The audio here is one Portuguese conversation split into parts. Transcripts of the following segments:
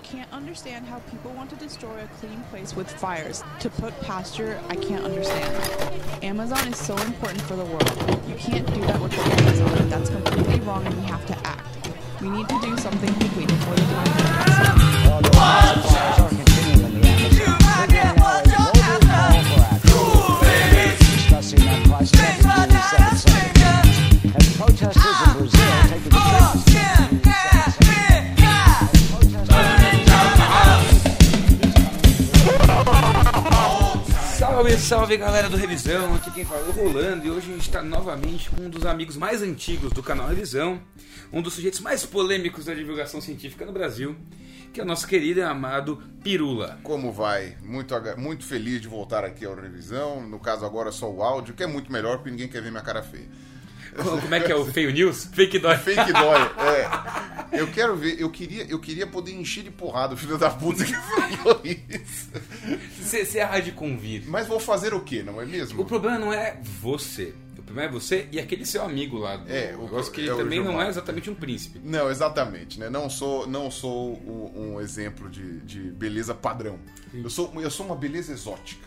can't understand how people want to destroy a clean place with fires. To put pasture, I can't understand. Amazon is so important for the world. You can't do that with the Amazon. That's completely wrong and we have to act. We need to do something quickly before the time passes. Although fires are continuing in the Amazon, discussing that crisis after June 7th. As protesters in Brazil take to the Salve, salve galera do Revisão, aqui quem fala é o Rolando e hoje a gente está novamente com um dos amigos mais antigos do canal Revisão, um dos sujeitos mais polêmicos da divulgação científica no Brasil, que é o nosso querido e amado Pirula. Como vai? Muito feliz de voltar aqui ao Revisão, no caso agora só o áudio, que é muito melhor porque ninguém quer ver minha cara feia. Como é que é o Feio News? Fake dói. Fake dói, é. Eu quero ver, eu queria poder encher de porrada o filho da puta que falou isso. Você é de convite. Mas vou fazer o quê, não é mesmo? O problema não é você. O problema é você e aquele seu amigo lá. O negócio que ele também não é exatamente um príncipe. Não, exatamente, né? Não sou um exemplo de beleza padrão. Eu sou uma beleza exótica.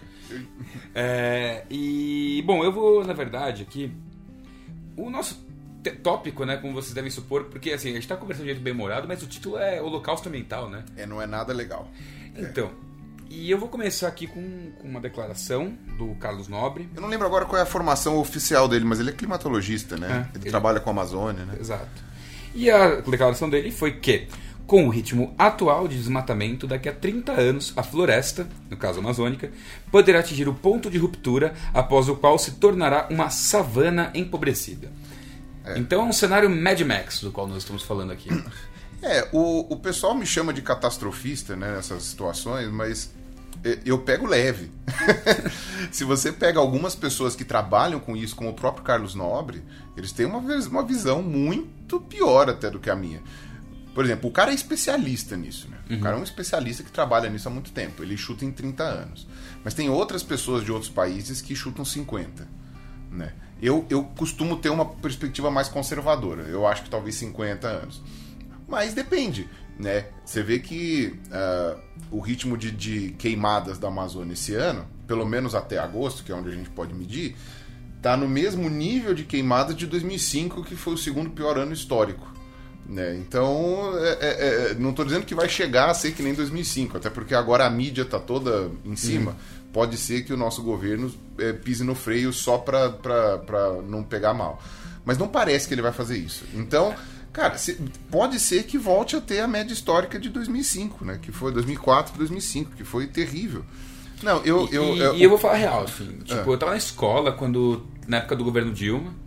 Bom, eu vou, na verdade, aqui... O nosso tópico, né, como vocês devem supor, porque assim, a gente tá conversando de jeito bem-humorado, mas o título é Holocausto Mental, né? Não é nada legal. Então, e eu vou começar aqui com uma declaração do Carlos Nobre. Eu não lembro agora qual é a formação oficial dele, mas ele é climatologista, né? Ele trabalha com a Amazônia, né? Exato. E a declaração dele foi que, com o ritmo atual de desmatamento, daqui a 30 anos, a floresta, no caso amazônica, poderá atingir o ponto de ruptura, após o qual se tornará uma savana empobrecida. Então é um cenário Mad Max do qual nós estamos falando aqui. O pessoal me chama de catastrofista, né, nessas situações, mas eu pego leve. Se você pega algumas pessoas que trabalham com isso, como o próprio Carlos Nobre, eles têm uma visão muito pior até do que a minha. Por exemplo, o cara é especialista nisso, né? O cara é um especialista que trabalha nisso há muito tempo. Ele chuta em 30 anos. Mas tem outras pessoas de outros países que chutam 50, né? Eu costumo ter uma perspectiva mais conservadora. Eu acho que talvez 50 anos. Mas depende, né? Você vê que o ritmo de queimadas da Amazônia esse ano, pelo menos até agosto, que é onde a gente pode medir, tá no mesmo nível de queimadas de 2005, que foi o segundo pior ano histórico. Né? Então, não estou dizendo que vai chegar a ser que nem 2005, até porque agora a mídia está toda em cima. Pode ser que o nosso governo pise no freio só para não pegar mal. Mas não parece que ele vai fazer isso. Então, cara, pode ser que volte a ter a média histórica de 2005, né? Que foi 2004, 2005, que foi terrível. Não, eu vou falar real, assim. Tipo, eu estava na escola na época do governo Dilma,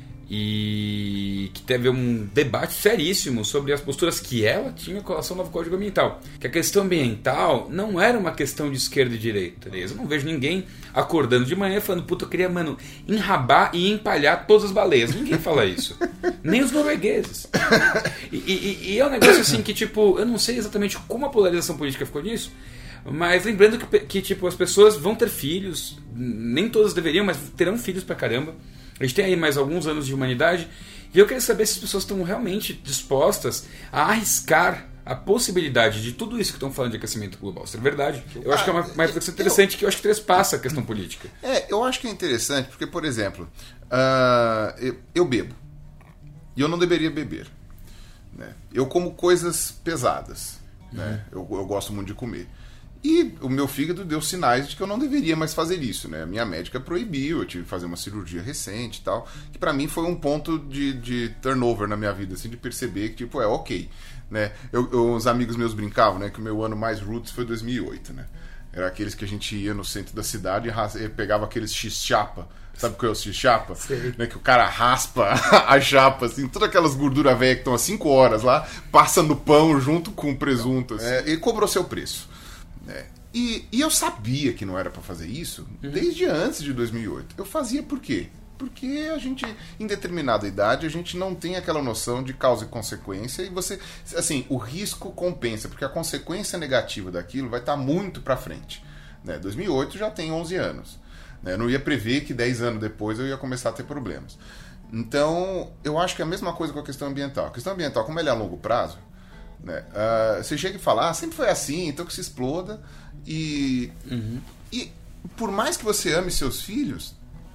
e que teve um debate seríssimo sobre as posturas que ela tinha com relação ao novo Código Ambiental. Que a questão ambiental não era uma questão de esquerda e direita. Eu não vejo ninguém acordando de manhã falando, puta, eu queria, enrabar e empalhar todas as baleias. Ninguém fala isso. Nem os noruegueses. E é um negócio assim que, tipo, eu não sei exatamente como a polarização política ficou nisso, mas lembrando que tipo, as pessoas vão ter filhos, nem todas deveriam, mas terão filhos pra caramba. A gente tem aí mais alguns anos de humanidade e eu queria saber se as pessoas estão realmente dispostas a arriscar a possibilidade de tudo isso que estão falando de aquecimento global ser verdade. Eu acho que é uma reflexão interessante que eu acho que trespassa a questão política. Eu acho que é interessante porque, por exemplo, eu bebo e eu não deveria beber, né? Eu como coisas pesadas, né? Eu gosto muito de comer. E o meu fígado deu sinais de que eu não deveria mais fazer isso, né? A minha médica proibiu, eu tive que fazer uma cirurgia recente e tal, que pra mim foi um ponto de turnover na minha vida, assim, de perceber que, tipo, ok, né? Os amigos meus brincavam, né, que o meu ano mais roots foi 2008, né? Era aqueles que a gente ia no centro da cidade e pegava aqueles x-chapa. Sabe o que é o x-chapa? Né, que o cara raspa a chapa, assim, todas aquelas gorduras velhas que estão há 5 horas lá, passa no pão junto com o presunto, assim. E cobrou seu preço. E eu sabia que não era pra fazer isso desde antes de 2008. Eu fazia por quê? Porque a gente, em determinada idade, a gente não tem aquela noção de causa e consequência, e você, assim, o risco compensa, porque a consequência negativa daquilo vai estar muito pra frente, né? 2008 já tem 11 anos, né? Eu não ia prever que 10 anos depois eu ia começar a ter problemas. Então, eu acho que é a mesma coisa com a questão ambiental. A questão ambiental, como ela é a longo prazo, Né? Você chega e fala, sempre foi assim, então que se exploda. E por mais que você ame seus filhos,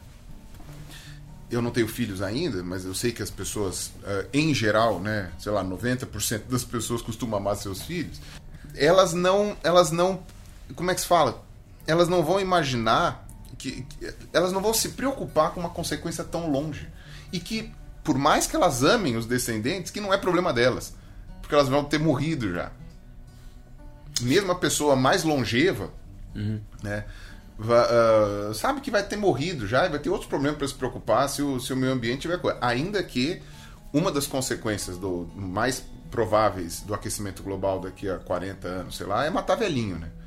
eu não tenho filhos ainda, mas eu sei que as pessoas, em geral, né, sei lá, 90% das pessoas costumam amar seus filhos, elas não, como é que se fala? Elas não vão imaginar, elas não vão se preocupar com uma consequência tão longe. E que, por mais que elas amem os descendentes, que não é problema delas, porque elas vão ter morrido já. Mesmo a pessoa mais longeva, né, sabe que vai ter morrido já e vai ter outros problemas para se preocupar se o meio ambiente tiver coisa. Ainda que uma das consequências mais prováveis do aquecimento global daqui a 40 anos, sei lá, é matar velhinho, né?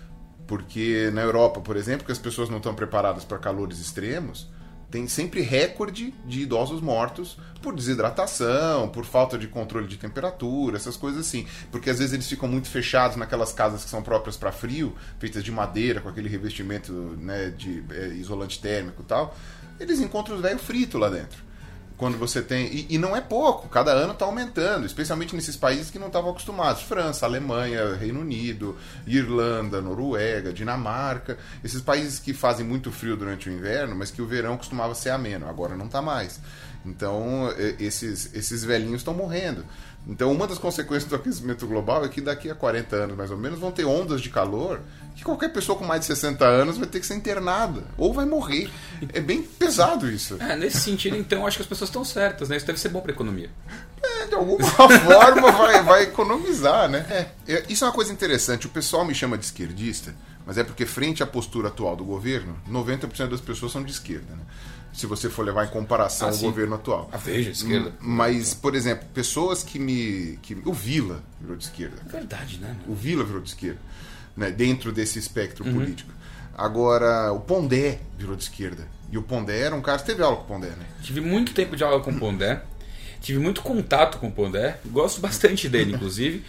Porque na Europa, por exemplo, que as pessoas não estão preparadas para calores extremos, tem sempre recorde de idosos mortos por desidratação, por falta de controle de temperatura, essas coisas assim. Porque às vezes eles ficam muito fechados naquelas casas que são próprias para frio, feitas de madeira, com aquele revestimento, né, de isolante térmico e tal. Eles encontram os velhos fritos lá dentro. Quando você tem... E não é pouco, cada ano está aumentando, especialmente nesses países que não estavam acostumados. França, Alemanha, Reino Unido, Irlanda, Noruega, Dinamarca. Esses países que fazem muito frio durante o inverno, mas que o verão costumava ser ameno, agora não está mais. Então, esses velhinhos estão morrendo. Então, uma das consequências do aquecimento global é que daqui a 40 anos, mais ou menos, vão ter ondas de calor que qualquer pessoa com mais de 60 anos vai ter que ser internada ou vai morrer. É bem pesado isso. Nesse sentido, então, acho que as pessoas estão certas, né? Isso deve ser bom para a economia. De alguma forma vai economizar, né? Isso é uma coisa interessante. O pessoal me chama de esquerdista, mas é porque frente à postura atual do governo, 90% das pessoas são de esquerda, né? Se você for levar em comparação o governo atual. A Veja, esquerda. Mas, por exemplo, pessoas que o Vila virou de esquerda. É verdade, né? O Vila virou de esquerda, né? Dentro desse espectro político. Agora, o Pondé virou de esquerda. E o Pondé era um cara... Você teve aula com o Pondé, né? Tive muito tempo de aula com o Pondé. Tive muito contato com o Pondé. Gosto bastante dele, inclusive.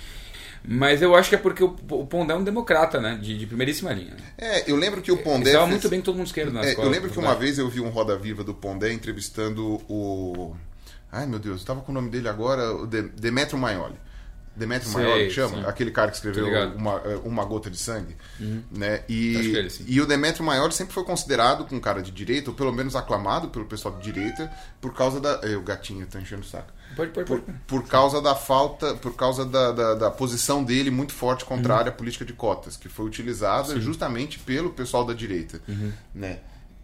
Mas eu acho que é porque o Pondé é um democrata, né? De primeiríssima linha. Eu lembro que o Pondé... Estava muito bem com todo mundo esquerdo na escola. Eu lembro que uma vez eu vi um Roda Viva do Pondé entrevistando o... Ai, meu Deus, eu estava com o nome dele agora, o Demetrio Maioli. Demetrio Maioli, que chama? Sim. Aquele cara que escreveu uma Gota de Sangue. Né? E o Demetrio Maioli sempre foi considerado um cara de direita, ou pelo menos aclamado pelo pessoal de direita, por causa da... O gatinho tá enchendo o saco. Pode. Por causa da falta, por causa da posição dele muito forte contrária à política de cotas, que foi utilizada justamente pelo pessoal da direita. Né?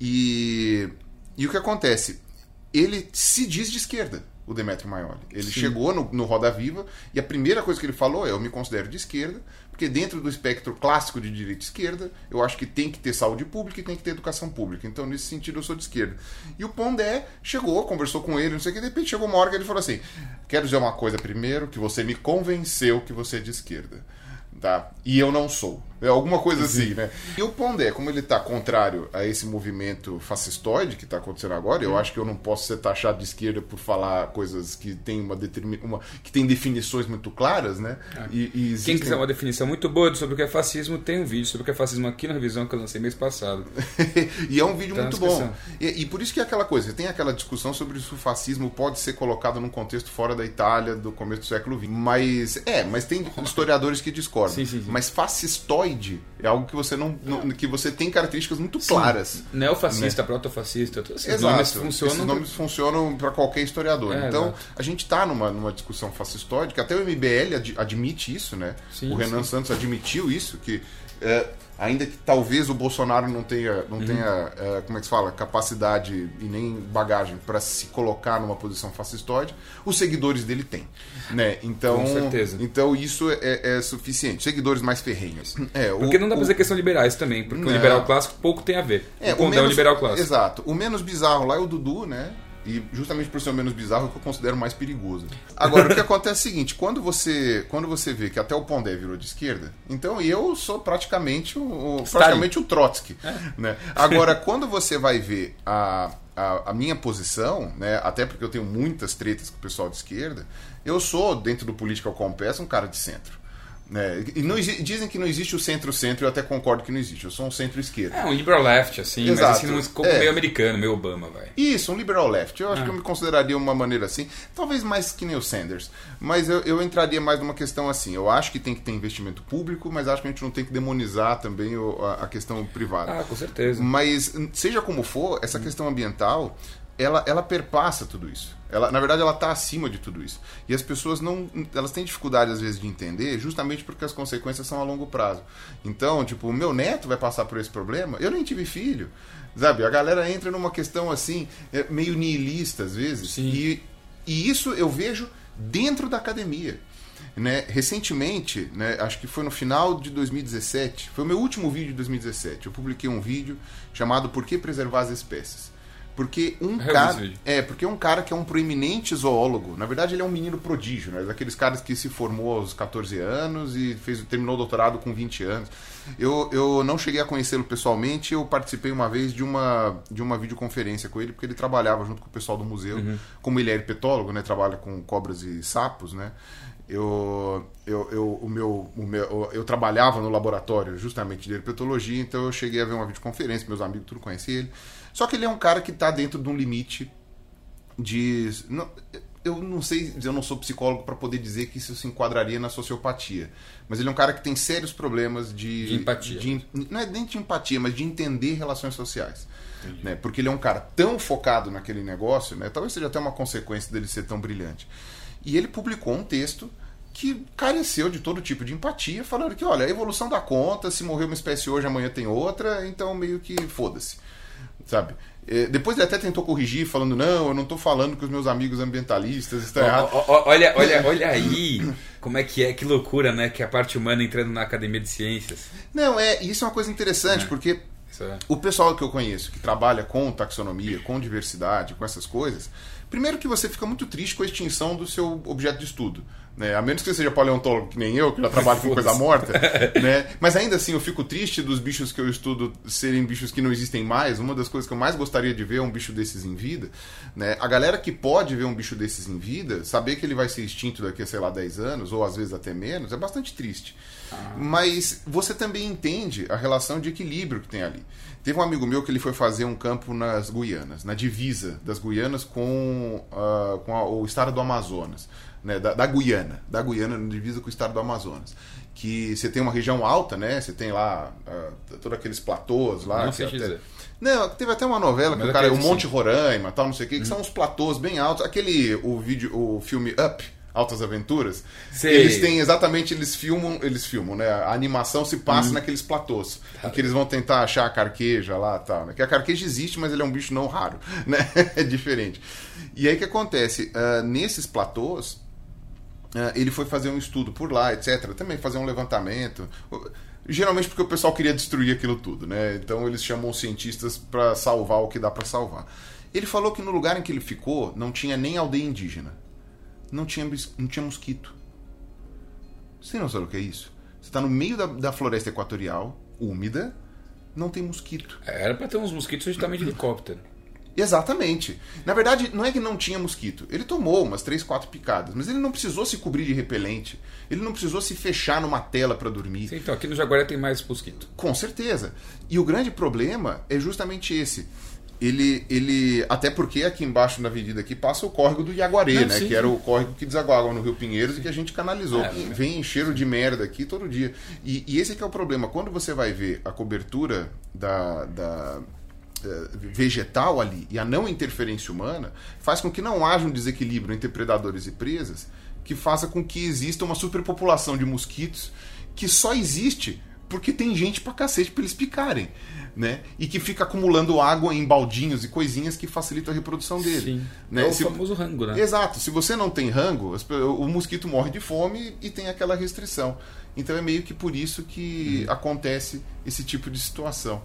E o que acontece? Ele se diz de esquerda, o Demetrio Maioli. Ele chegou no Roda Viva e a primeira coisa que ele falou é: eu me considero de esquerda, porque dentro do espectro clássico de direita e esquerda, eu acho que tem que ter saúde pública e tem que ter educação pública. Então, nesse sentido, eu sou de esquerda. E o Pondé chegou, conversou com ele, não sei o que, de repente chegou uma hora que ele falou assim: quero dizer uma coisa primeiro, que você me convenceu que você é de esquerda. Tá? E eu não sou. É alguma coisa assim, né? E o Pondé, como ele está contrário a esse movimento fascistoide que está acontecendo agora, eu acho que eu não posso ser taxado de esquerda por falar coisas que tem que tem definições muito claras, né? Quem quiser uma definição muito boa sobre o que é fascismo, tem um vídeo sobre o que é fascismo aqui na revisão que eu lancei mês passado. E é um vídeo muito bom. E por isso que é aquela coisa, tem aquela discussão sobre se o fascismo pode ser colocado num contexto fora da Itália do começo do século XX. Mas tem historiadores que discordam. Sim. Mas fascistoide é algo que você que você tem características muito claras. Neofascista, né? Protofascista, esses nomes funcionam. Esses nomes funcionam para qualquer historiador. Então, a gente está numa discussão fascistoide, que até o MBL admite isso, né? O Renan Santos admitiu isso, que ainda que talvez o Bolsonaro não tenha como é que se fala, capacidade e nem bagagem para se colocar numa posição fascistoide, os seguidores dele têm, né? Então, com certeza. Então isso é suficiente. Seguidores mais ferrenhos. Porque não dá pra dizer que são liberais também, porque o liberal clássico pouco tem a ver. O Pondé é o liberal clássico. Exato. O menos bizarro lá é o Dudu, né? E justamente por ser o menos bizarro, que eu considero mais perigoso. Agora, o que acontece é o seguinte: quando você vê que até o Pondé virou de esquerda, então eu sou praticamente o Trotsky. Né? Agora, quando você vai ver a minha posição, né, até porque eu tenho muitas tretas com o pessoal de esquerda, eu sou, dentro do Political Compass, um cara de centro. Né? E dizem que não existe o centro-centro, eu até concordo que não existe. Eu sou um centro-esquerda. É, um liberal left, assim, Exato. mas assim, meio americano, meio Obama, vai. Isso, um liberal left. Eu acho que eu me consideraria uma maneira assim. Talvez mais que nem o Sanders. Mas eu entraria mais numa questão assim. Eu acho que tem que ter investimento público, mas acho que a gente não tem que demonizar também a questão privada. Ah, com certeza. Mas, seja como for, essa questão ambiental, ela perpassa tudo isso. Na verdade, ela está acima de tudo isso. E as pessoas elas têm dificuldade, às vezes, de entender, justamente porque as consequências são a longo prazo. Então, tipo, o meu neto vai passar por esse problema, eu nem tive filho. Sabe? A galera entra numa questão, assim, meio nihilista, às vezes. Sim. E isso eu vejo dentro da academia. Né? Recentemente, né, acho que foi no final de 2017, foi o meu último vídeo de 2017. Eu publiquei um vídeo chamado Por que Preservar as Espécies? Porque um cara que é um proeminente zoólogo, na verdade ele é um menino prodígio, né? Daqueles caras que se formou aos 14 anos e terminou o doutorado com 20 anos. Eu não cheguei a conhecê-lo pessoalmente, eu participei uma vez de uma videoconferência com ele, porque ele trabalhava junto com o pessoal do museu, como ele é herpetólogo, né? Trabalha com cobras e sapos, né? Eu trabalhava no laboratório justamente de herpetologia, então eu cheguei a ver uma videoconferência, meus amigos tudo conheciam ele. Só que ele é um cara que está dentro de um limite de... Eu não sei, eu não sou psicólogo para poder dizer que isso se enquadraria na sociopatia, mas ele é um cara que tem sérios problemas de empatia. Não é nem de empatia, mas de entender relações sociais. Né? Porque ele é um cara tão focado naquele negócio, né? Talvez seja até uma consequência dele ser tão brilhante. E ele publicou um texto que careceu de todo tipo de empatia, falando que, olha, a evolução dá conta, se morrer uma espécie hoje, amanhã tem outra, então meio que foda-se, sabe? Depois ele até tentou corrigir, falando, não, eu não estou falando que os meus amigos ambientalistas estão errados. Olha aí como é, que loucura, né? Que a parte humana entrando na academia de ciências. Não, isso é uma coisa interessante, porque o pessoal que eu conheço, que trabalha com taxonomia, com diversidade, com essas coisas, primeiro que você fica muito triste com a extinção do seu objeto de estudo. Né? A menos que você seja paleontólogo que nem eu, que já trabalho com coisa morta. Né? Mas ainda assim eu fico triste dos bichos que eu estudo serem bichos que não existem mais. Uma das coisas que eu mais gostaria de ver é um bicho desses em vida. Né? A galera que pode ver um bicho desses em vida, saber que ele vai ser extinto daqui a, sei lá, 10 anos, ou às vezes até menos, é bastante triste. Mas você também entende a relação de equilíbrio que tem ali. Teve um amigo meu que ele foi fazer um campo nas Guianas, na divisa das Guianas com o estado do Amazonas. Né, da Guiana, na divisa com o estado do Amazonas. Que você tem uma região alta, né? Você tem lá todos aqueles platôs lá. Não sei dizer. Não, teve até uma novela que o Monte Roraima, tal, não sei o que são uns platôs bem altos. O filme Up, Altas Aventuras, eles têm exatamente, eles filmam, né? A animação se passa naqueles platôs, em que eles vão tentar achar a carqueja lá, tal, né? Que a carqueja existe, mas ele é um bicho não raro, né? É diferente. E aí o que acontece? Nesses platôs, ele foi fazer um estudo por lá, etc. Também fazer um levantamento. Geralmente porque o pessoal queria destruir aquilo tudo, né? Então eles chamam cientistas para salvar o que dá para salvar. Ele falou que no lugar em que ele ficou não tinha nem aldeia indígena. Não tinha mosquito. Você não sabe o que é isso? Você está no meio da floresta equatorial, úmida, não tem mosquito. Era para ter uns mosquitos justamente de helicóptero. Exatamente. Na verdade, não é que não tinha mosquito. Ele tomou umas 3, 4 picadas, mas ele não precisou se cobrir de repelente. Ele não precisou se fechar numa tela para dormir. Sim, então aqui no Jaguaré tem mais mosquito. Com certeza. E o grande problema é justamente esse. Ele até porque aqui embaixo na avenida aqui passa o córrego do Iaguaré, né? Sim, que era o córrego que desaguava no Rio Pinheiros e que a gente canalizou. Vem cheiro de merda aqui todo dia. E esse que é o problema. Quando você vai ver a cobertura da vegetal ali e a não interferência humana, faz com que não haja um desequilíbrio entre predadores e presas, que faça com que exista uma superpopulação de mosquitos que só existe porque tem gente pra cacete pra eles picarem, né? E que fica acumulando água em baldinhos e coisinhas que facilitam a reprodução dele. Sim. Né? É o famoso rango, né? Exato. Se você não tem rango, o mosquito morre de fome e tem aquela restrição. Então é meio que por isso que acontece esse tipo de situação.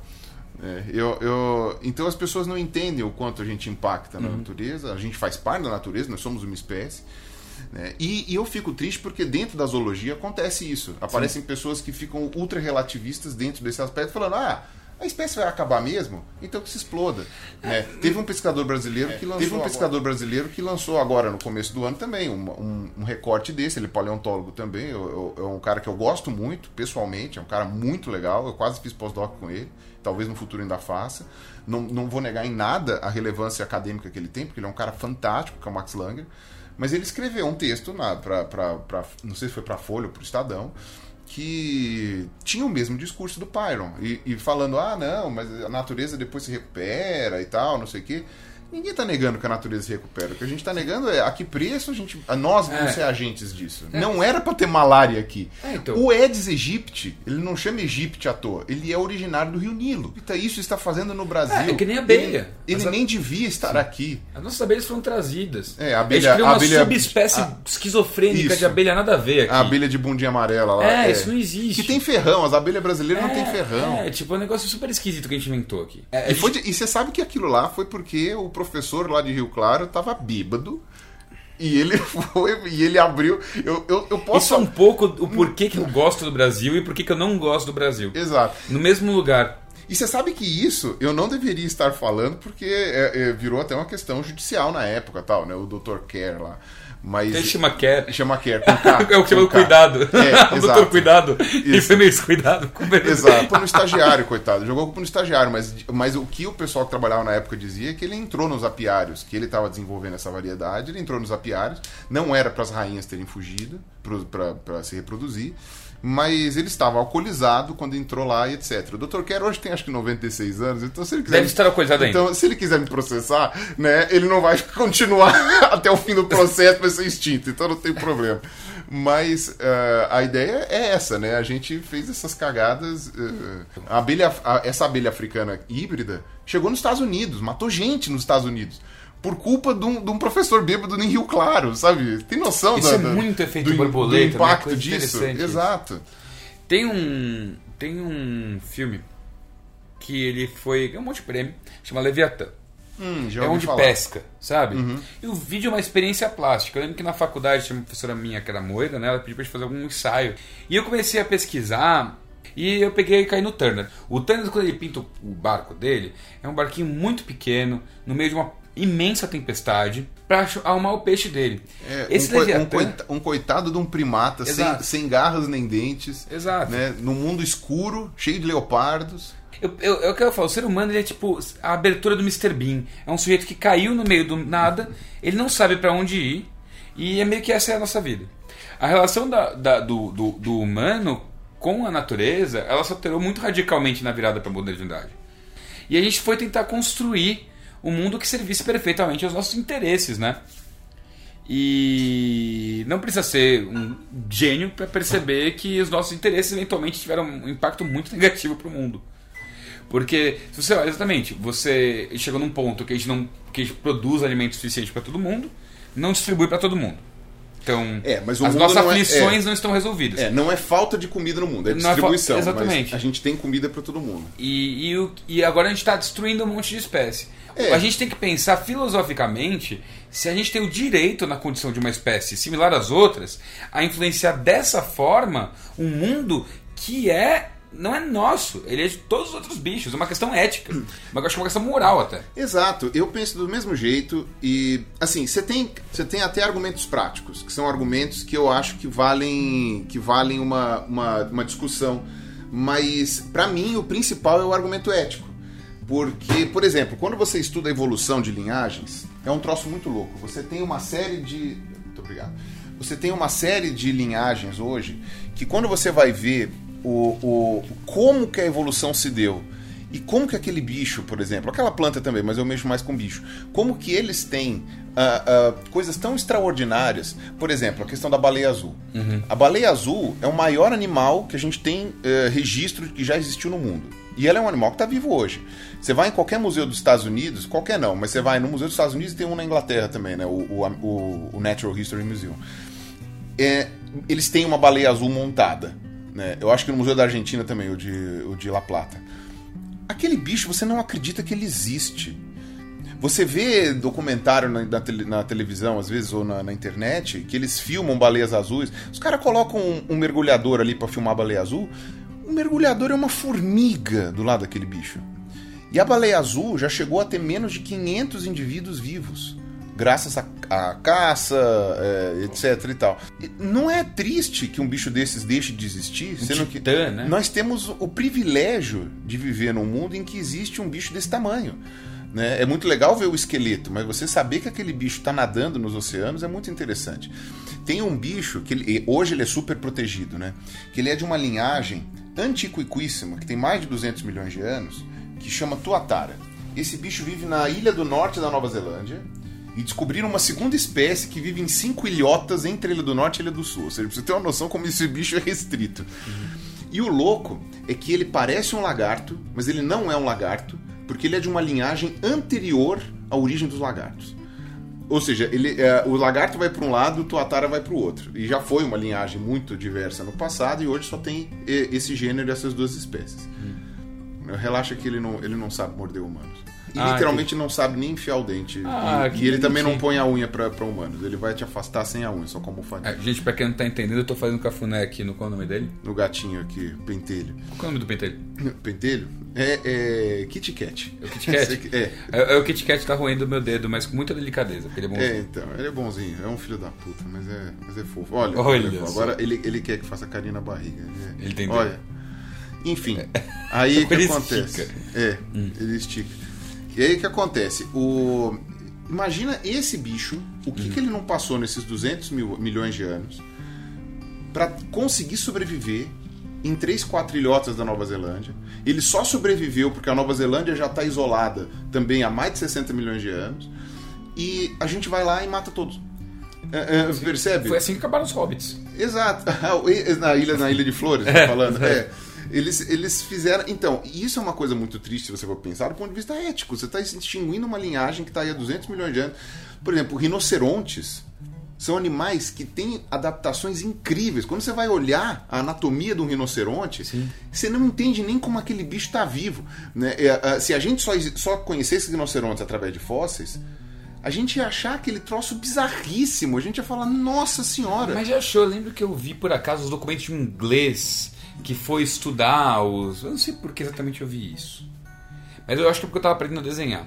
Então as pessoas não entendem o quanto a gente impacta na natureza. A gente faz parte da natureza, nós somos uma espécie, né? E eu fico triste porque dentro da zoologia acontece isso. Aparecem pessoas que ficam ultra relativistas dentro desse aspecto, falando, A espécie vai acabar mesmo, então que se exploda. Né? Teve um pesquisador brasileiro que lançou agora no começo do ano também um recorte desse. Ele é paleontólogo também, é um cara que eu gosto muito pessoalmente, é um cara muito legal. Eu quase fiz pós-doc com ele, talvez no futuro ainda faça. Não vou negar em nada a relevância acadêmica que ele tem, porque ele é um cara fantástico, que é o Max Langer. Mas ele escreveu um texto não sei se foi para a Folha ou para o Estadão, que tinha o mesmo discurso do Pyron, e falando, não, mas a natureza depois se recupera e tal, não sei o quê. Ninguém está negando que a natureza se recupera. O que a gente está negando é a que preço nós vamos ser agentes disso. Não era para ter malária aqui. Então. O Aedes aegypti, ele não chama Egipte à toa. Ele é originário do Rio Nilo. Isso está fazendo no Brasil. É que nem a abelha. Ele nem devia estar aqui. As nossas abelhas foram trazidas. A abelha, uma subespécie esquizofrênica de abelha nada a ver aqui. A abelha de bundinha amarela lá. Isso não existe. Que tem ferrão. As abelhas brasileiras não tem ferrão. Um negócio super esquisito que a gente inventou aqui. E você sabe que aquilo lá foi porque o professor lá de Rio Claro tava bêbado e ele abriu. Eu posso. Isso é um pouco o porquê que eu gosto do Brasil e porquê que eu não gosto do Brasil. Exato. No mesmo lugar. E você sabe que isso eu não deveria estar falando porque virou até uma questão judicial na época, tal, né? O Dr. Kerr lá. Mas ele chama Kerr. Chama Kerr, com K. É o que chama Cuidado. O doutor Cuidado. E foi meio descuidado. Exato. Foi no estagiário, coitado. Jogou culpa no estagiário. Mas o que o pessoal que trabalhava na época dizia é que ele entrou nos apiários, que ele estava desenvolvendo essa variedade, ele entrou nos apiários, não era para as rainhas terem fugido, para se reproduzir, mas ele estava alcoolizado quando entrou lá e etc. O Dr. Kerr hoje tem acho que 96 anos, então se ele quiser... Deve estar alcoolizado ainda. Então, se ele quiser me processar, né, ele não vai continuar até o fim do processo, vai ser extinto, então não tem problema. Mas a ideia é essa, né? A gente fez essas cagadas. Essa abelha africana híbrida chegou nos Estados Unidos, matou gente nos Estados Unidos. Por culpa de um professor bêbado em Rio Claro, sabe? Tem noção isso é muito efeito borboleta, do impacto disso? Exato. Tem um filme que ele ganhou um monte de prêmio, chama Leviatã. É um de pesca, sabe? E o vídeo é uma experiência plástica. Eu lembro que na faculdade tinha uma professora minha que era moira, né? Ela pediu pra gente fazer algum ensaio. E eu comecei a pesquisar e eu peguei e caí no Turner. O Turner, quando ele pinta o barco dele, é um barquinho muito pequeno, no meio de uma imensa tempestade, para arrumar o peixe dele. Um coitado de um primata sem garras nem dentes. Exato. Né? Num mundo escuro, cheio de leopardos. Eu quero falar, o ser humano ele é tipo a abertura do Mr. Bean. É um sujeito que caiu no meio do nada, ele não sabe para onde ir, e é meio que essa é a nossa vida. A relação do humano com a natureza, ela se alterou muito radicalmente na virada para a modernidade. E a gente foi tentar construir um mundo que servisse perfeitamente aos nossos interesses, né? E não precisa ser um gênio para perceber que os nossos interesses eventualmente tiveram um impacto muito negativo para o mundo. Porque, se você olha exatamente, você chegou num ponto que a gente produz alimento suficiente para todo mundo, não distribui para todo mundo. Então, mas as nossas aflições não estão resolvidas. Não é falta de comida no mundo, é distribuição. Exatamente. Mas a gente tem comida para todo mundo. E agora a gente está destruindo um monte de espécie. A gente tem que pensar filosoficamente se a gente tem o direito, na condição de uma espécie similar às outras, a influenciar dessa forma um mundo que não é nosso, ele é de todos os outros bichos. É uma questão ética, mas eu acho que é uma questão moral até. Exato, eu penso do mesmo jeito. E assim, você tem até argumentos práticos, que são argumentos que eu acho que valem uma discussão. Mas pra mim o principal é o argumento ético. Porque, por exemplo, quando você estuda a evolução de linhagens, é um troço muito louco. Você tem uma série de... Muito obrigado. Você tem uma série de linhagens hoje que, quando você vai ver como que a evolução se deu e como que aquele bicho, por exemplo, aquela planta também, mas eu mexo mais com bicho, como que eles têm coisas tão extraordinárias. Por exemplo, a questão da baleia azul. A baleia azul é o maior animal que a gente tem registro de que já existiu no mundo. E ela é um animal que está vivo hoje. Você vai em qualquer museu dos Estados Unidos, qualquer não, mas você vai no Museu dos Estados Unidos e tem um na Inglaterra também, né? O Natural History Museum. Eles têm uma baleia azul montada, né? Eu acho que no Museu da Argentina também, o de La Plata. Aquele bicho, você não acredita que ele existe. Você vê documentário na televisão, às vezes, ou na internet, que eles filmam baleias azuis. Os caras colocam um mergulhador ali para filmar a baleia azul. Um mergulhador é uma formiga do lado daquele bicho. E a baleia azul já chegou a ter menos de 500 indivíduos vivos, graças à caça, etc e tal. E não é triste que um bicho desses deixe de existir, sendo que né? Nós temos o privilégio de viver num mundo em que existe um bicho desse tamanho. Né? É muito legal ver o esqueleto, mas você saber que aquele bicho está nadando nos oceanos é muito interessante. Tem um bicho que hoje ele é super protegido, né? Que ele é de uma linhagem antiquíssima, que tem mais de 200 milhões de anos, que chama tuatara. Esse bicho vive na ilha do norte da Nova Zelândia e descobriram uma segunda espécie que vive em 5 ilhotas entre a Ilha do Norte e a Ilha do Sul. Ou seja, pra você ter uma noção como esse bicho é restrito. E o louco é que ele parece um lagarto, mas ele não é um lagarto, porque ele é de uma linhagem anterior à origem dos lagartos. Ou seja, o lagarto vai para um lado, o tuatara vai para o outro. E já foi uma linhagem muito diversa no passado e hoje só tem esse gênero e essas duas espécies. Relaxa que ele não sabe morder humanos. E literalmente não sabe nem enfiar o dente. E ele também não põe a unha pra humanos. Ele vai te afastar sem a unha, só como almofadinha. Gente, pra quem não tá entendendo, eu tô fazendo cafuné aqui no... Qual é o nome dele? No gatinho aqui, pentelho. Qual é o nome do pentelho? Pentelho? É Kit Kat. É o Kit Kat? É o Kit Kat tá roendo o meu dedo, mas com muita delicadeza, porque ele é bonzinho. Então, ele é bonzinho. É um filho da puta, mas é fofo. Olha agora ele quer que faça carinho na barriga. Ele entendeu. Olha. Enfim, aí o que acontece? Ele estica. E aí o que acontece? Imagina esse bicho, o que ele não passou nesses 200 milhões de anos para conseguir sobreviver em 3, 4 ilhotas da Nova Zelândia. Ele só sobreviveu porque a Nova Zelândia já está isolada também há mais de 60 milhões de anos. E a gente vai lá e mata todos. Percebe? Foi assim que acabaram os hobbits. Exato. Na ilha de Flores, tá falando? Eles fizeram... Então, isso é uma coisa muito triste se você for pensar do ponto de vista ético. Você está extinguindo uma linhagem que está aí há 200 milhões de anos. Por exemplo, rinocerontes são animais que têm adaptações incríveis. Quando você vai olhar a anatomia de um rinoceronte, você não entende nem como aquele bicho está vivo. Né? Se a gente só conhecesse rinocerontes através de fósseis, a gente ia achar aquele troço bizarríssimo. A gente ia falar, nossa senhora. Mas já achou? Eu lembro que eu vi por acaso os documentos em inglês que foi estudar os... Eu não sei por que exatamente eu vi isso. Mas eu acho que é porque eu estava aprendendo a desenhar.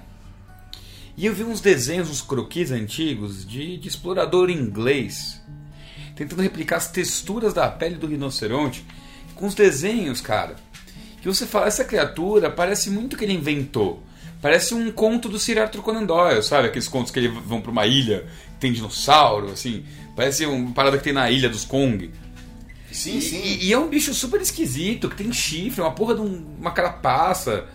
E eu vi uns desenhos, uns croquis antigos de explorador inglês, tentando replicar as texturas da pele do rinoceronte, com os desenhos, cara, que você fala, essa criatura parece muito que ele inventou. Parece um conto do Sir Arthur Conan Doyle, sabe? Aqueles contos que eles vão para uma ilha, tem dinossauro, assim. Parece uma parada que tem na ilha dos Kong. Sim. E é um bicho super esquisito, que tem chifre, uma porra de uma carapaça.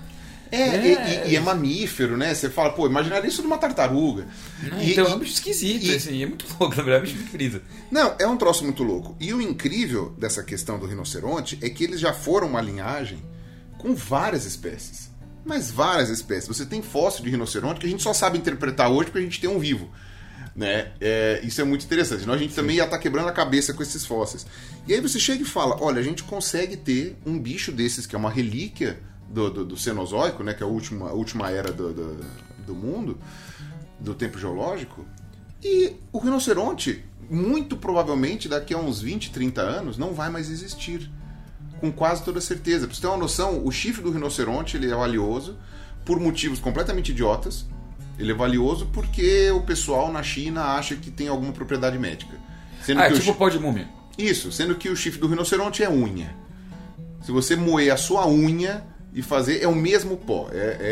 E é mamífero, né? Você fala, imaginaria isso de uma tartaruga. Então é um bicho esquisito, assim, é muito louco, na verdade, é um bicho muito frisa. Não, é um troço muito louco. E o incrível dessa questão do rinoceronte é que eles já foram uma linhagem com várias espécies. Mas várias espécies. Você tem fóssil de rinoceronte que a gente só sabe interpretar hoje porque a gente tem um vivo. Né? Isso é muito interessante. Senão a gente também ia estar quebrando a cabeça com esses fósseis. E aí você chega e fala, olha, a gente consegue ter um bicho desses que é uma relíquia do Cenozoico, né? Que é a última era do mundo, do tempo geológico. E o rinoceronte, muito provavelmente, daqui a uns 20, 30 anos, não vai mais existir. Com quase toda certeza. Pra você ter uma noção, o chifre do rinoceronte ele é valioso por motivos completamente idiotas. Ele é valioso porque o pessoal na China acha que tem alguma propriedade médica. Tipo pó de múmia. Isso, sendo que o chifre do rinoceronte é unha. Se você moer a sua unha e fazer, é o mesmo pó.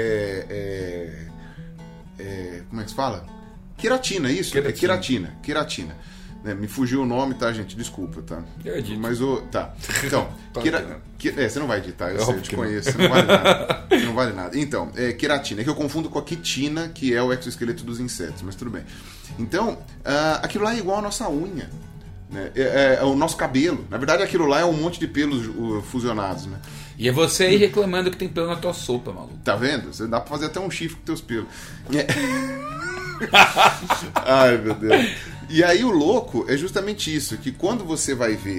Como é que se fala? Queratina, isso? Queratina. É queratina. Me fugiu o nome, tá, gente? Desculpa, tá? Eu edito. Mas tá. Então, você não vai editar, eu te conheço, você não vale nada. Não vale nada. Então, queratina, é que eu confundo com a quitina, que é o exoesqueleto dos insetos, mas tudo bem. Então, aquilo lá é igual a nossa unha, né? É o nosso cabelo. Na verdade, aquilo lá é um monte de pelos fusionados, né? E é você aí reclamando que tem pelo na tua sopa, maluco. Tá vendo? Você dá pra fazer até um chifre com teus pelos. Ai, meu Deus. E aí o louco é justamente isso, que quando você vai ver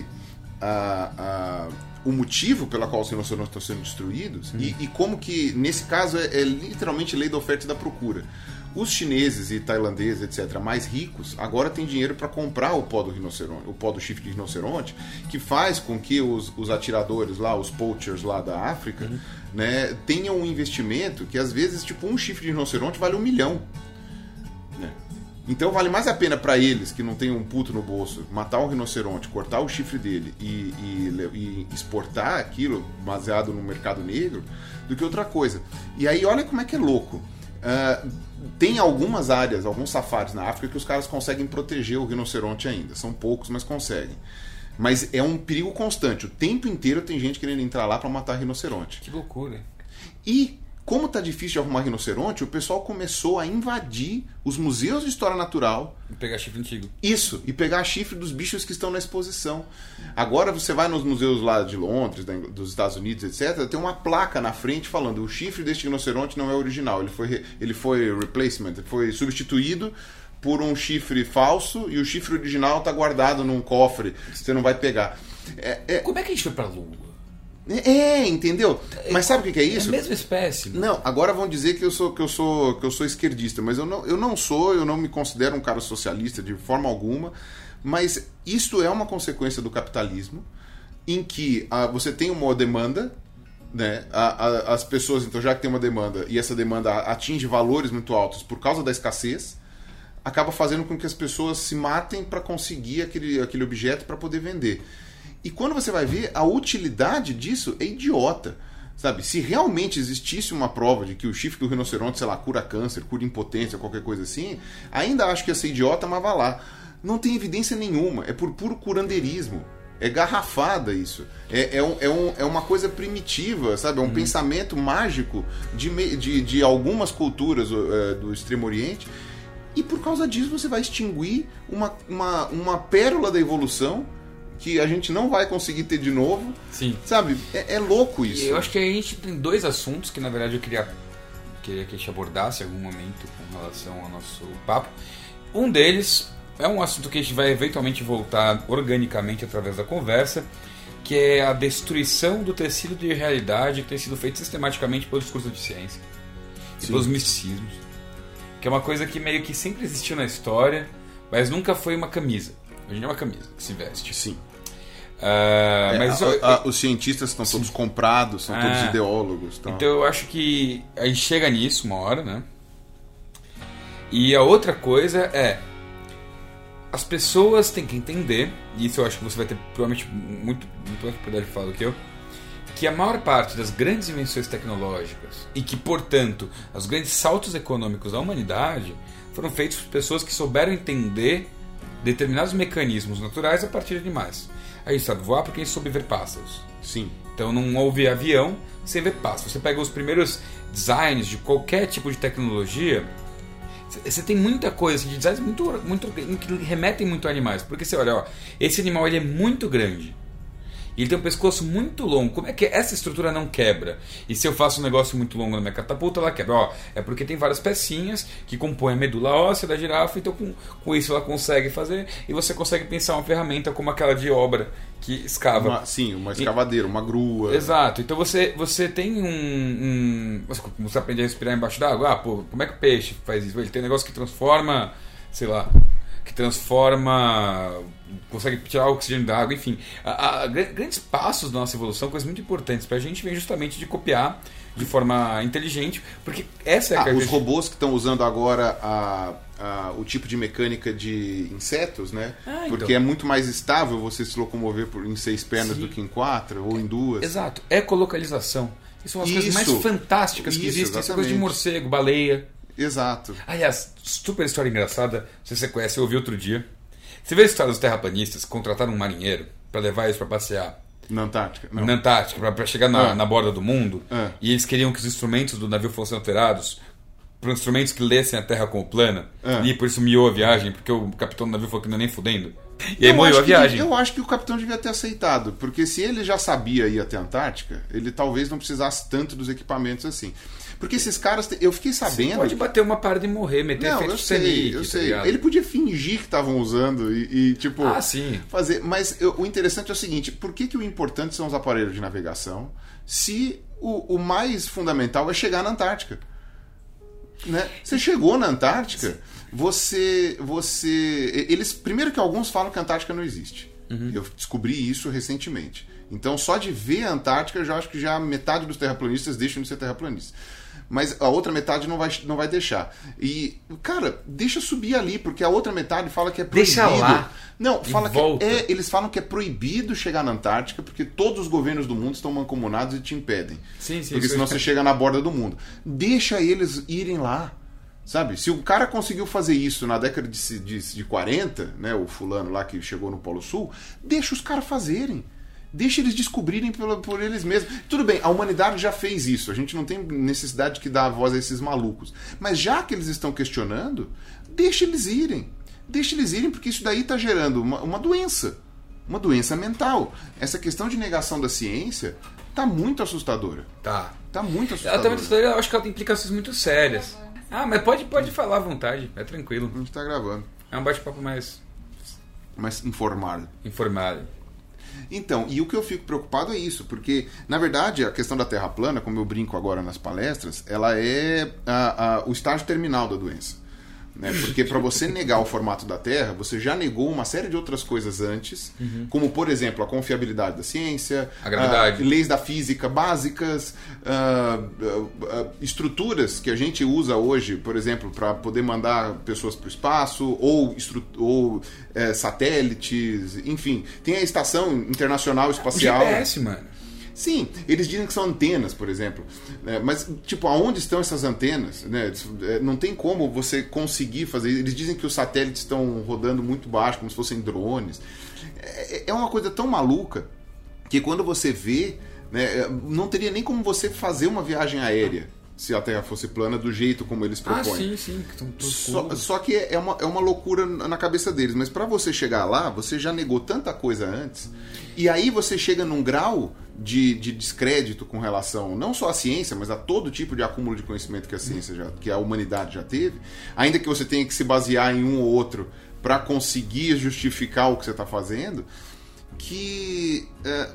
o motivo pela qual os rinocerontes estão sendo destruídos, e como que, nesse caso, é literalmente lei da oferta e da procura. Os chineses e tailandeses, etc., mais ricos, agora têm dinheiro para comprar o pó do rinoceronte, o pó do chifre de rinoceronte, que faz com que os atiradores lá, os poachers lá da África, né, tenham um investimento que às vezes, tipo, um chifre de rinoceronte vale $1 milhão. Né? Então vale mais a pena para eles, que não tem um puto no bolso, matar um rinoceronte, cortar o chifre dele e exportar aquilo baseado no mercado negro, do que outra coisa. E aí olha como é que é louco. Tem algumas áreas, alguns safaris na África que os caras conseguem proteger o rinoceronte ainda. São poucos, mas conseguem. Mas é um perigo constante. O tempo inteiro tem gente querendo entrar lá para matar rinoceronte. Que loucura. E, como tá difícil de arrumar rinoceronte, o pessoal começou a invadir os museus de história natural. E pegar chifre antigo. Isso, e pegar chifre dos bichos que estão na exposição. Agora você vai nos museus lá de Londres, dos Estados Unidos, etc., tem uma placa na frente falando: o chifre deste rinoceronte não é original, ele foi replacement, foi substituído por um chifre falso e o chifre original está guardado num cofre, você não vai pegar. Como é que a gente foi pra Lua? Entendeu? Mas sabe o que é isso? É a mesma espécie. Mano. Não, agora vão dizer que eu sou esquerdista, mas eu não me considero um cara socialista de forma alguma, mas isto é uma consequência do capitalismo, em que você tem uma demanda, né? As pessoas, então, já que tem uma demanda e essa demanda atinge valores muito altos por causa da escassez, acaba fazendo com que as pessoas se matem para conseguir aquele objeto para poder vender. E quando você vai ver, a utilidade disso é idiota. Sabe? Se realmente existisse uma prova de que o chifre do rinoceronte, sei lá, cura câncer, cura impotência, qualquer coisa assim, ainda acho que ia ser idiota, mas vá lá. Não tem evidência nenhuma. É por puro curandeirismo. É garrafada isso. É uma coisa primitiva, sabe? É um pensamento mágico de algumas culturas do Extremo Oriente. E por causa disso você vai extinguir uma pérola da evolução que a gente não vai conseguir ter de novo. Sim. Sabe? É louco isso. E eu acho que aí a gente tem dois assuntos que, na verdade, eu queria que a gente abordasse em algum momento com relação ao nosso papo. Um deles é um assunto que a gente vai eventualmente voltar organicamente através da conversa, que é a destruição do tecido de realidade que tem sido feito sistematicamente pelo discurso de ciência e pelos misticismos, que é uma coisa que meio que sempre existiu na história, mas nunca foi uma camisa. Hoje é uma camisa que se veste. Sim. Mas os cientistas estão todos comprados, são todos ideólogos. Então eu acho que a gente chega nisso uma hora, né? E a outra coisa é: as pessoas têm que entender, e isso eu acho que você vai ter provavelmente muito mais propriedade de falar do que eu, que a maior parte das grandes invenções tecnológicas e que, portanto, os grandes saltos econômicos da humanidade foram feitos por pessoas que souberam entender determinados mecanismos naturais a partir de animais. A gente sabe voar porque a gente soube ver pássaros. Sim. Então não houve avião sem ver pássaros. Você pega os primeiros designs de qualquer tipo de tecnologia, você tem muita coisa assim, de designs muito, que remetem muito a animais. Porque você olha, esse animal ele é muito grande. E ele tem um pescoço muito longo. Como é que essa estrutura não quebra? E se eu faço um negócio muito longo na minha catapulta, ela quebra. É porque tem várias pecinhas que compõem a medula óssea da girafa. Então com isso ela consegue fazer. E você consegue pensar uma ferramenta como aquela de obra que escava. Uma escavadeira, uma grua. Exato. Então você tem você aprende a respirar embaixo d'água. Como é que o peixe faz isso? Ele tem um negócio que transforma, sei lá, consegue tirar o oxigênio da água, enfim. Grandes passos da nossa evolução, coisas muito importantes pra gente, vem justamente de copiar de forma inteligente, porque essa é a os robôs que estão usando agora o tipo de mecânica de insetos, né? Porque é muito mais estável você se locomover em 6 pernas do que em 4 ou em 2. Exato. Ecolocalização. Isso são as coisas mais fantásticas que existem. Essa coisa de morcego, baleia. Exato. Aliás, super história engraçada, não sei se você conhece, eu ouvi outro dia. Você vê a história dos terraplanistas que contrataram um marinheiro para levar eles para passear na Antártica? Não. Na Antártica, para chegar na borda do mundo, e eles queriam que os instrumentos do navio fossem alterados para instrumentos que lessem a Terra como plana, e por isso miou a viagem, porque o capitão do navio falou que não é nem fudendo. E aí moiou a viagem. Eu acho que o capitão devia ter aceitado, porque se ele já sabia ir até a Antártica, ele talvez não precisasse tanto dos equipamentos assim. Porque esses caras, eu fiquei sabendo... Você pode bater uma parada e morrer, meter efeito Senic. Eu sei. Ele podia fingir que estavam usando e tipo... sim. Fazer. Mas o interessante é o seguinte, por que o importante são os aparelhos de navegação se o mais fundamental é chegar na Antártica? Né? Você chegou na Antártica, eles, primeiro que alguns falam que a Antártica não existe. Eu descobri isso recentemente. Então, só de ver a Antártica, eu já acho que já metade dos terraplanistas deixam de ser terraplanistas. Mas a outra metade não vai deixar. E, cara, deixa subir ali, porque a outra metade fala que é proibido. Deixa lá. Não, fala que volta. eles falam que é proibido chegar na Antártica, porque todos os governos do mundo estão mancomunados e te impedem. Sim, porque senão você chega na borda do mundo. Deixa eles irem lá. Sabe? Se o cara conseguiu fazer isso na década de 40, né, o fulano lá que chegou no Polo Sul, deixa os caras fazerem. Deixa eles descobrirem por eles mesmos. Tudo bem, a humanidade já fez isso. A gente não tem necessidade de dar voz a esses malucos. Mas já que eles estão questionando, deixa eles irem. Deixa eles irem, porque isso daí está gerando uma doença. Uma doença mental. Essa questão de negação da ciência está muito assustadora. Tá muito assustadora. Ela tá muito assustadora, eu acho que ela tem implicações muito sérias. Mas pode falar à vontade, é tranquilo. A gente está gravando. É um bate-papo mais informado. Então, e o que eu fico preocupado é isso, porque, na verdade, a questão da Terra plana, como eu brinco agora nas palestras, ela é o estágio terminal da doença. Né? Porque para você negar o formato da Terra, você já negou uma série de outras coisas antes, como, por exemplo, a confiabilidade da ciência, a gravidade, leis da física básicas, estruturas que a gente usa hoje, por exemplo, para poder mandar pessoas para o espaço, ou satélites, enfim. Tem a Estação Internacional Espacial. O GPS, mano. Sim, eles dizem que são antenas, por exemplo. Mas, tipo, aonde estão essas antenas? Né? Não tem como você conseguir fazer. Eles dizem que os satélites estão rodando muito baixo, como se fossem drones. É uma coisa tão maluca que quando você vê, né, não teria nem como você fazer uma viagem aérea se a Terra fosse plana do jeito como eles propõem. Sim. Só que é uma loucura na cabeça deles. Mas para você chegar lá, você já negou tanta coisa antes. E aí você chega num grau de descrédito com relação não só à ciência, mas a todo tipo de acúmulo de conhecimento que a humanidade já teve, ainda que você tenha que se basear em um ou outro para conseguir justificar o que você está fazendo, que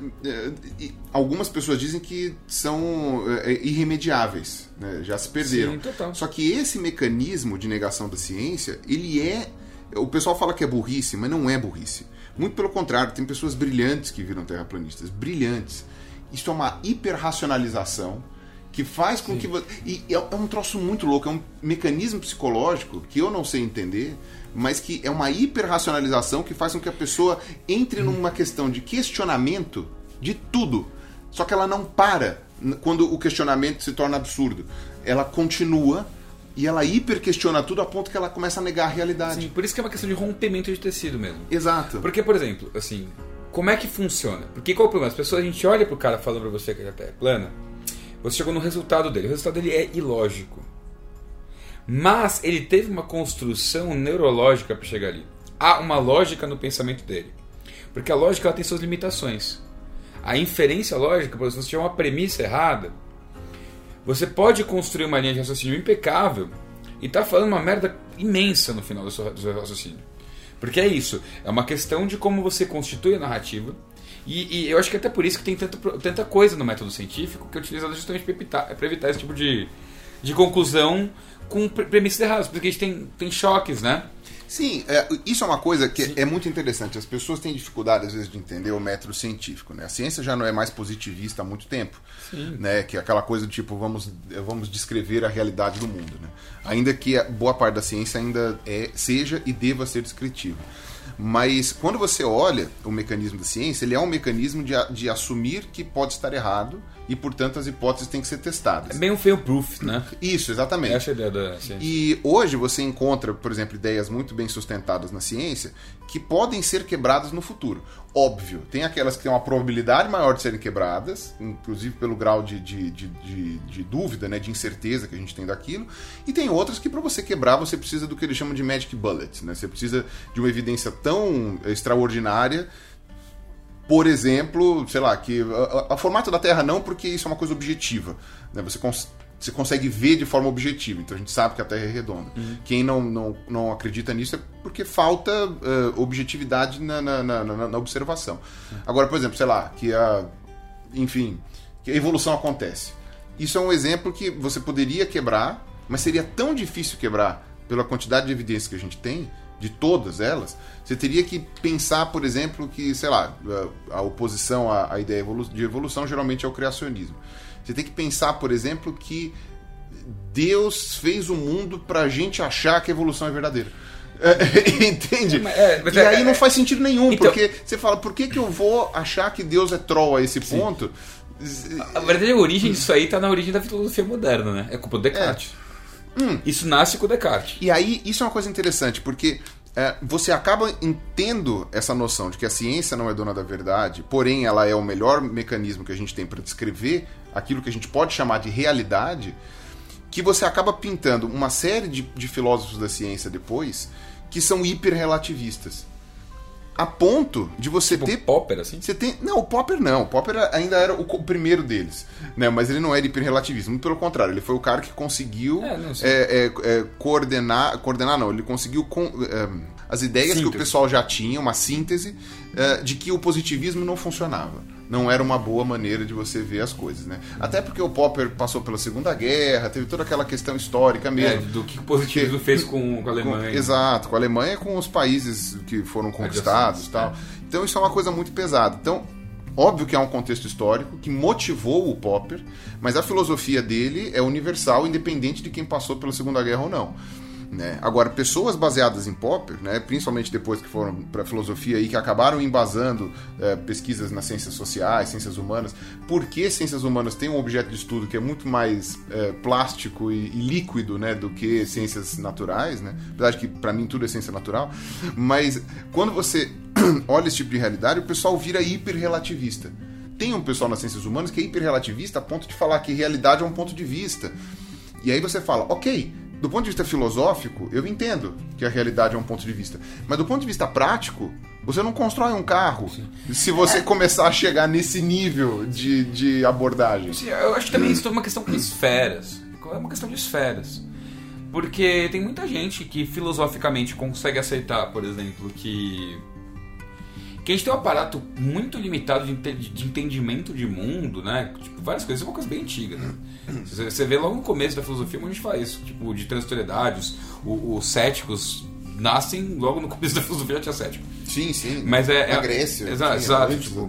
algumas pessoas dizem que são irremediáveis, né? Já se perderam. Sim, total. Só que esse mecanismo de negação da ciência, o pessoal fala que é burrice, mas não é burrice. Muito pelo contrário, tem pessoas brilhantes que viram terraplanistas, brilhantes. Isso é uma hiperracionalização que faz com que você... E é um troço muito louco, é um mecanismo psicológico que eu não sei entender, mas que é uma hiperracionalização que faz com que a pessoa entre numa questão de questionamento de tudo. Só que ela não para quando o questionamento se torna absurdo. Ela continua e ela hiper-questiona tudo a ponto que ela começa a negar a realidade. Sim, por isso que é uma questão de rompimento de tecido mesmo. Exato. Porque, por exemplo, assim, como é que funciona? Porque qual é o problema? As pessoas, a gente olha pro cara falando pra você que a Terra é plana, você chegou no resultado dele. O resultado dele é ilógico. Mas ele teve uma construção neurológica para chegar ali. Há uma lógica no pensamento dele. Porque a lógica ela tem suas limitações. A inferência lógica, por exemplo, se tiver uma premissa errada, você pode construir uma linha de raciocínio impecável e tá falando uma merda imensa no final do seu raciocínio. Porque é isso. É uma questão de como você constitui a narrativa. E eu acho que até por isso que tem tanta coisa no método científico que é utilizada justamente para evitar esse tipo de conclusão com premissas erradas. Porque a gente tem choques, né? Sim, isso é uma coisa que é muito interessante. As pessoas têm dificuldade, às vezes, de entender o método científico. Né? A ciência já não é mais positivista há muito tempo. Né? Que é aquela coisa do tipo, vamos descrever a realidade do mundo. Né? Ainda que a boa parte da ciência ainda seja e deva ser descritiva. Mas quando você olha o mecanismo da ciência, ele é um mecanismo de assumir que pode estar errado e, portanto, as hipóteses têm que ser testadas. É bem um fail proof, né? Isso, exatamente. Essa é a ideia da ciência. E hoje você encontra, por exemplo, ideias muito bem sustentadas na ciência que podem ser quebradas no futuro. Óbvio, tem aquelas que têm uma probabilidade maior de serem quebradas, inclusive pelo grau de dúvida, né, de incerteza que a gente tem daquilo, e tem outras que para você quebrar você precisa do que eles chamam de magic bullet, né? Você precisa de uma evidência tão extraordinária, por exemplo, sei lá, que o formato da Terra não, porque isso é uma coisa objetiva, né? Você consegue ver de forma objetiva, então a gente sabe que a Terra é redonda. Quem não acredita nisso é porque falta objetividade na observação. Agora, por exemplo, sei lá, que a evolução acontece. Isso é um exemplo que você poderia quebrar mas seria tão difícil quebrar pela quantidade de evidências que a gente tem, de todas elas. Você teria que pensar, por exemplo, que, sei lá, a oposição à ideia de evolução geralmente é o criacionismo. Você tem que pensar, por exemplo, que Deus fez o mundo pra gente achar que a evolução é verdadeira. Entende? E aí não faz sentido nenhum, então, porque você fala, por que eu vou achar que Deus é troll a esse ponto? A verdadeira origem disso aí tá na origem da filosofia moderna, né? É culpa do Descartes. Isso nasce com o Descartes. E aí, isso é uma coisa interessante, porque você acaba tendo essa noção de que a ciência não é dona da verdade, porém ela é o melhor mecanismo que a gente tem para descrever aquilo que a gente pode chamar de realidade, que você acaba pintando uma série de filósofos da ciência depois que são hiperrelativistas. A ponto de você ter... Popper, assim? Você tem... Não, o Popper não. O Popper ainda era o primeiro deles. Né? Mas ele não era hiperrelativista. Muito pelo contrário. Ele foi o cara que conseguiu coordenar... Coordenar não. Ele conseguiu... as ideias que o pessoal já tinha, uma síntese de que o positivismo não funcionava. Não era uma boa maneira de você ver as coisas, né? Até porque o Popper passou pela Segunda Guerra, teve toda aquela questão histórica mesmo. Do que o positivismo fez com a Alemanha. Exato, com a Alemanha e com os países que foram conquistados e tal. Então isso é uma coisa muito pesada. Então, óbvio que há um contexto histórico que motivou o Popper, mas a filosofia dele é universal, independente de quem passou pela Segunda Guerra ou não. Né? Agora, pessoas baseadas em Popper, né, principalmente depois que foram para a filosofia e que acabaram embasando pesquisas nas ciências sociais, ciências humanas, porque ciências humanas têm um objeto de estudo que é muito mais plástico e líquido, né, do que ciências naturais, né? Apesar de que para mim tudo é ciência natural, mas quando você olha esse tipo de realidade, o pessoal vira hiperrelativista. Tem um pessoal nas ciências humanas que é hiperrelativista a ponto de falar que realidade é um ponto de vista. E aí você fala, ok, do ponto de vista filosófico, eu entendo que a realidade é um ponto de vista. Mas do ponto de vista prático, você não constrói um carro se você começar a chegar nesse nível de abordagem. Sim, eu acho que também isso é uma questão de esferas. É uma questão de esferas. Porque tem muita gente que filosoficamente consegue aceitar, por exemplo, que a gente tem um aparato muito limitado de entendimento de mundo, né? Tipo, várias coisas. Isso é uma coisa bem antiga, né? Você vê logo no começo da filosofia, como a gente fala isso, tipo, de transitoriedade, os céticos nascem logo no começo da filosofia, já tinha cético. Sim. Mas na Grécia. Exato. Tipo,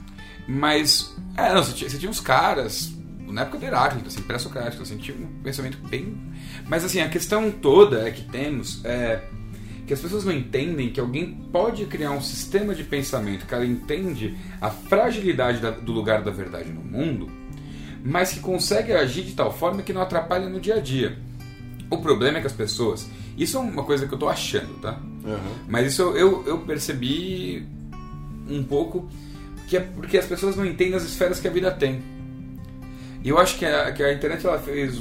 mas, você tinha uns caras, na época do Heráclito, assim, pré-socrático, assim, tinha um pensamento bem... Mas, assim, a questão toda é que temos que as pessoas não entendem que alguém pode criar um sistema de pensamento que ela entende a fragilidade do lugar da verdade no mundo, mas que consegue agir de tal forma que não atrapalha no dia a dia. O problema é que as pessoas... Isso é uma coisa que eu tô achando, tá? Mas isso eu percebi um pouco que é porque as pessoas não entendem as esferas que a vida tem. E eu acho que a internet ela fez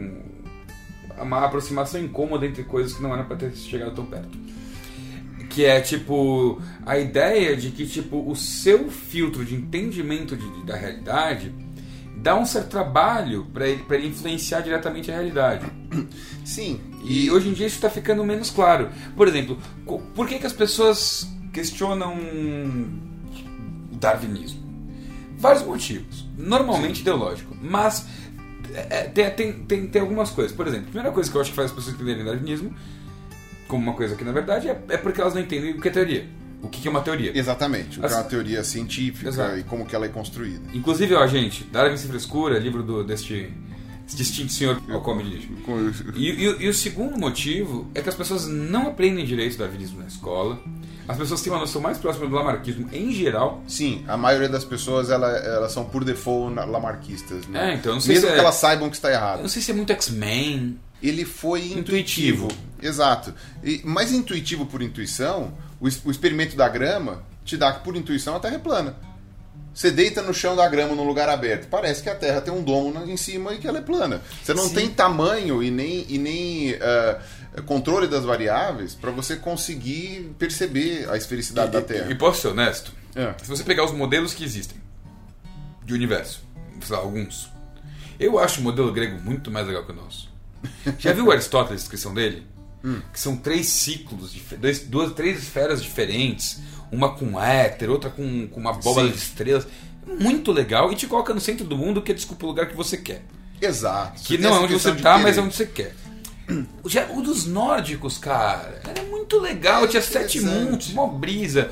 uma aproximação incômoda entre coisas que não eram para ter chegado tão perto. Que é, tipo, a ideia de que, tipo, o seu filtro de entendimento da realidade dá um certo trabalho para ele influenciar diretamente a realidade. Sim. E hoje em dia isso está ficando menos claro. Por exemplo, por que as pessoas questionam o darwinismo? Vários motivos. Normalmente ideológico. Mas tem algumas coisas. Por exemplo, a primeira coisa que eu acho que faz as pessoas entenderem o darwinismo como uma coisa que na verdade é porque elas não entendem o que é teoria. O que é uma teoria? Exatamente, o que é uma teoria científica. Exato. E como que ela é construída. Inclusive, gente, Darwin Sem Frescura, livro deste distinto senhor Alcome de Lixo. E o segundo motivo é que as pessoas não aprendem direito o darwinismo na escola. As pessoas têm uma noção mais próxima do lamarquismo em geral. Sim, a maioria das pessoas elas são por default lamarquistas, né? Então não sei mesmo que elas saibam que está errado. Eu não sei se é muito X-Men. Ele foi intuitivo. Exato. Mas intuitivo por intuição, o experimento da grama te dá que por intuição a Terra é plana. Você deita no chão da grama num lugar aberto, parece que a Terra tem um domo em cima e que ela é plana. Você não tem tamanho e nem controle das variáveis para você conseguir perceber a esfericidade da Terra. E posso ser honesto? Se você pegar os modelos que existem de universo, sei lá, alguns, eu acho o modelo grego muito mais legal que o nosso. Já viu o Aristóteles, a descrição dele? Que são 3 ciclos, 3 esferas diferentes, uma com éter, outra com uma abóbada de estrelas. Muito legal, e te coloca no centro do mundo, que é, desculpa, o lugar que você quer. Exato. Que não é onde você tá, mas é onde você quer. O dos nórdicos, cara, era muito legal, tinha 7 mundos, uma brisa.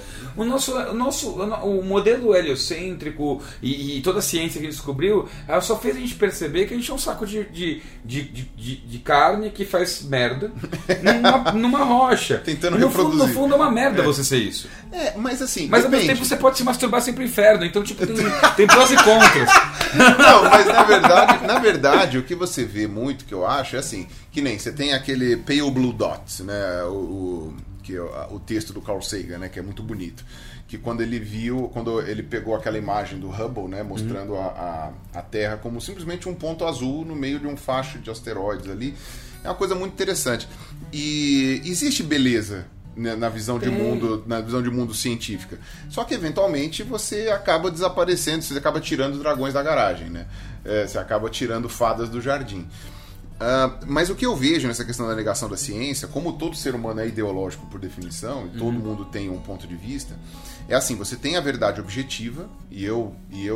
O modelo heliocêntrico e toda a ciência que a gente descobriu, ela só fez a gente perceber que a gente é um saco de carne que faz merda numa rocha. Tentando reproduzir. No fundo é uma merda É. você ser isso. Mas assim, Mas ao mesmo tempo você pode se masturbar sempre pro inferno, então tipo, tem prós e contras. Não, mas na verdade, o que você vê muito, que eu acho, é assim, que nem você tem aquele Pale Blue Dots, né, que é o texto do Carl Sagan, né, que é muito bonito, que quando ele pegou aquela imagem do Hubble, né, mostrando a Terra como simplesmente um ponto azul no meio de um facho de asteroides ali, é uma coisa muito interessante. E existe beleza, né, na visão de mundo científica. Só que eventualmente você acaba desaparecendo, você acaba tirando dragões da garagem, né? Você acaba tirando fadas do jardim. Mas o que eu vejo nessa questão da negação da ciência, como todo ser humano é ideológico por definição, e todo mundo tem um ponto de vista, é assim, você tem a verdade objetiva, e eu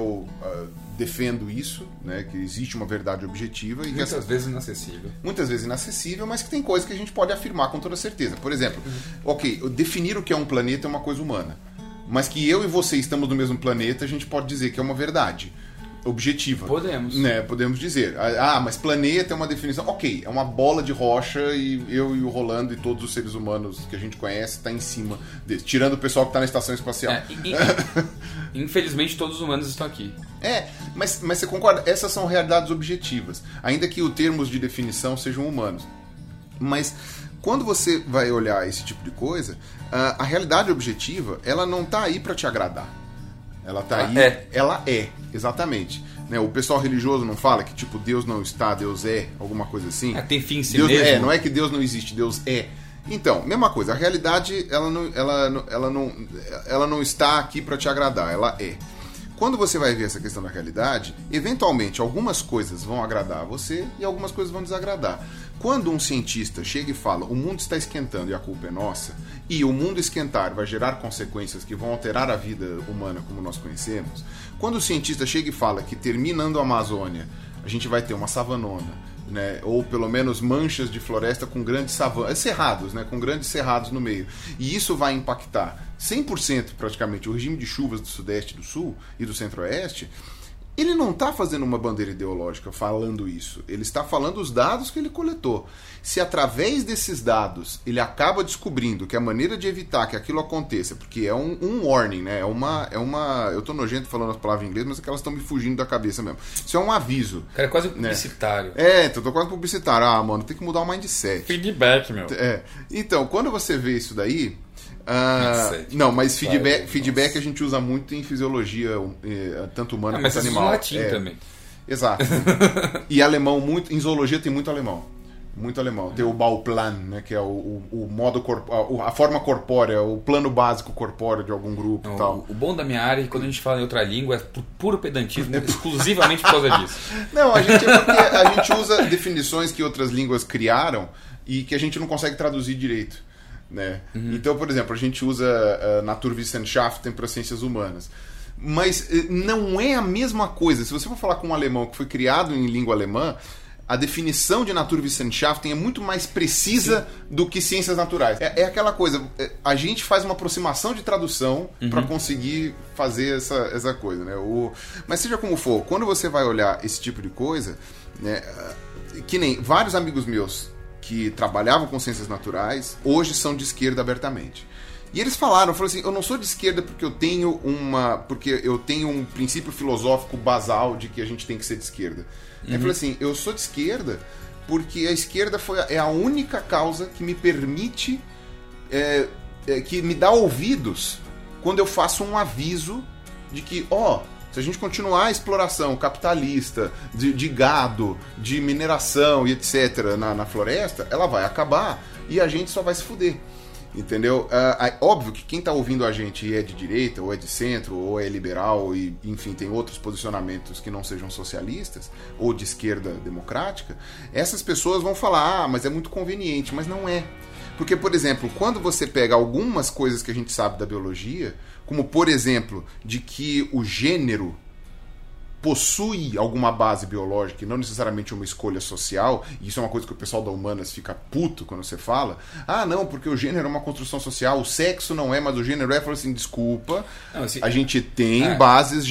defendo isso, né, que existe uma verdade objetiva. E Muitas vezes inacessível. Muitas vezes inacessível, mas que tem coisas que a gente pode afirmar com toda certeza. Por exemplo, definir o que é um planeta é uma coisa humana, mas que eu e você estamos no mesmo planeta, a gente pode dizer que é uma verdade objetiva. Podemos. Né, podemos dizer. Mas planeta é uma definição. Ok, é uma bola de rocha e eu e o Rolando e todos os seres humanos que a gente conhece está em cima desse. Tirando o pessoal que está na estação espacial. Infelizmente todos os humanos estão aqui. Mas você concorda? Essas são realidades objetivas. Ainda que os termos de definição sejam humanos. Mas quando você vai olhar esse tipo de coisa, a realidade objetiva, ela não está aí para te agradar. Ela tá aí, ela é, exatamente. Né? O pessoal religioso não fala que tipo Deus não está, Deus é, alguma coisa assim. Tem fim em si Deus mesmo. não é que Deus não existe, Deus é. Então, mesma coisa, a realidade ela não está aqui para te agradar, ela é. Quando você vai ver essa questão da realidade, eventualmente algumas coisas vão agradar a você e algumas coisas vão desagradar. Quando um cientista chega e fala o mundo está esquentando e a culpa é nossa, e o mundo esquentar vai gerar consequências que vão alterar a vida humana como nós conhecemos, quando o cientista chega e fala que terminando a Amazônia a gente vai ter uma savanona, né, ou pelo menos manchas de floresta com grandes cerrados, né, com grandes cerrados no meio, e isso vai impactar 100% praticamente o regime de chuvas do Sudeste, do Sul e do Centro-Oeste, ele não está fazendo uma bandeira ideológica falando isso. Ele está falando os dados que ele coletou. Se através desses dados ele acaba descobrindo que a maneira de evitar que aquilo aconteça, porque é um warning, né? Eu tô nojento falando as palavras em inglês, mas é que elas estão me fugindo da cabeça mesmo. Isso é um aviso. Cara, é quase publicitário. Então tô quase publicitário. Mano, tem que mudar o mindset. Feedback, meu. Então, quando você vê isso daí... não, mas feedback a gente usa muito em fisiologia, tanto humana quanto animal. Mas latim também. Exato. E alemão, em zoologia tem muito alemão. Muito alemão. Tem o Bauplan, né, que é o modo a forma corpórea, o plano básico corpóreo de algum grupo e tal. O bom da minha área é que quando a gente fala em outra língua é por puro pedantismo, exclusivamente por causa disso. Não, porque a gente usa definições que outras línguas criaram e que a gente não consegue traduzir direito. Né? Então, por exemplo, a gente usa Naturwissenschaften para ciências humanas. Mas não é a mesma coisa. Se você for falar com um alemão que foi criado em língua alemã, a definição de Naturwissenschaften é muito mais precisa do que ciências naturais. É aquela coisa, a gente faz uma aproximação de tradução para conseguir fazer essa coisa. Né? Mas seja como for, quando você vai olhar esse tipo de coisa, né, que nem vários amigos meus que trabalhavam com ciências naturais, hoje são de esquerda abertamente. E eles falaram assim, eu não sou de esquerda porque eu tenho um princípio filosófico basal de que a gente tem que ser de esquerda. Eu falei assim, eu sou de esquerda porque a esquerda é a única causa que me permite, que me dá ouvidos quando eu faço um aviso de que, se a gente continuar a exploração capitalista de gado, de mineração e etc. na floresta, ela vai acabar e a gente só vai se fuder. Entendeu? Óbvio que quem está ouvindo a gente é de direita, ou é de centro, ou é liberal, e enfim, tem outros posicionamentos que não sejam socialistas, ou de esquerda democrática, essas pessoas vão falar, mas é muito conveniente, mas não é. Porque, por exemplo, quando você pega algumas coisas que a gente sabe da biologia, como, por exemplo, de que o gênero possui alguma base biológica e não necessariamente uma escolha social, e isso é uma coisa que o pessoal da Humanas fica puto quando você fala, não, porque o gênero é uma construção social, o sexo não é, mas o gênero é, fala assim, desculpa, não, assim, a gente tem bases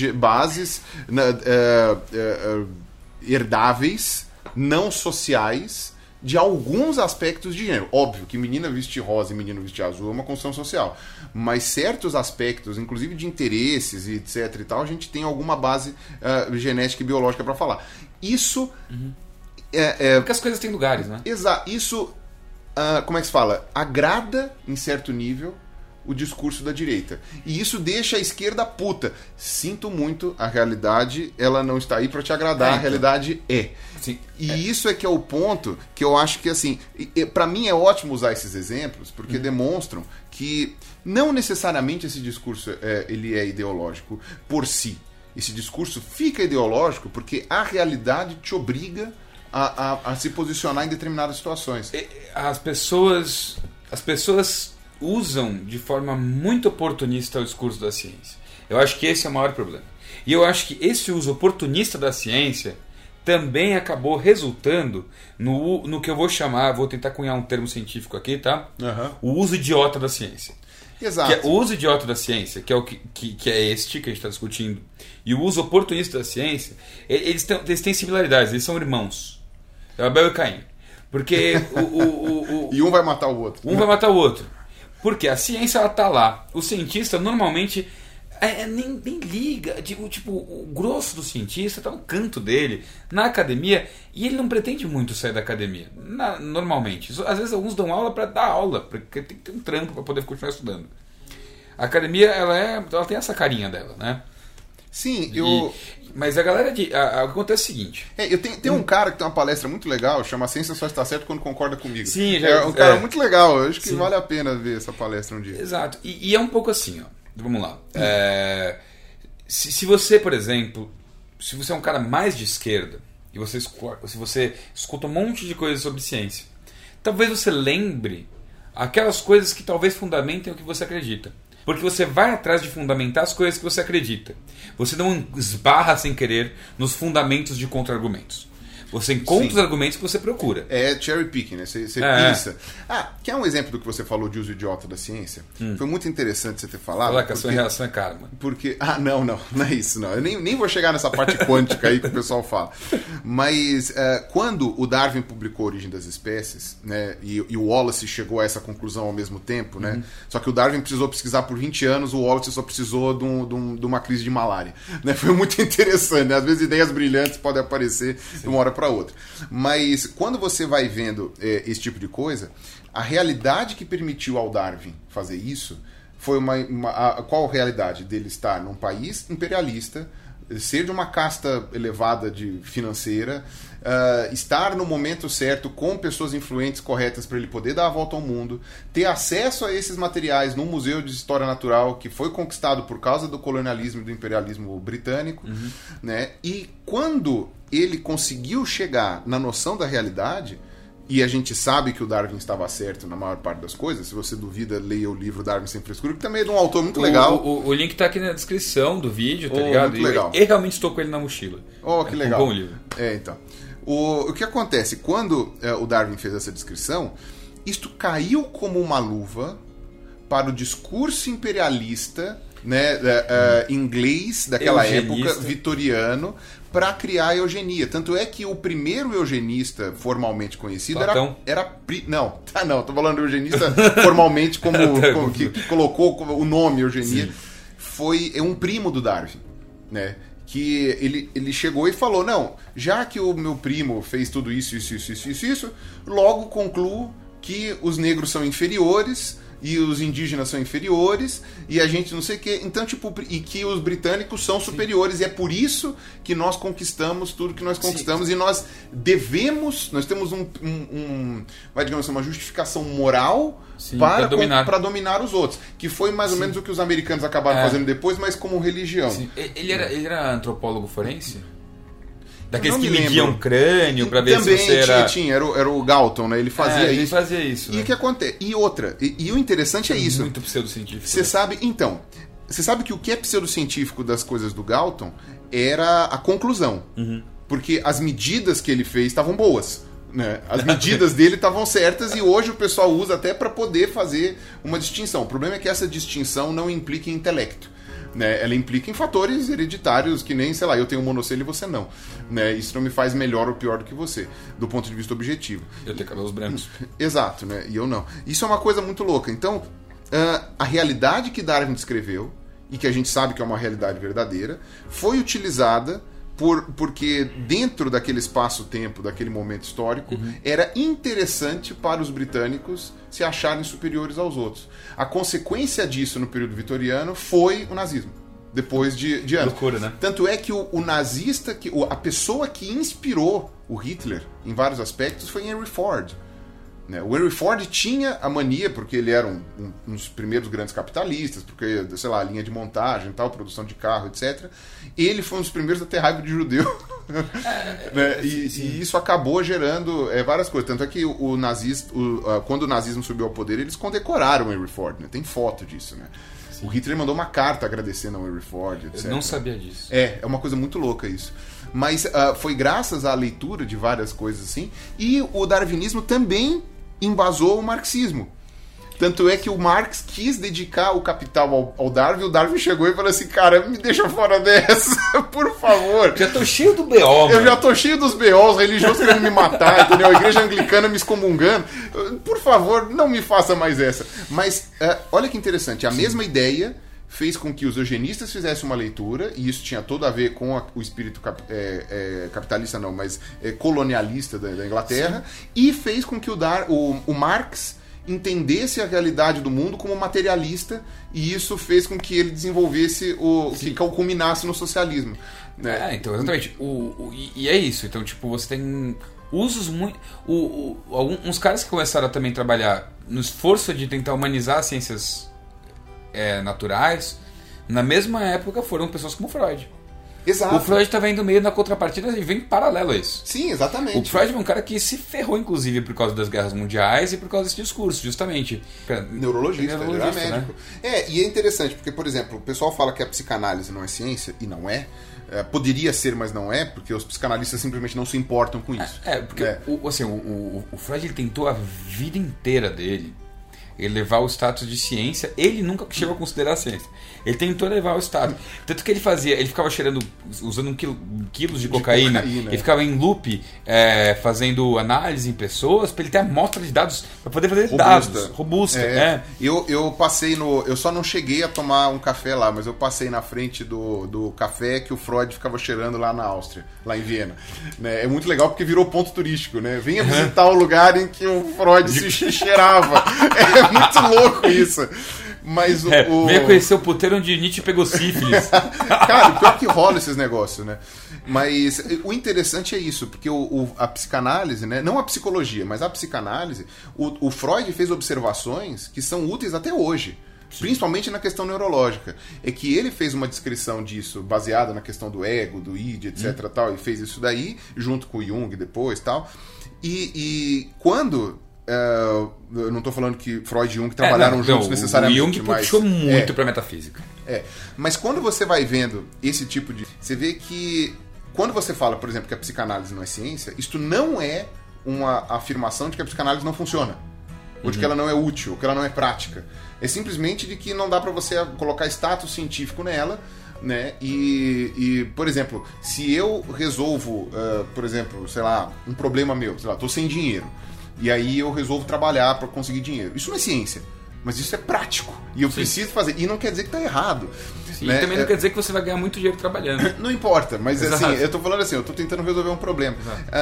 herdáveis, não sociais, de alguns aspectos de gênero. Óbvio que menina vestir rosa e menino vestir azul é uma construção social, mas certos aspectos, inclusive de interesses e etc e tal, a gente tem alguma base genética e biológica para falar. Isso porque as coisas têm lugares, né? Exato. Isso, como é que se fala? Agrada, em certo nível, o discurso da direita. E isso deixa a esquerda puta. Sinto muito, a realidade ela não está aí para te agradar, a realidade é. Sim, isso é que é o ponto que eu acho que, assim, para mim é ótimo usar esses exemplos, porque demonstram que não necessariamente esse discurso ele é ideológico por si. Esse discurso fica ideológico porque a realidade te obriga a se posicionar em determinadas situações. As pessoas usam de forma muito oportunista o discurso da ciência. Eu acho que esse é o maior problema. E eu acho que esse uso oportunista da ciência também acabou resultando no que eu vou chamar, vou tentar cunhar um termo científico aqui, tá? O uso idiota da ciência. Exato. Que é o uso idiota da ciência, que é o que é este que a gente está discutindo, e o uso oportunista da ciência, eles têm similaridades, eles são irmãos. É Abel e Caim. Porque e um vai matar o outro. Um vai matar o outro. Porque a ciência ela tá lá. O cientista normalmente nem liga. Tipo, o grosso do cientista tá no canto dele, na academia, e ele não pretende muito sair da academia. Normalmente. Às vezes alguns dão aula para dar aula, porque tem que ter um trampo para poder continuar estudando. A academia, ela tem essa carinha dela, né? Sim, mas a galera o que acontece é o seguinte. Tem um cara que tem uma palestra muito legal, chama A Ciência Só Está Certo Quando Concorda Comigo. Sim, é um cara muito legal. Eu acho que vale a pena ver essa palestra um dia. Exato. E é um pouco assim, ó. Vamos lá. Se você, por exemplo, se você é um cara mais de esquerda e se você escuta um monte de coisas sobre ciência, talvez você lembre aquelas coisas que talvez fundamentem o que você acredita. Porque você vai atrás de fundamentar as coisas que você acredita. Você não esbarra sem querer nos fundamentos de contra-argumentos. Você encontra os argumentos que você procura. É cherry picking, né? Você pensa. Quer um exemplo do que você falou de uso idiota da ciência? Foi muito interessante você ter falado. Falar que a sua reação é karma. Porque. Não é isso, não. Eu nem vou chegar nessa parte quântica aí que o pessoal fala. Mas quando o Darwin publicou A Origem das Espécies, né? E o Wallace chegou a essa conclusão ao mesmo tempo, né? Só que o Darwin precisou pesquisar por 20 anos, o Wallace só precisou de uma crise de malária. Né? Foi muito interessante, né? Às vezes ideias brilhantes podem aparecer de uma hora para outra. Mas quando você vai vendo esse tipo de coisa, a realidade que permitiu ao Darwin fazer isso foi qual a realidade dele estar num país imperialista, ser de uma casta elevada financeira, estar no momento certo com pessoas influentes corretas para ele poder dar a volta ao mundo, ter acesso a esses materiais num museu de história natural que foi conquistado por causa do colonialismo e do imperialismo britânico, né? E quando ele conseguiu chegar na noção da realidade, e a gente sabe que o Darwin estava certo na maior parte das coisas. Se você duvida, leia o livro Darwin Sem Frescura, que também é de um autor muito legal. O link tá aqui na descrição do vídeo, tá ligado? Muito legal. Eu realmente estou com ele na mochila. Que legal. Um bom livro. Então. O que acontece? Quando o Darwin fez essa descrição, isto caiu como uma luva para o discurso imperialista, né, inglês daquela época, vitoriano, para criar a eugenia. Tanto é que o primeiro eugenista formalmente conhecido Platão? Não, tô falando eugenista formalmente como que colocou o nome eugenia. Sim. Foi um primo do Darwin, né? Que ele chegou e falou, não, já que o meu primo fez tudo isso, logo concluo que os negros são inferiores e os indígenas são inferiores e a gente não sei o que, então e que os britânicos são superiores. E é por isso que nós conquistamos tudo que nós conquistamos. E nós temos digamos assim, uma justificação moral para dominar os outros, que foi mais ou menos o que os americanos acabaram fazendo depois, mas como religião. Sim. Ele era antropólogo forense? Daqueles que mediam crânio pra ver se você era... Tinha, era o Galton, né? Ele fazia isso. Ele fazia isso. E o que acontece? E outra, e o interessante é isso. Muito pseudocientífico. Você sabe que o que é pseudocientífico das coisas do Galton era a conclusão. Porque as medidas que ele fez estavam boas. Né? As medidas dele estavam certas e hoje o pessoal usa até para poder fazer uma distinção. O problema é que essa distinção não implica em intelecto. Né? Ela implica em fatores hereditários que nem, sei lá, eu tenho monocelha e você não. Né? Isso não me faz melhor ou pior do que você, do ponto de vista objetivo. Eu tenho cabelos brancos. Exato, né? E eu não. Isso é uma coisa muito louca. Então, a realidade que Darwin descreveu, e que a gente sabe que é uma realidade verdadeira, foi utilizada porque dentro daquele espaço-tempo, daquele momento histórico, era interessante para os britânicos se acharem superiores aos outros. A consequência disso no período vitoriano foi o nazismo, depois de anos. Loucura, né? Tanto é que o nazista, a pessoa que inspirou o Hitler em vários aspectos foi Henry Ford. O Henry Ford tinha a mania, porque ele era um dos primeiros grandes capitalistas, porque, sei lá, linha de montagem, tal, produção de carro, etc. Ele foi um dos primeiros a ter raiva de judeu. Né? E isso acabou gerando várias coisas. Tanto é que quando o nazismo subiu ao poder, eles condecoraram o Henry Ford. Né? Tem foto disso. Né? O Hitler mandou uma carta agradecendo ao Henry Ford, etc. Eu não sabia disso. É uma coisa muito louca isso. Mas foi graças à leitura de várias coisas assim. E o darwinismo também embasou o marxismo. Tanto é que o Marx quis dedicar o Capital ao Darwin, o Darwin chegou e falou assim, cara, me deixa fora dessa, por favor. Já tô cheio do BO, Eu mano. já tô cheio dos BO, os religiosos querendo me matar, entendeu? A igreja anglicana me excomungando. Por favor, não me faça mais essa. Mas, olha que interessante, a mesma ideia fez com que os eugenistas fizessem uma leitura, e isso tinha todo a ver com o espírito capitalista, não, mas colonialista da Inglaterra, e fez com que o Marx entendesse a realidade do mundo como materialista, e isso fez com que ele desenvolvesse que culminasse no socialismo. Né? Então, exatamente. E é isso. Então, tipo, você tem usos muito... Alguns caras que começaram a também trabalhar no esforço de tentar humanizar as ciências naturais, na mesma época foram pessoas como Freud. Exato. O Freud estava indo meio na contrapartida e vem paralelo a isso. Sim, exatamente. O Freud é um cara que se ferrou, inclusive, por causa das guerras mundiais e por causa desse discurso, justamente. Neurologista, ele era médico. Né? E é interessante, porque, por exemplo, o pessoal fala que a psicanálise não é ciência, e não é. Poderia ser, mas não é, porque os psicanalistas simplesmente não se importam com isso. Porque o Freud ele tentou a vida inteira dele elevar o status de ciência. Ele nunca chegou a considerar a ciência. Ele tentou elevar o status. Tanto que ele ficava cheirando, usando quilos de cocaína. Ele ficava em loop, fazendo análise em pessoas, para ele ter amostra de dados, para poder fazer dados robusta. Eu passei eu só não cheguei a tomar um café lá, mas eu passei na frente do café que o Freud ficava cheirando lá na Áustria, lá em Viena. Né? É muito legal porque virou ponto turístico, né? Venha visitar o lugar em que o Freud se cheirava. É muito louco isso. Mas venha conhecer o puteiro onde Nietzsche pegou sífilis. Cara, pior que rola esses negócios, né? Mas o interessante é isso, porque a psicanálise, né? Não a psicologia, mas a psicanálise, o Freud fez observações que são úteis até hoje. Sim. Principalmente na questão neurológica. É que ele fez uma descrição disso baseada na questão do ego, do id, etc. Tal, e fez isso daí, junto com o Jung depois tal. E quando... eu não estou falando que Freud e Jung trabalharam juntos necessariamente. O Jung puxou muito para metafísica. Mas quando você vai vendo esse tipo de... Você vê que quando você fala, por exemplo, que a psicanálise não é ciência, isto não é uma afirmação de que a psicanálise não funciona. Ou de que ela não é útil, ou que ela não é prática. É simplesmente de que não dá para você colocar status científico nela, né? E, por exemplo, se eu resolvo, por exemplo, sei lá, um problema meu, sei lá, tô sem dinheiro, e aí eu resolvo trabalhar para conseguir dinheiro. Isso não é ciência, mas isso é prático. E eu preciso fazer. E não quer dizer que tá errado. Sim, né? E também não quer dizer que você vai ganhar muito dinheiro trabalhando. Não importa, mas Exato. assim, eu tô falando assim, eu tô tentando resolver um problema.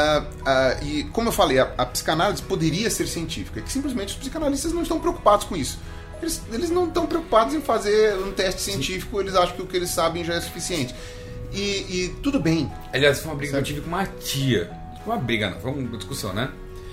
E como eu falei, a psicanálise poderia ser científica, que simplesmente os psicanalistas não estão preocupados com isso. Eles não estão preocupados em fazer um teste científico, eles acham que o que eles sabem já é suficiente. E tudo bem. Aliás, foi uma briga que eu tive com uma tia. Uma briga, não, foi uma discussão, né?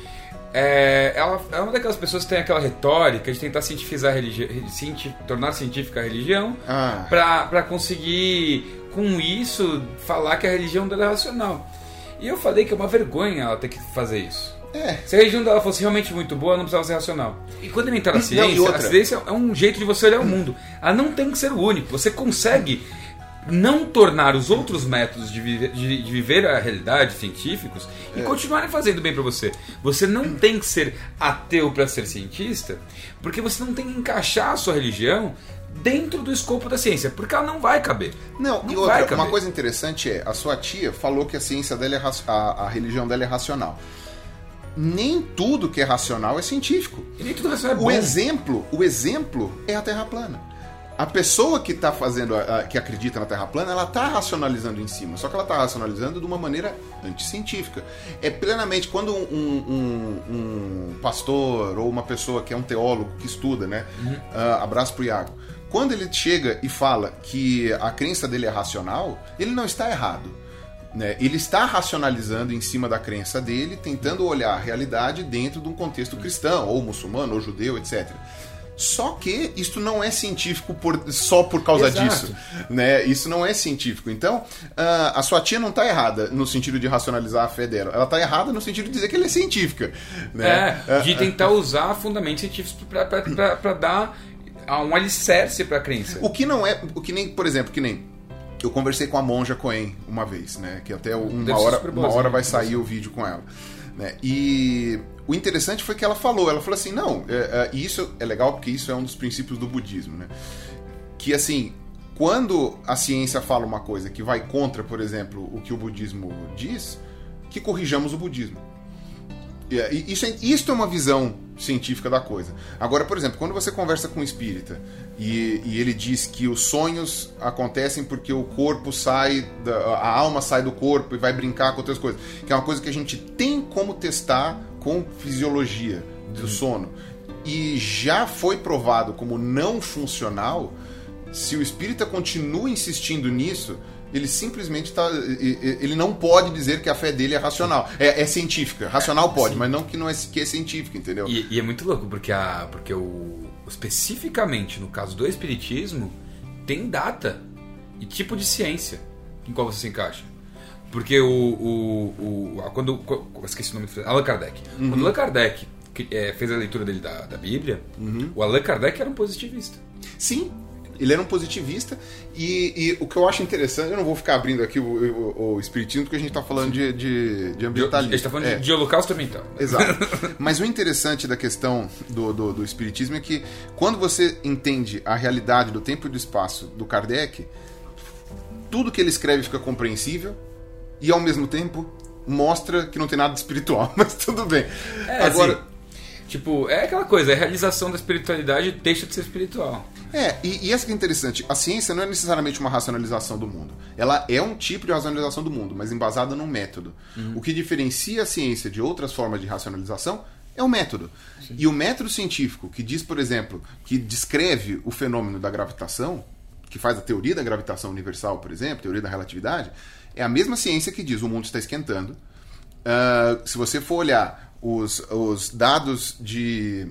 Ela é uma daquelas pessoas que tem aquela retórica de tentar cientificar a religião, tornar científica a religião, pra conseguir, com isso, falar que a religião dela é racional. E eu falei que é uma vergonha ela ter que fazer isso. Se a religião dela fosse realmente muito boa, ela não precisava ser racional. E quando ele entra na ciência, a ciência é um jeito de você olhar o mundo. Ela não tem que ser o único. Você consegue não tornar os outros métodos de viver a realidade científicos e continuarem fazendo bem para você. Você não tem que ser ateu para ser cientista, porque você não tem que encaixar a sua religião dentro do escopo da ciência, porque ela não vai caber. Não, e outra, uma coisa interessante a sua tia falou que a ciência dela a religião dela é racional. Nem tudo que é racional é científico. E nem tudo racional é bom. O exemplo é a Terra plana. A pessoa que está fazendo, que acredita na Terra plana, ela está racionalizando em cima, só que ela está racionalizando de uma maneira anticientífica. É plenamente quando um pastor ou uma pessoa que é um teólogo que estuda, né? Abraço pro Iago. Quando ele chega e fala que a crença dele é racional, ele não está errado. Né? Ele está racionalizando em cima da crença dele, tentando olhar a realidade dentro de um contexto cristão, ou muçulmano, ou judeu, etc. Só que isso não é científico só por causa disso. Né? Isso não é científico. Então, a sua tia não está errada no sentido de racionalizar a fé dela. Ela está errada no sentido de dizer que ela é científica. Né? De tentar usar fundamentos científicos para dar um alicerce para a crença. O que não é... O que nem, por exemplo, que nem... Eu conversei com a Monja Cohen uma vez, né? Que até uma hora vai sair o vídeo com ela. Né? E... O interessante foi que ela falou assim, não, isso é legal porque isso é um dos princípios do budismo, né? Que assim, quando a ciência fala uma coisa que vai contra, por exemplo, o que o budismo diz, que corrijamos o budismo. Isso é uma visão científica da coisa. Agora, por exemplo, quando você conversa com um espírita e ele diz que os sonhos acontecem porque o corpo a alma sai do corpo e vai brincar com outras coisas, que é uma coisa que a gente tem como testar com fisiologia do sono, e já foi provado como não funcional, se o espírita continua insistindo nisso, ele simplesmente ele não pode dizer que a fé dele é racional. É científica. Racional pode, mas não que é científica, entendeu? E é muito louco, porque especificamente no caso do espiritismo, tem data e tipo de ciência em qual você se encaixa. Porque quando esqueci o nome do Allan Kardec. Quando Allan Kardec fez a leitura dele da Bíblia, o Allan Kardec era um positivista. Sim, ele era um positivista. E o que eu acho interessante, eu não vou ficar abrindo aqui o espiritismo, porque a gente está falando de ambientalismo. A gente está falando de holocausto ambiental. Exato. Mas o interessante da questão do espiritismo é que quando você entende a realidade do tempo e do espaço do Kardec, tudo que ele escreve fica compreensível. E ao mesmo tempo mostra que não tem nada de espiritual, mas tudo bem. Agora, assim, é aquela coisa, a realização da espiritualidade deixa de ser espiritual. E essa que é interessante, a ciência não é necessariamente uma racionalização do mundo. Ela é um tipo de racionalização do mundo, mas embasada num método. O que diferencia a ciência de outras formas de racionalização é o método. Sim. E o método científico, que diz, por exemplo, que descreve o fenômeno da gravitação, que faz a teoria da gravitação universal, por exemplo, teoria da relatividade, é a mesma ciência que diz o mundo está esquentando. Se você for olhar os dados de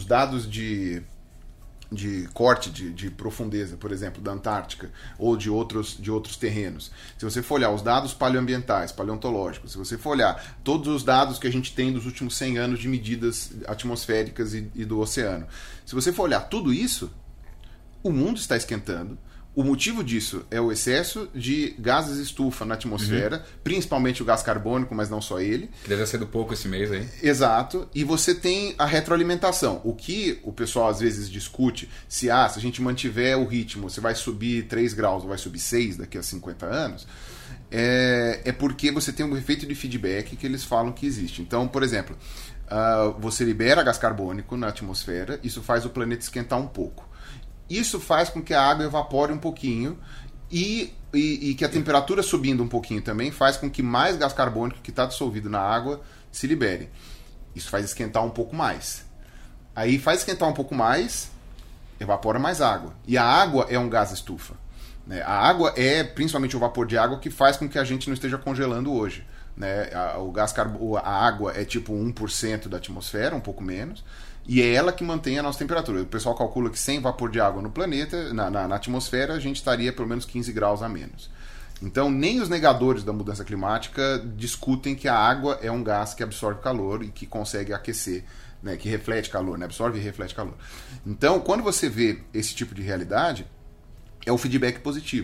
corte de profundeza, por exemplo, da Antártica ou de outros terrenos, se você for olhar os dados paleoambientais, paleontológicos, se você for olhar todos os dados que a gente tem dos últimos 100 anos de medidas atmosféricas e do oceano, se você for olhar tudo isso, o mundo está esquentando. O motivo disso é o excesso de gases estufa na atmosfera, principalmente o gás carbônico, mas não só ele. Que deve ser do pouco esse mês aí. Exato. E você tem a retroalimentação. O que o pessoal às vezes discute, se a gente mantiver o ritmo, você vai subir 3 graus ou vai subir 6 daqui a 50 anos, é porque você tem um efeito de feedback que eles falam que existe. Então, por exemplo, você libera gás carbônico na atmosfera, isso faz o planeta esquentar um pouco. Isso faz com que a água evapore um pouquinho e que a temperatura subindo um pouquinho também faz com que mais gás carbônico que está dissolvido na água se libere. Isso faz esquentar um pouco mais. Aí faz esquentar um pouco mais, evapora mais água. E a água é um gás estufa. Né? A água é principalmente o vapor de água que faz com que a gente não esteja congelando hoje. Né? A água é tipo 1% da atmosfera, um pouco menos. E é ela que mantém a nossa temperatura. O pessoal calcula que sem vapor de água no planeta, na atmosfera, a gente estaria pelo menos 15 graus a menos. Então, nem os negadores da mudança climática discutem que a água é um gás que absorve calor e que consegue aquecer, né, que reflete calor, né, absorve e reflete calor. Então, quando você vê esse tipo de realidade, é o feedback positivo.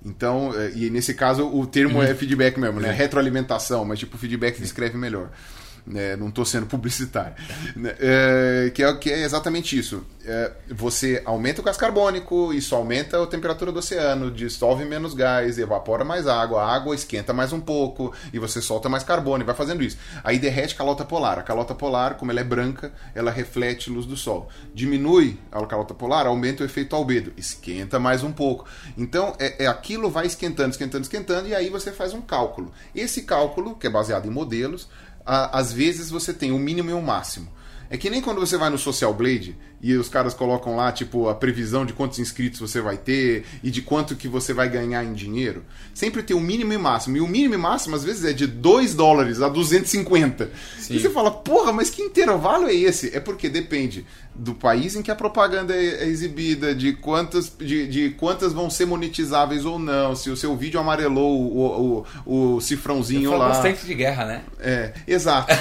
Então, e nesse caso o termo é feedback mesmo, né? Retroalimentação, mas tipo feedback que escreve melhor. Não estou sendo publicitário. Que é exatamente isso. Você aumenta o gás carbônico, isso aumenta a temperatura do oceano, dissolve menos gás, evapora mais água, a água esquenta mais um pouco e você solta mais carbono e vai fazendo isso. Aí derrete a calota polar. A calota polar, como ela é branca, ela reflete luz do sol. Diminui a calota polar, aumenta o efeito albedo, esquenta mais um pouco. Então, aquilo vai esquentando e aí você faz um cálculo. Esse cálculo, que é baseado em modelos, às vezes você tem o mínimo e o máximo. É que nem quando você vai no Social Blade e os caras colocam lá, tipo, a previsão de quantos inscritos você vai ter e de quanto que você vai ganhar em dinheiro. Sempre tem o mínimo e máximo. E o mínimo e máximo, às vezes, é de $2 a 250. Sim. E você fala, porra, mas que intervalo é esse? É porque depende do país em que a propaganda é exibida, de quantas vão ser monetizáveis ou não, se o seu vídeo amarelou o cifrãozinho lá. Bastante de guerra, né? Exato.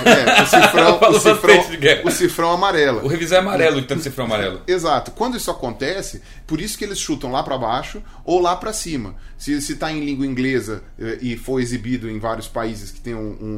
O cifrão amarelo. O revisor é amarelo, de tanto cifrão amarelo. Exato. Quando isso acontece, por isso que eles chutam lá para baixo ou lá para cima. Se está em língua inglesa e for exibido em vários países que tem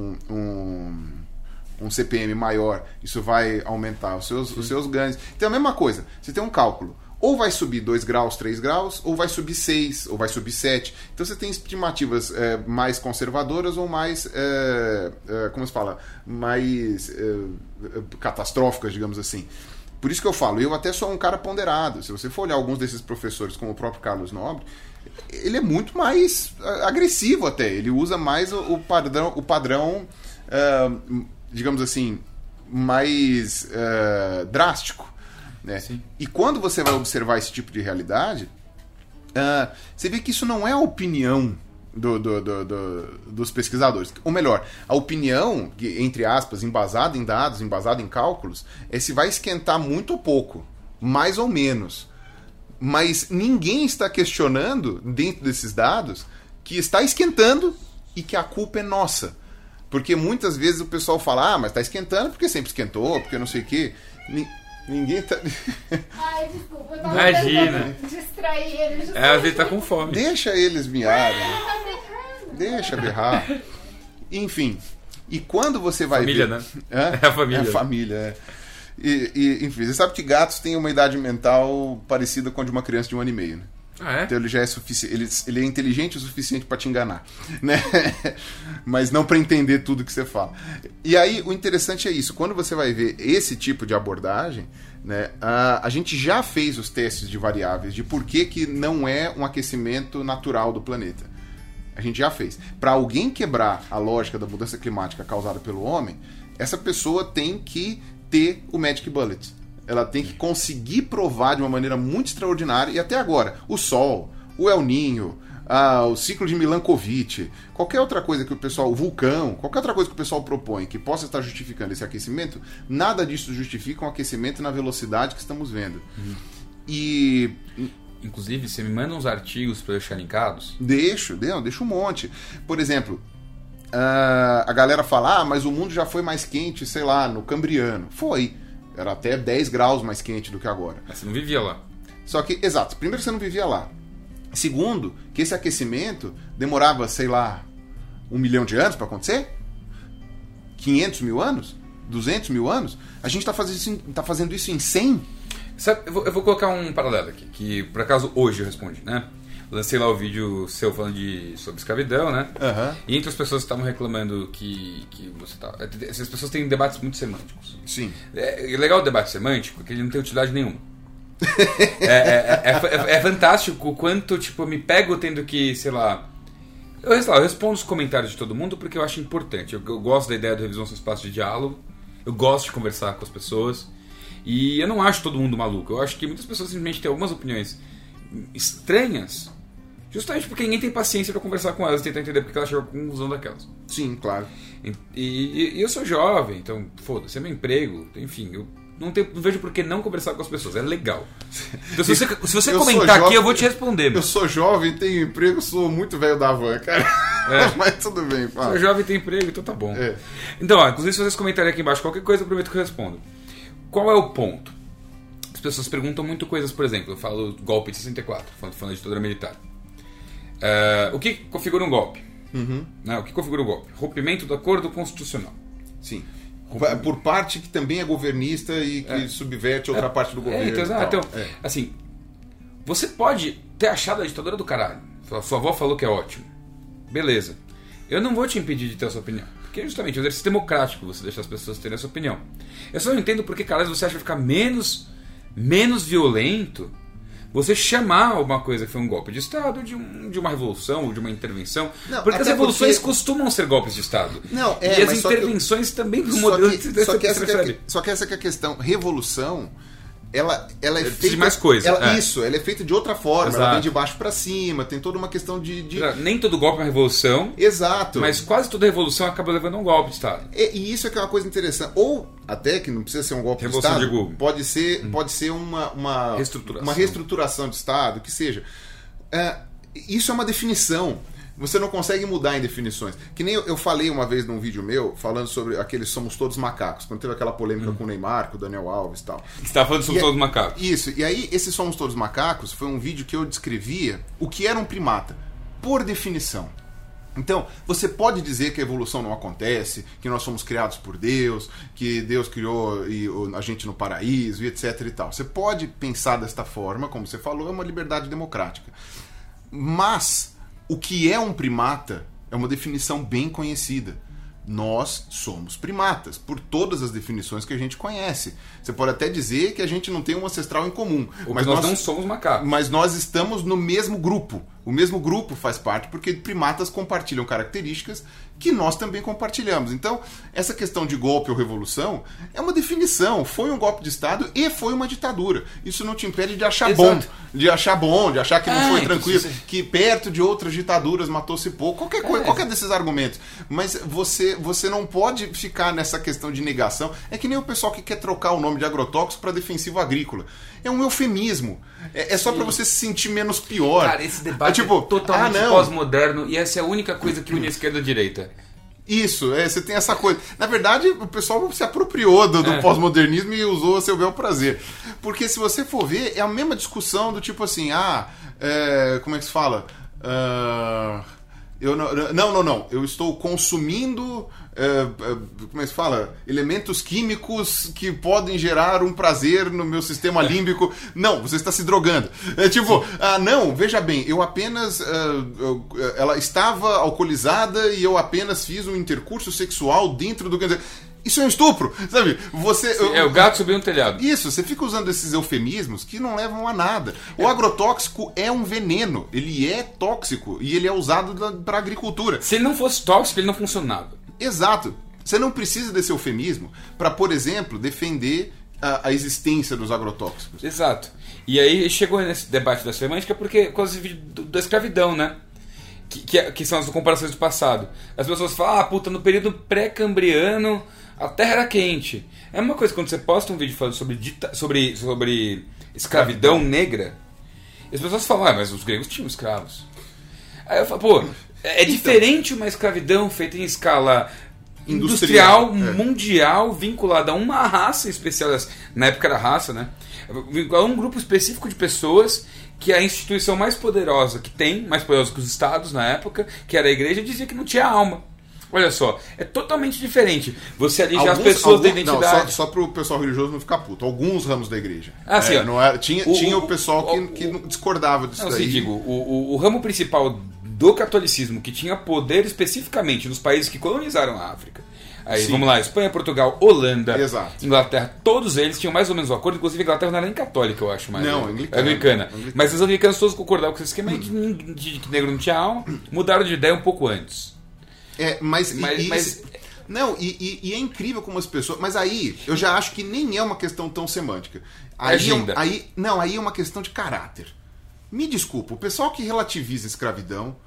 um CPM maior, isso vai aumentar os seus ganhos. Então é a mesma coisa. Você tem um cálculo. Ou vai subir 2 graus, 3 graus, ou vai subir 6, ou vai subir 7. Então você tem estimativas mais conservadoras ou mais, como se fala, mais catastróficas, digamos assim. Por isso que eu falo, eu até sou um cara ponderado. Se você for olhar alguns desses professores, como o próprio Carlos Nobre, ele é muito mais agressivo até. Ele usa mais o padrão digamos assim, mais drástico. Né? E quando você vai observar esse tipo de realidade, você vê que isso não é a opinião dos pesquisadores. Ou melhor, a opinião, entre aspas, embasada em dados, embasada em cálculos, é se vai esquentar muito ou pouco, mais ou menos. Mas ninguém está questionando, dentro desses dados, que está esquentando e que a culpa é nossa. Porque muitas vezes o pessoal fala, mas está esquentando porque sempre esquentou, porque não sei o quê. Ninguém tá... Ai, desculpa, eu tava Imagina. Distrair eles. Às vezes tá com fome. Deixa eles miarem. Deixa berrar. Enfim. E quando você vai família, ver... né? É a família. É a família, enfim, você sabe que gatos têm uma idade mental parecida com a de uma criança de 1 ano e meio, né? Então ele já é suficiente, ele é inteligente o suficiente para te enganar, né? Mas não para entender tudo que você fala. E aí o interessante é isso, quando você vai ver esse tipo de abordagem, né, a gente já fez os testes de variáveis de por que não é um aquecimento natural do planeta. A gente já fez. Para alguém quebrar a lógica da mudança climática causada pelo homem, essa pessoa tem que ter o Magic Bullet. Ela tem que conseguir provar de uma maneira muito extraordinária. E até agora, o Sol, o El Niño, o ciclo de Milankovitch, qualquer outra coisa que o pessoal, o vulcão, qualquer outra coisa que o pessoal propõe que possa estar justificando esse aquecimento, nada disso justifica um aquecimento na velocidade que estamos vendo. E... Inclusive, você me manda uns artigos para deixar linkados? Deixo um monte. Por exemplo, a galera fala, mas o mundo já foi mais quente, sei lá, no Cambriano. Foi. Era até 10 graus mais quente do que agora. Mas você não vivia lá. Só que, exato, primeiro você não vivia lá. Segundo, que esse aquecimento demorava, sei lá, 1 milhão de anos para acontecer? 500 mil anos? 200 mil anos? A gente tá fazendo isso em 100? Sabe, eu vou colocar um paralelo aqui, que por acaso hoje eu respondi, né? Lancei lá o vídeo seu falando sobre escravidão, né? Uhum. E entre as pessoas que estavam reclamando que você tá... Essas pessoas têm debates muito semânticos. Sim. É legal o debate semântico, porque ele não tem utilidade nenhuma. É fantástico o quanto, tipo, eu me pego tendo que, sei lá... Eu respondo os comentários de todo mundo porque eu acho importante. Eu gosto da ideia do Revisão Sem Espaço de Diálogo. Eu gosto de conversar com as pessoas. E eu não acho todo mundo maluco. Eu acho que muitas pessoas simplesmente têm algumas opiniões estranhas, justamente porque ninguém tem paciência para conversar com elas e tentar entender porque elas chegam à conclusão daquelas. Sim, claro. E eu sou jovem, então, foda-se, é meu emprego. Enfim, eu não vejo por que não conversar com as pessoas. É legal. Então, se você comentar aqui, eu vou te responder. Eu sou jovem, tenho emprego, sou muito velho da van, cara. Mas tudo bem, fala. Sou jovem, tenho emprego, então tá bom. Então, inclusive, se vocês comentarem aqui embaixo qualquer coisa, eu prometo que eu respondo. Qual é o ponto? As pessoas perguntam muito coisas, por exemplo, eu falo golpe de 64, falando da ditadura militar. O que configura um golpe? Né? O que configura um golpe? Rompimento do acordo constitucional. Sim. Por parte que também é governista e que subverte outra parte do governo. Então, assim, você pode ter achado a ditadura do caralho. Sua avó falou que é ótimo. Beleza. Eu não vou te impedir de ter a sua opinião. Porque é justamente o exercício democrático você deixa as pessoas terem a sua opinião. Eu só não entendo porque, caralho, você acha que vai ficar menos violento você chamar uma coisa que foi um golpe de Estado de uma revolução ou de uma intervenção. Não, porque as revoluções costumam ser golpes de Estado. Não, e as intervenções também do modelo Só que essa que é a questão. Revolução, ela é feita de mais coisa. Isso, ela é feita de outra forma. Exato. Ela vem de baixo para cima, tem toda uma questão de... Nem todo golpe é uma revolução. Exato. Mas quase toda revolução acaba levando a um golpe de Estado. E isso é que é uma coisa interessante. Ou até que não precisa ser um golpe revolução de Estado. Pode ser uma reestruturação de Estado, que seja. Isso é uma definição. Você não consegue mudar em definições. Que nem eu falei uma vez num vídeo meu, falando sobre aqueles Somos Todos Macacos, quando teve aquela polêmica com o Neymar, com o Daniel Alves e tal. Você estava falando de Somos Todos Macacos. Isso, e aí esses Somos Todos Macacos foi um vídeo que eu descrevia o que era um primata, por definição. Então, você pode dizer que a evolução não acontece, que nós somos criados por Deus, que Deus criou a gente no paraíso e etc e tal. Você pode pensar desta forma, como você falou, é uma liberdade democrática. Mas o que é um primata é uma definição bem conhecida. Nós somos primatas, por todas as definições que a gente conhece. Você pode até dizer que a gente não tem um ancestral em comum. Mas nós não somos macacos. Mas nós estamos no mesmo grupo. O mesmo grupo faz parte porque primatas compartilham características que nós também compartilhamos. Então, essa questão de golpe ou revolução é uma definição. Foi um golpe de Estado e foi uma ditadura. Isso não te impede de achar bom. De achar que não foi tranquilo. Que perto de outras ditaduras matou-se pouco. Qualquer coisa, qualquer desses argumentos. Mas você não pode ficar nessa questão de negação. É que nem o pessoal que quer trocar o nome de agrotóxico para defensivo agrícola. É um eufemismo. É só para você se sentir menos pior. Cara, esse debate é totalmente pós-moderno e essa é a única coisa que une a esquerda e a direita. Isso, você tem essa coisa. Na verdade, o pessoal se apropriou do pós-modernismo e usou a seu bel prazer. Porque se você for ver, é a mesma discussão do tipo assim, como é que se fala? Não. Eu estou consumindo, como é que se fala? Elementos químicos que podem gerar um prazer no meu sistema límbico. Não, você está se drogando. É tipo, não, veja bem, eu apenas... ela estava alcoolizada e eu apenas fiz um intercurso sexual dentro do... Isso é um estupro, sabe? O gato subiu no telhado. Isso, você fica usando esses eufemismos que não levam a nada. O agrotóxico é um veneno, ele é tóxico e ele é usado para agricultura. Se ele não fosse tóxico, ele não funcionava. Exato. Você não precisa desse eufemismo para, por exemplo, defender a existência dos agrotóxicos. Exato. E aí chegou nesse debate da semântica porque por causa da escravidão, né? Que são as comparações do passado. As pessoas falam, no período pré-cambriano a terra era quente. É uma coisa quando você posta um vídeo falando sobre escravidão negra, as pessoas falam, mas os gregos tinham escravos. Aí eu falo, diferente uma escravidão feita em escala industrial mundial, vinculada a uma raça especial, na época era raça, né? Vinculada a um grupo específico de pessoas que a instituição mais poderosa que tem, mais poderosa que os estados na época, que era a igreja, dizia que não tinha alma. Olha só, é totalmente diferente. Você alijar as pessoas da identidade. Não, só para o pessoal religioso não ficar puto. Alguns ramos da igreja. Tinha o pessoal que não discordava disso daí. O ramo principal do catolicismo, que tinha poder especificamente nos países que colonizaram a África. Aí, vamos lá, Espanha, Portugal, Holanda, Inglaterra, todos eles tinham mais ou menos um acordo, inclusive a Inglaterra não era nem católica, eu acho, mas anglicana. Mas os anglicanos todos concordavam com esse esquema de que negro não tinha alma, mudaram de ideia um pouco antes. E é incrível como as pessoas... Mas aí, eu já acho que nem é uma questão tão semântica. Aí é uma questão de caráter. Me desculpa, o pessoal que relativiza a escravidão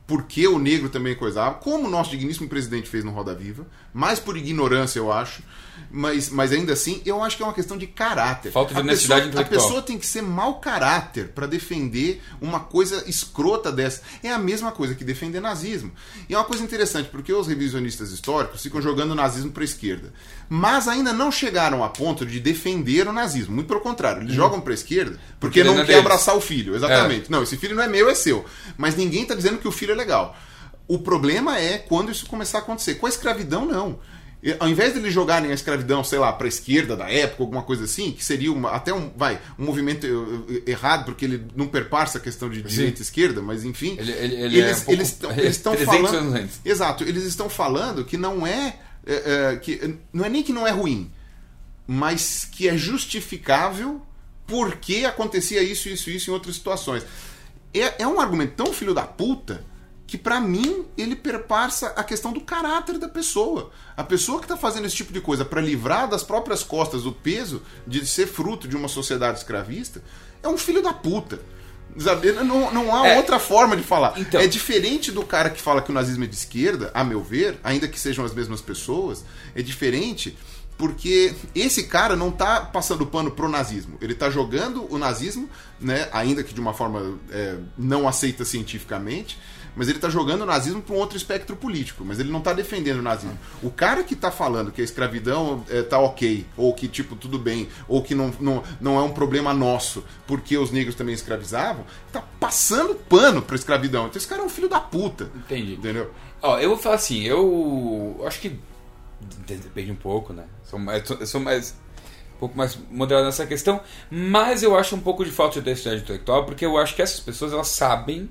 porque o negro também coisava, como o nosso digníssimo presidente fez no Roda Viva, mais por ignorância, eu acho, mas ainda assim, eu acho que é uma questão de caráter. Falta de honestidade intelectual. A pessoa tem que ser mau caráter para defender uma coisa escrota dessa. É a mesma coisa que defender nazismo. E é uma coisa interessante, porque os revisionistas históricos ficam jogando o nazismo para a esquerda. Mas ainda não chegaram a ponto de defender o nazismo. Muito pelo contrário, eles jogam para a esquerda porque não quer abraçar o filho. Exatamente. Não, esse filho não é meu, é seu. Mas ninguém está dizendo que o filho é legal. O problema é quando isso começar a acontecer. Com a escravidão, não. Ao invés de eles jogarem a escravidão, sei lá, para a esquerda da época, alguma coisa assim, que seria até um movimento errado, porque ele não perpassa a questão de direita e esquerda, mas enfim, eles estão falando. Exato, eles estão falando que não é nem que não é ruim, mas que é justificável porque acontecia isso em outras situações. É um argumento tão filho da puta que pra mim ele perpassa a questão do caráter da pessoa. A pessoa que está fazendo esse tipo de coisa para livrar das próprias costas o peso de ser fruto de uma sociedade escravista é um filho da puta. Não há outra forma de falar. Então, é diferente do cara que fala que o nazismo é de esquerda, a meu ver, ainda que sejam as mesmas pessoas, é diferente porque esse cara não está passando pano pro nazismo. Ele está jogando o nazismo, né, ainda que de uma forma não aceita cientificamente, mas ele está jogando o nazismo para um outro espectro político, mas ele não está defendendo o nazismo. O cara que está falando que a escravidão está ok, ou que tipo tudo bem, ou que não é um problema nosso, porque os negros também escravizavam, está passando pano para a escravidão. Então esse cara é um filho da puta. Entendi. Entendeu? Ó, eu vou falar assim, eu acho que depende um pouco, né? Eu sou mais um pouco mais moderado nessa questão, mas eu acho um pouco de falta de honestidade intelectual, porque eu acho que essas pessoas elas sabem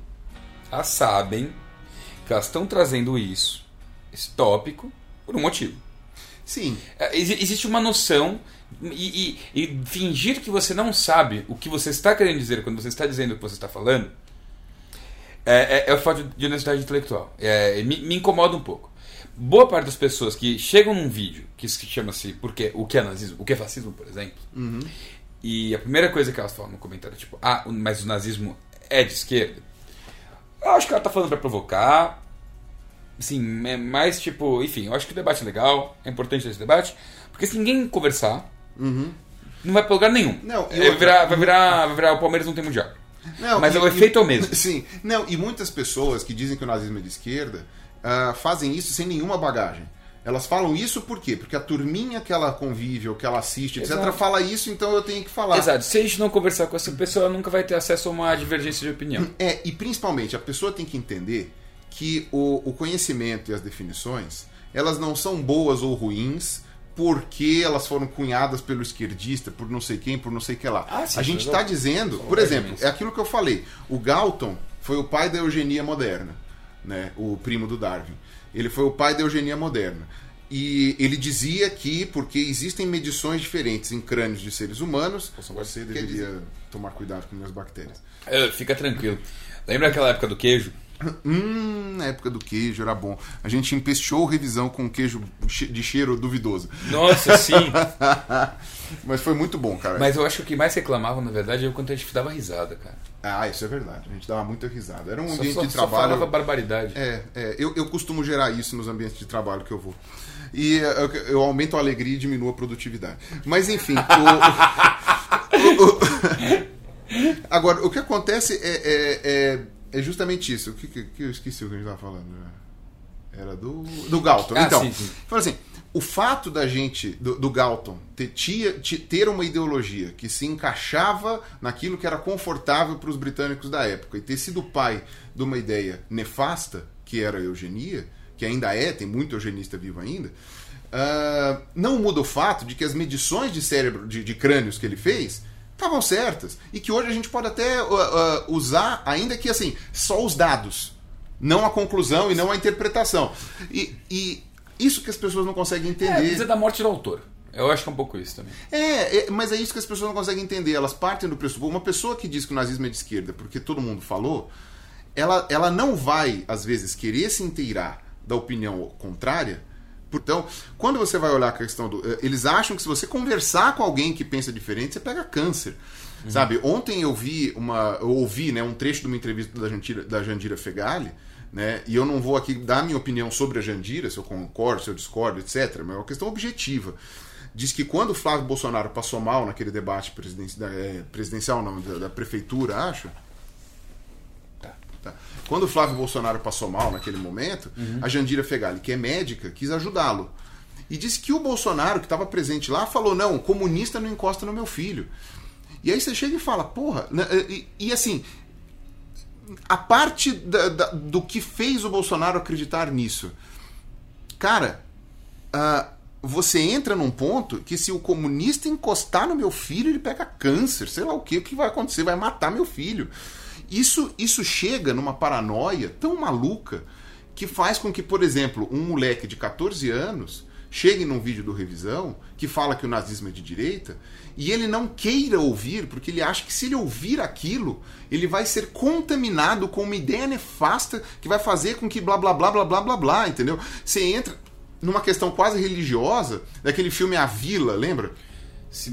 que elas estão trazendo esse tópico, por um motivo. Sim. Existe uma noção, e fingir que você não sabe o que você está querendo dizer quando você está dizendo o que você está falando, é falta de honestidade intelectual. Me incomoda um pouco. Boa parte das pessoas que chegam num vídeo que chama-se o que é nazismo, o que é fascismo, por exemplo, e a primeira coisa que elas falam no comentário é tipo, mas o nazismo é de esquerda. Eu acho que ela tá falando pra provocar. Assim, é mais tipo... Enfim, eu acho que o debate é legal. É importante esse debate. Porque se ninguém conversar, não vai pra lugar nenhum. Não, vai virar o Palmeiras não tem mundial. Não, mas o efeito é o mesmo. Sim. Não, e muitas pessoas que dizem que o nazismo é de esquerda fazem isso sem nenhuma bagagem. Elas falam isso por quê? Porque a turminha que ela convive ou que ela assiste, etc., fala isso, então eu tenho que falar. Exato. Se a gente não conversar com essa pessoa, ela nunca vai ter acesso a uma divergência de opinião. E principalmente, a pessoa tem que entender que o conhecimento e as definições, elas não são boas ou ruins porque elas foram cunhadas pelo esquerdista, por não sei quem, por não sei o que lá. A gente está dizendo, por exemplo, é aquilo que eu falei, o Galton foi o pai da eugenia moderna, né? O primo do Darwin. Ele foi o pai da eugenia moderna. E ele dizia que, porque existem medições diferentes em crânios de seres humanos, você deveria tomar cuidado com minhas bactérias. Fica tranquilo. Lembra aquela época do queijo? Na época do queijo era bom. A gente empesteou revisão com queijo de cheiro duvidoso. Nossa, sim. Mas foi muito bom, cara. Mas eu acho que o que mais reclamavam, na verdade, é o quanto a gente dava risada, cara. Isso é verdade. A gente dava muita risada. Era um ambiente de só trabalho. Falava barbaridade. Eu costumo gerar isso nos ambientes de trabalho que eu vou. E eu aumento a alegria e diminuo a produtividade. Mas enfim. Agora, o que acontece é justamente isso. O que eu esqueci o que a gente estava falando. Era do Galton. Então, sim. Fala assim, o fato da gente, do Galton, ter uma ideologia que se encaixava naquilo que era confortável para os britânicos da época e ter sido pai de uma ideia nefasta, que era a eugenia, que ainda tem muito eugenista vivo ainda, não muda o fato de que as medições de cérebro, de crânios que ele fez, estavam certas. E que hoje a gente pode até usar, ainda que assim, só os dados, não a conclusão e não a interpretação. E isso que as pessoas não conseguem entender. Precisa da morte do autor. Eu acho que é um pouco isso também. Mas é isso que as pessoas não conseguem entender. Elas partem do pressuposto. Uma pessoa que diz que o nazismo é de esquerda porque todo mundo falou, ela não vai, às vezes, querer se inteirar da opinião contrária. Então, quando você vai olhar a questão eles acham que se você conversar com alguém que pensa diferente, você pega câncer. Sabe? Ontem eu ouvi um trecho de uma entrevista da Jandira Fegali, né? E eu não vou aqui dar minha opinião sobre a Jandira, se eu concordo, se eu discordo, etc. Mas é uma questão objetiva. Diz que quando o Flávio Bolsonaro passou mal naquele debate presidencial, não, da prefeitura, acho. Tá. Quando o Flávio Bolsonaro passou mal naquele momento, a Jandira Fegali, que é médica, quis ajudá-lo. E disse que o Bolsonaro, que estava presente lá, falou: não, comunista não encosta no meu filho. E aí você chega e fala, porra, e assim, a parte do que fez o Bolsonaro acreditar nisso, cara, você entra num ponto que se o comunista encostar no meu filho, ele pega câncer, sei lá o que vai acontecer, vai matar meu filho. Isso chega numa paranoia tão maluca que faz com que, por exemplo, um moleque de 14 anos chegue num vídeo do Revisão que fala que o nazismo é de direita e ele não queira ouvir, porque ele acha que se ele ouvir aquilo, ele vai ser contaminado com uma ideia nefasta que vai fazer com que blá blá blá blá blá blá blá, entendeu? Você entra numa questão quase religiosa, daquele filme A Vila, lembra? Se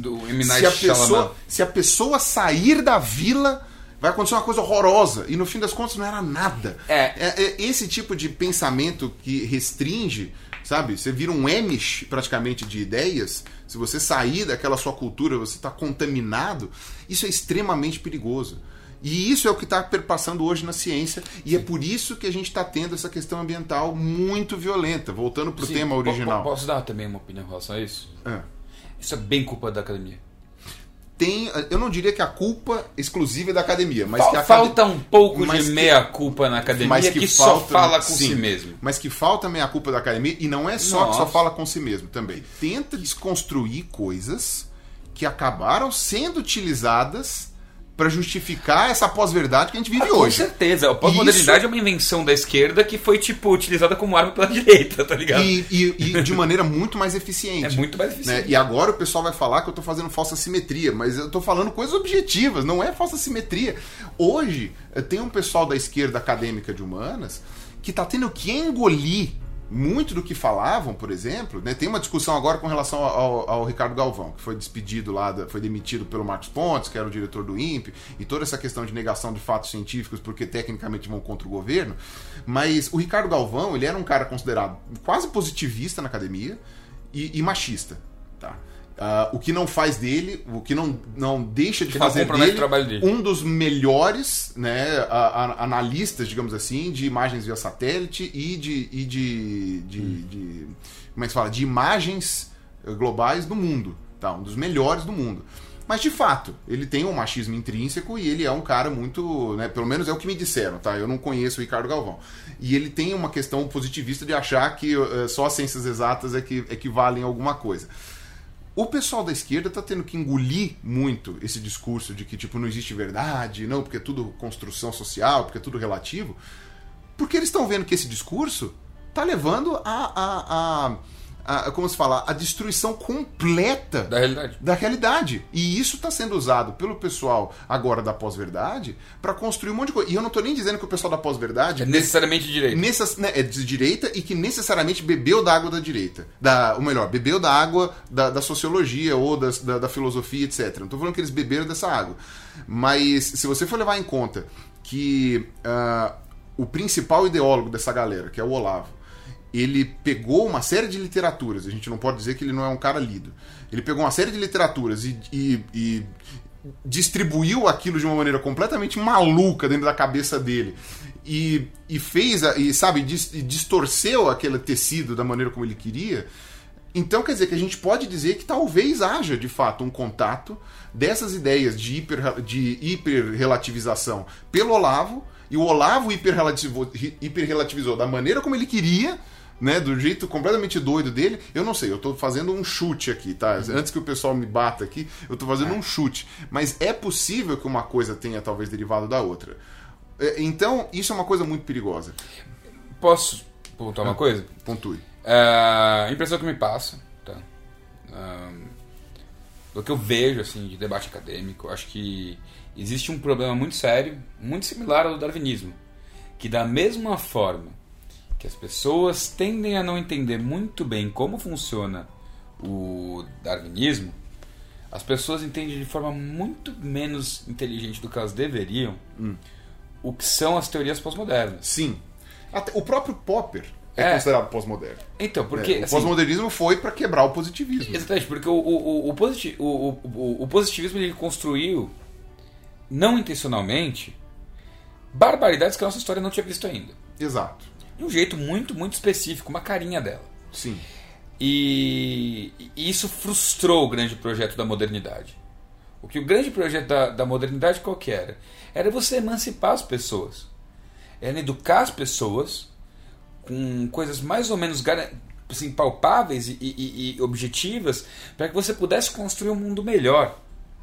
a pessoa sair da vila, vai acontecer uma coisa horrorosa. E no fim das contas não era nada. É esse tipo de pensamento que restringe, sabe? Você vira um Amish praticamente de ideias. Se você sair daquela sua cultura, você está contaminado. Isso é extremamente perigoso. E isso é o que está perpassando hoje na ciência. E é por isso que a gente está tendo essa questão ambiental muito violenta. Voltando para o tema original. Posso dar também uma opinião em relação a isso? Isso é bem culpa da academia. Eu não diria que a culpa exclusiva é da academia, mas falta um pouco de meia-culpa na academia que só fala com si mesmo. Mas que falta meia-culpa da academia, e não é só que só fala com si mesmo também. Tenta desconstruir coisas que acabaram sendo utilizadas para justificar essa pós-verdade que a gente vive hoje. Com certeza. A pós-modernidade é uma invenção da esquerda que foi, utilizada como arma pela direita, tá ligado? E de maneira muito mais eficiente. É muito mais eficiente. Né? E agora o pessoal vai falar que eu tô fazendo falsa simetria, mas eu tô falando coisas objetivas, não é falsa simetria. Hoje, tem um pessoal da esquerda acadêmica de humanas que tá tendo que engolir muito do que falavam, por exemplo, né? Tem uma discussão agora com relação ao Ricardo Galvão, que foi despedido lá, foi demitido pelo Marcos Pontes, que era o diretor do INPE, e toda essa questão de negação de fatos científicos, porque tecnicamente vão contra o governo. Mas o Ricardo Galvão, ele era um cara considerado quase positivista na academia e machista, tá? O que não faz dele, o que não deixa de fazer dele um dos melhores, né, analistas, digamos assim, de imagens via satélite e de como é que se fala? De imagens globais do mundo, tá? Um dos melhores do mundo. Mas, de fato, ele tem um machismo intrínseco e ele é um cara muito, né, pelo menos é o que me disseram, tá? Eu não conheço o Ricardo Galvão. E ele tem uma questão positivista de achar que só as ciências exatas é que valem alguma coisa. O pessoal da esquerda está tendo que engolir muito esse discurso de que não existe verdade, não, porque é tudo construção social, porque é tudo relativo, porque eles estão vendo que esse discurso está levando como se fala, a destruição completa da realidade. E isso está sendo usado pelo pessoal agora da pós-verdade para construir um monte de coisa. E eu não estou nem dizendo que o pessoal da pós-verdade é necessariamente direita. É de direita e que necessariamente bebeu da água da direita. Ou melhor, bebeu da água da sociologia ou da filosofia, etc. Não estou falando que eles beberam dessa água. Mas se você for levar em conta que o principal ideólogo dessa galera, que é o Olavo, ele pegou uma série de literaturas, a gente não pode dizer que ele não é um cara lido, ele pegou uma série de literaturas e distribuiu aquilo de uma maneira completamente maluca dentro da cabeça dele e fez, distorceu aquele tecido da maneira como ele queria. Então quer dizer que a gente pode dizer que talvez haja de fato um contato dessas ideias de hiperrelativização pelo Olavo, e o Olavo hiperrelativizou da maneira como ele queria, né, do jeito completamente doido dele. Eu não sei, eu tô fazendo um chute aqui, tá? Antes que o pessoal me bata aqui, eu tô fazendo um chute. Mas é possível que uma coisa tenha talvez derivado da outra. Então, isso é uma coisa muito perigosa. Posso pontuar uma coisa? Pontue. A impressão que me passa, tá? Do que eu vejo, assim, de debate acadêmico, acho que existe um problema muito sério, muito similar ao do darwinismo, que da mesma forma que as pessoas tendem a não entender muito bem como funciona o darwinismo, as pessoas entendem de forma muito menos inteligente do que elas deveriam o que são as teorias pós-modernas. Sim. Até o próprio Popper é considerado pós-moderno. Então, porque... O pós-modernismo foi para quebrar o positivismo. Exatamente, porque o positivismo ele construiu, não intencionalmente, barbaridades que a nossa história não tinha visto ainda. Exato. De um jeito muito, muito específico, uma carinha dela. Sim. E isso frustrou o grande projeto da modernidade. O grande projeto da modernidade qual que era? Era você emancipar as pessoas. Era educar as pessoas com coisas mais ou menos assim, palpáveis e objetivas para que você pudesse construir um mundo melhor.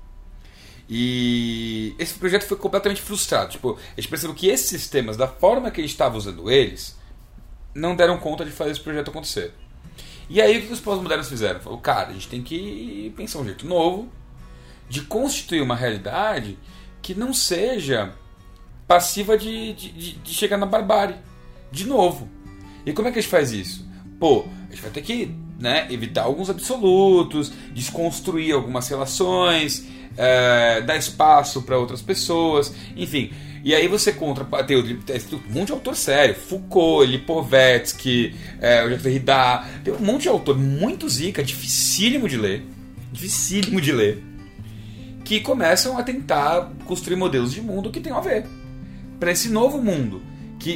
E esse projeto foi completamente frustrado. Tipo, a gente percebeu que esses sistemas, da forma que a gente estava usando eles, não deram conta de fazer esse projeto acontecer. E aí o que os pós-modernos fizeram? Falaram, cara, a gente tem que pensar um jeito novo de constituir uma realidade que não seja passiva de chegar na barbárie de novo. E como é que a gente faz isso? Pô, a gente vai ter que, né, evitar alguns absolutos, desconstruir algumas relações, dar espaço para outras pessoas, enfim. E aí você tem um monte de autor sério, Foucault, Lipovetsky, o Jacques Derrida, tem um monte de autor muito zica, dificílimo de ler, que começam a tentar construir modelos de mundo que tenham a ver para esse novo mundo que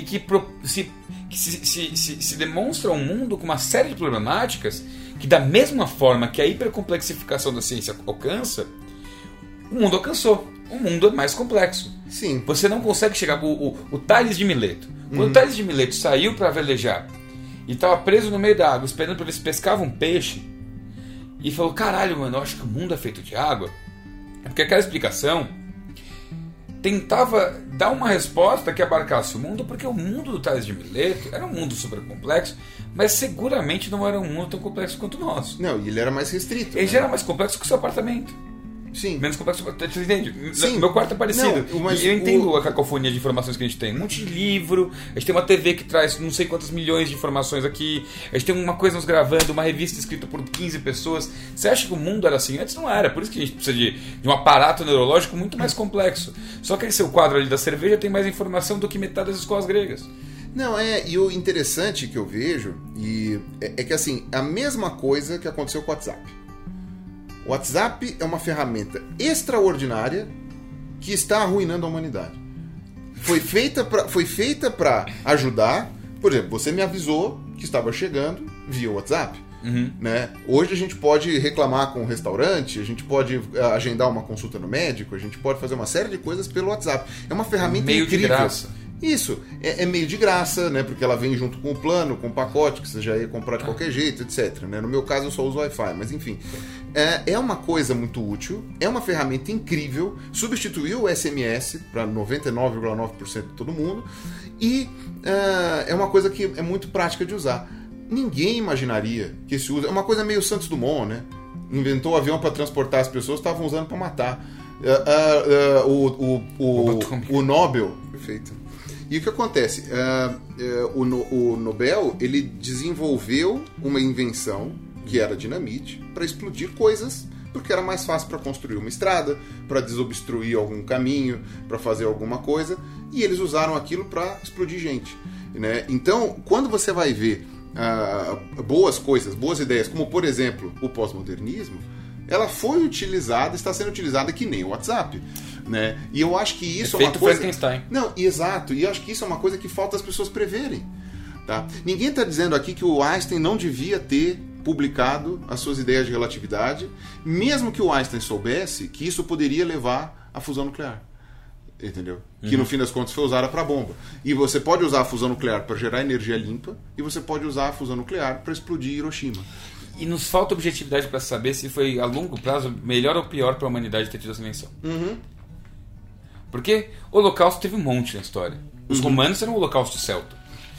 se demonstra um mundo com uma série de problemáticas que, da mesma forma que a hipercomplexificação da ciência alcança, o mundo alcançou. O mundo é mais complexo. Sim. Você não consegue chegar... O Tales de Mileto. Quando o Tales de Mileto saiu para velejar e estava preso no meio da água, esperando para ver se pescava um peixe, e falou, caralho, mano, eu acho que o mundo é feito de água. É porque aquela explicação tentava dar uma resposta que abarcasse o mundo, porque o mundo do Tales de Mileto era um mundo super complexo, mas seguramente não era um mundo tão complexo quanto o nosso. Não, e ele era mais restrito. Ele já era mais complexo que o seu apartamento. Sim. Menos complexo, você entende? Sim. Meu quarto é parecido. Não, mas e eu entendo a cacofonia de informações que a gente tem. Um monte de livro, a gente tem uma TV que traz não sei quantas milhões de informações aqui, a gente tem uma coisa nos gravando, uma revista escrita por 15 pessoas. Você acha que o mundo era assim? Antes não era. Por isso que a gente precisa de um aparato neurológico muito mais complexo. Só que esse seu quadro ali da cerveja tem mais informação do que metade das escolas gregas. Não, e o interessante que eu vejo é que assim, a mesma coisa que aconteceu com o WhatsApp. O WhatsApp é uma ferramenta extraordinária que está arruinando a humanidade. Foi feita para ajudar. Por exemplo, você me avisou que estava chegando via WhatsApp. Né? Hoje a gente pode reclamar com o restaurante, a gente pode agendar uma consulta no médico, a gente pode fazer uma série de coisas pelo WhatsApp. É uma ferramenta meio incrível. De graça. Isso, é meio de graça, né? Porque ela vem junto com o plano, com o pacote, que você já ia comprar de qualquer jeito, etc. Né? No meu caso eu só uso Wi-Fi, mas enfim. É uma coisa muito útil, é uma ferramenta incrível, substituiu o SMS para 99,9% de todo mundo, e é uma coisa que é muito prática de usar. Ninguém imaginaria que esse uso... É uma coisa meio Santos Dumont, né? Inventou o avião para transportar as pessoas, estavam usando para matar. O Nobel... Perfeito. E o que acontece? O Nobel, ele desenvolveu uma invenção, que era dinamite, para explodir coisas, porque era mais fácil para construir uma estrada, para desobstruir algum caminho, para fazer alguma coisa, e eles usaram aquilo para explodir gente. Né? Então, quando você vai ver boas coisas, boas ideias, como, por exemplo, o pós-modernismo, ela foi utilizada, está sendo utilizada que nem o WhatsApp. Né? E eu acho que isso é uma coisa... Frankenstein. Não, exato. E eu acho que isso é uma coisa que falta as pessoas preverem. Tá? Ninguém está dizendo aqui que o Einstein não devia ter publicado as suas ideias de relatividade, mesmo que o Einstein soubesse que isso poderia levar à fusão nuclear. Entendeu? Que no fim das contas foi usada para bomba. E você pode usar a fusão nuclear para gerar energia limpa, e você pode usar a fusão nuclear para explodir Hiroshima. E nos falta objetividade para saber se foi a longo prazo melhor ou pior para a humanidade ter tido essa invenção. Porque o Holocausto teve um monte na história. Os romanos eram um Holocausto celta.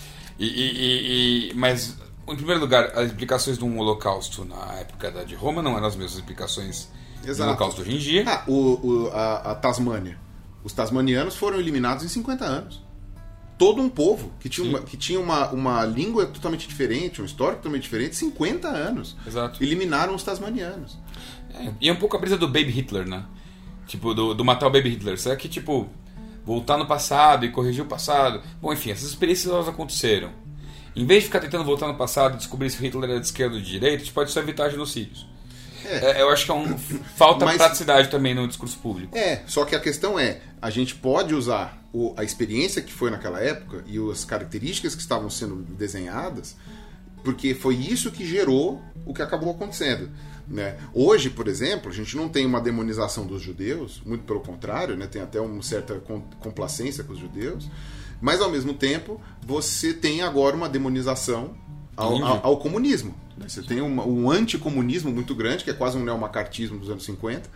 Mas, em primeiro lugar, as implicações de um Holocausto na época de Roma não eram as mesmas implicações do Holocausto hoje em dia. A Tasmânia. Os tasmanianos foram eliminados em 50 anos. Todo um povo que tinha uma língua totalmente diferente, uma história totalmente diferente, 50 anos. Exato. Eliminaram os tasmanianos. E é um pouco a brisa do Baby Hitler, né? Tipo, do matar o Baby Hitler. Será que, tipo, voltar no passado e corrigir o passado. Bom, enfim, essas experiências elas aconteceram. Em vez de ficar tentando voltar no passado e descobrir se Hitler era de esquerda ou de direita, a gente pode só evitar genocídios. Eu acho que falta praticidade também no discurso público. Só que a questão é, a gente pode usar a experiência que foi naquela época e as características que estavam sendo desenhadas, porque foi isso que gerou o que acabou acontecendo. Né? Hoje, por exemplo, a gente não tem uma demonização dos judeus, muito pelo contrário, né? Tem até uma certa complacência com os judeus, mas ao mesmo tempo você tem agora uma demonização ao comunismo. Né? Você tem um anticomunismo muito grande, que é quase um neomacartismo dos anos 50,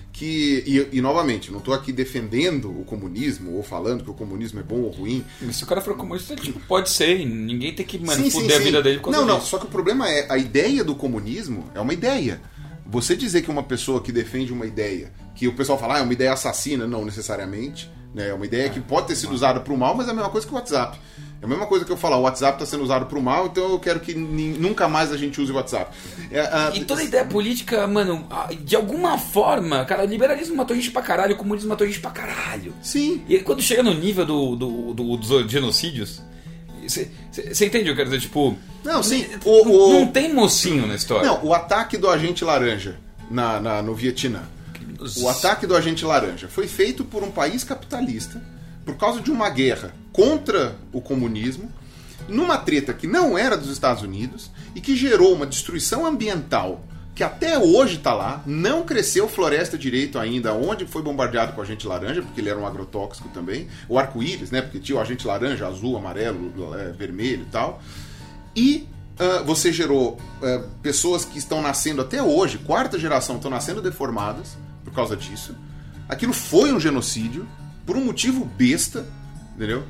e novamente, não estou aqui defendendo o comunismo ou falando que o comunismo é bom ou ruim. Se o cara for comunista, tipo, pode ser, ninguém tem que fuder a vida dele por causa disso. Só que o problema é, a ideia do comunismo é uma ideia. Você dizer que uma pessoa que defende uma ideia, que o pessoal fala, é uma ideia assassina, não necessariamente, né? É uma ideia que pode ter sido usada para o mal, mas é a mesma coisa que o WhatsApp. É a mesma coisa que eu falar, o WhatsApp está sendo usado para o mal, então eu quero que nunca mais a gente use o WhatsApp. E toda ideia política, mano, de alguma forma, cara, o liberalismo matou gente pra caralho, o comunismo matou gente pra caralho. Sim. E quando chega no nível dos genocídios, você entende o que eu quero dizer? Tipo, não, sim. Não tem mocinho na história. Não, o ataque do agente laranja no Vietnã. O ataque do agente laranja foi feito por um país capitalista por causa de uma guerra contra o comunismo, numa treta que não era dos Estados Unidos e que gerou uma destruição ambiental que até hoje está lá, não cresceu floresta direito ainda onde foi bombardeado com o agente laranja, porque ele era um agrotóxico também, o arco-íris, né, porque tinha o agente laranja, azul, amarelo, vermelho e tal, e você gerou pessoas que estão nascendo até hoje, quarta geração, estão nascendo deformadas por causa disso. Aquilo foi um genocídio por um motivo besta, entendeu?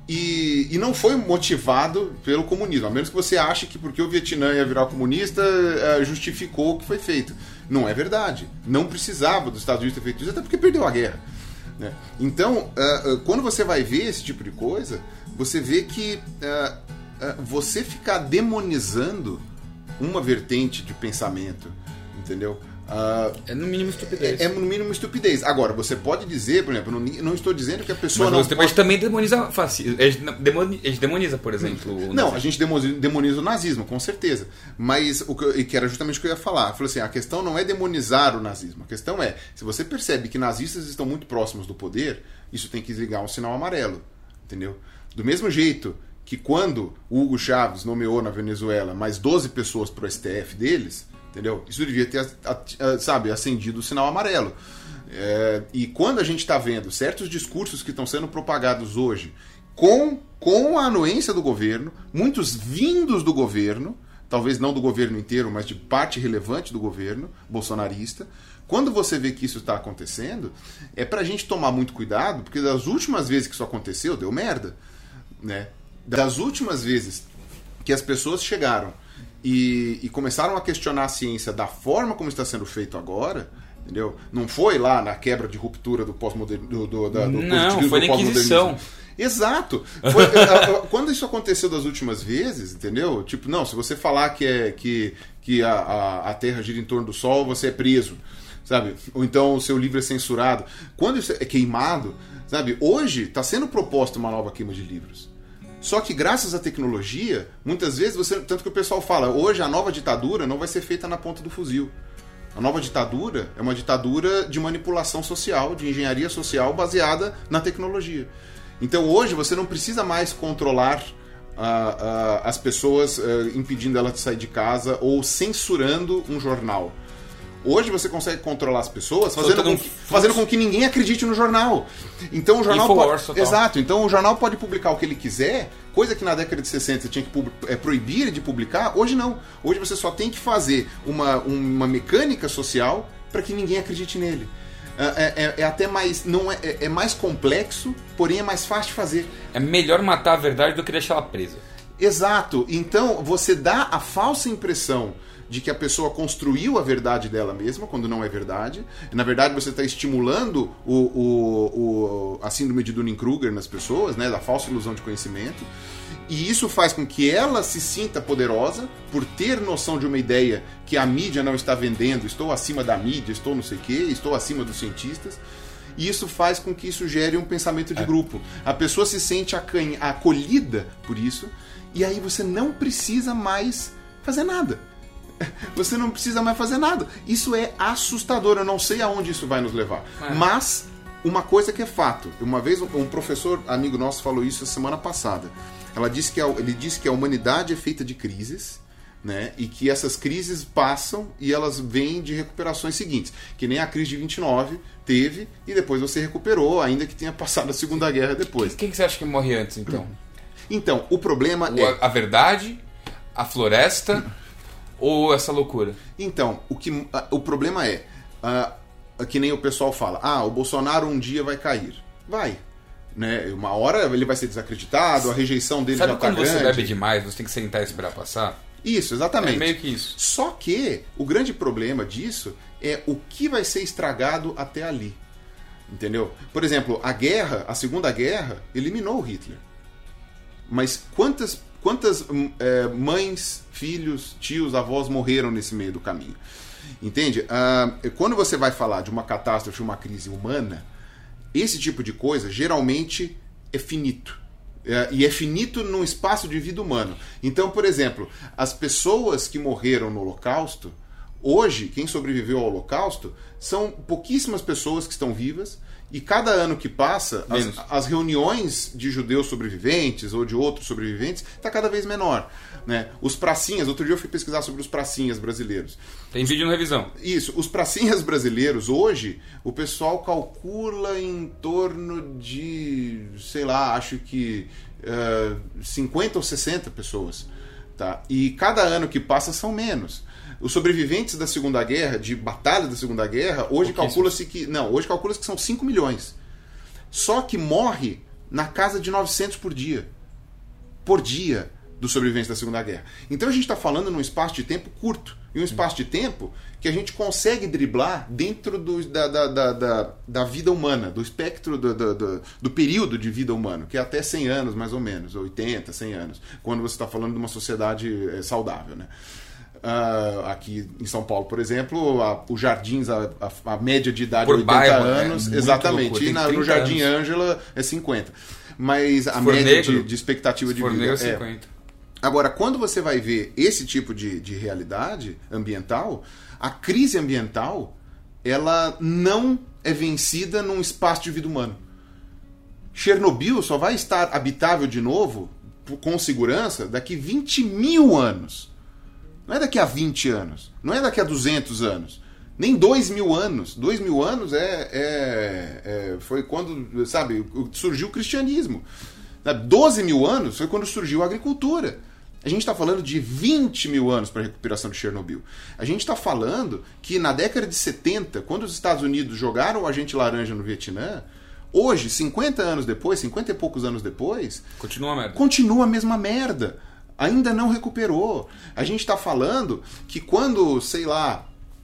E não foi motivado pelo comunismo, a menos que você ache que porque o Vietnã ia virar comunista justificou o que foi feito. Não é verdade. Não precisava dos Estados Unidos ter feito isso, até porque perdeu a guerra. Né? Então, quando você vai ver esse tipo de coisa, você vê que você ficar demonizando uma vertente de pensamento, entendeu? É no mínimo estupidez. É no mínimo estupidez. Agora, você pode dizer, por exemplo, não estou dizendo que a pessoa mas a gente também demoniza fascismo. A gente demoniza, por exemplo, não, a gente demoniza o nazismo, com certeza. Mas, que era justamente o que eu ia falar. Eu falei assim, a questão não é demonizar o nazismo. A questão é, se você percebe que nazistas estão muito próximos do poder, isso tem que ligar um sinal amarelo. Entendeu? Do mesmo jeito que quando o Hugo Chávez nomeou na Venezuela mais 12 pessoas para o STF deles, entendeu? Isso devia ter, acendido o sinal amarelo. E quando a gente está vendo certos discursos que estão sendo propagados hoje com a anuência do governo, muitos vindos do governo, talvez não do governo inteiro, mas de parte relevante do governo bolsonarista, quando você vê que isso está acontecendo, é pra gente tomar muito cuidado, porque das últimas vezes que isso aconteceu, deu merda. Né? Das últimas vezes que as pessoas chegaram e começaram a questionar a ciência da forma como está sendo feito agora, entendeu? Não foi lá na quebra de ruptura do pós-modernismo, não, foi na Inquisição. Exato. Quando isso aconteceu das últimas vezes, entendeu? Tipo, não, se você falar que a Terra gira em torno do Sol, você é preso, sabe? Ou então o seu livro é censurado. Quando isso é queimado, sabe? Hoje está sendo proposta uma nova queima de livros. Só que graças à tecnologia, muitas vezes tanto que o pessoal fala, hoje a nova ditadura não vai ser feita na ponta do fuzil. A nova ditadura é uma ditadura de manipulação social, de engenharia social baseada na tecnologia. Então hoje você não precisa mais controlar as pessoas impedindo elas de sair de casa ou censurando um jornal. Hoje você consegue controlar as pessoas fazendo com que ninguém acredite no jornal. Então o jornal exato. Então o jornal pode publicar o que ele quiser, coisa que na década de 60 você tinha que proibir de publicar. Hoje não. Hoje você só tem que fazer uma mecânica social para que ninguém acredite nele. É até mais é mais complexo, porém é mais fácil de fazer. É melhor matar a verdade do que deixar ela presa. Exato. Então você dá a falsa impressão de que a pessoa construiu a verdade dela mesma, quando não é verdade. Na verdade, você está estimulando a síndrome de Dunning-Kruger nas pessoas, né, da falsa ilusão de conhecimento. E isso faz com que ela se sinta poderosa por ter noção de uma ideia que a mídia não está vendendo. Estou acima da mídia, estou não sei o quê, estou acima dos cientistas. e isso faz com que isso gere um pensamento de grupo. A pessoa se sente acolhida por isso, e aí você não precisa mais fazer nada. Você não precisa mais fazer nada. Isso é assustador, eu não sei aonde isso vai nos levar. Mas, uma coisa que é fato, uma vez um professor amigo nosso falou isso a semana passada. Ele disse que a humanidade é feita de crises, né? E que essas crises passam e elas vêm de recuperações seguintes. Que nem a crise de 29 teve e depois você recuperou, ainda que tenha passado a Segunda Guerra depois. Quem que você acha que morre antes, então? Então, o problema é... A verdade, a floresta ou essa loucura? Então, o problema é... que nem o pessoal fala, o Bolsonaro um dia vai cair. Vai. Né? Uma hora ele vai ser desacreditado, a rejeição dele já tá grande. Sabe quando você bebe demais, você tem que sentar e esperar passar? Isso, exatamente. É meio que isso. Só que o grande problema disso é o que vai ser estragado até ali. Entendeu? Por exemplo, a Segunda Guerra eliminou o Hitler. Mas quantas mães, filhos, tios, avós morreram nesse meio do caminho? Entende? Quando você vai falar de uma catástrofe, uma crise humana, esse tipo de coisa geralmente é finito. E é finito num espaço de vida humano. Então, por exemplo, as pessoas que morreram no Holocausto, hoje, quem sobreviveu ao Holocausto, são pouquíssimas pessoas que estão vivas, e cada ano que passa, as reuniões de judeus sobreviventes ou de outros sobreviventes está cada vez menor. Né? Os pracinhas, outro dia eu fui pesquisar sobre os pracinhas brasileiros. Tem vídeo na revisão. Isso, os pracinhas brasileiros hoje, o pessoal calcula em torno de, sei lá, acho que 50 ou 60 pessoas. Tá? E cada ano que passa são menos. Os sobreviventes da Segunda Guerra, de batalha da Segunda Guerra, hoje calcula-se que são 5 milhões. Só que morre na casa de 900 por dia. Por dia dos sobreviventes da Segunda Guerra. Então a gente está falando num espaço de tempo curto. E um espaço de tempo que a gente consegue driblar dentro da vida humana, do espectro do período de vida humana, que é até 100 anos mais ou menos, 80, 100 anos, quando você está falando de uma sociedade saudável, né? Aqui em São Paulo, por exemplo, os Jardins, a média de idade é 80 anos, exatamente, e no Jardim Ângela é 50. Mas a média de expectativa de vida é 50. Agora, quando você vai ver esse tipo de realidade ambiental, a crise ambiental, ela não é vencida num espaço de vida humano. Chernobyl só vai estar habitável de novo, com segurança, daqui 20 mil anos. Não é daqui a 20 anos. Não é daqui a 200 anos. Nem 2.000 anos. 2.000 anos foi quando, sabe, surgiu o cristianismo. 12 mil anos foi quando surgiu a agricultura. A gente está falando de 20 mil anos para a recuperação de Chernobyl. A gente está falando que na década de 70, quando os Estados Unidos jogaram o agente laranja no Vietnã, hoje, 50 anos depois, 50 e poucos anos depois... Continua a mesma merda. Ainda não recuperou. A gente está falando que quando, sei lá,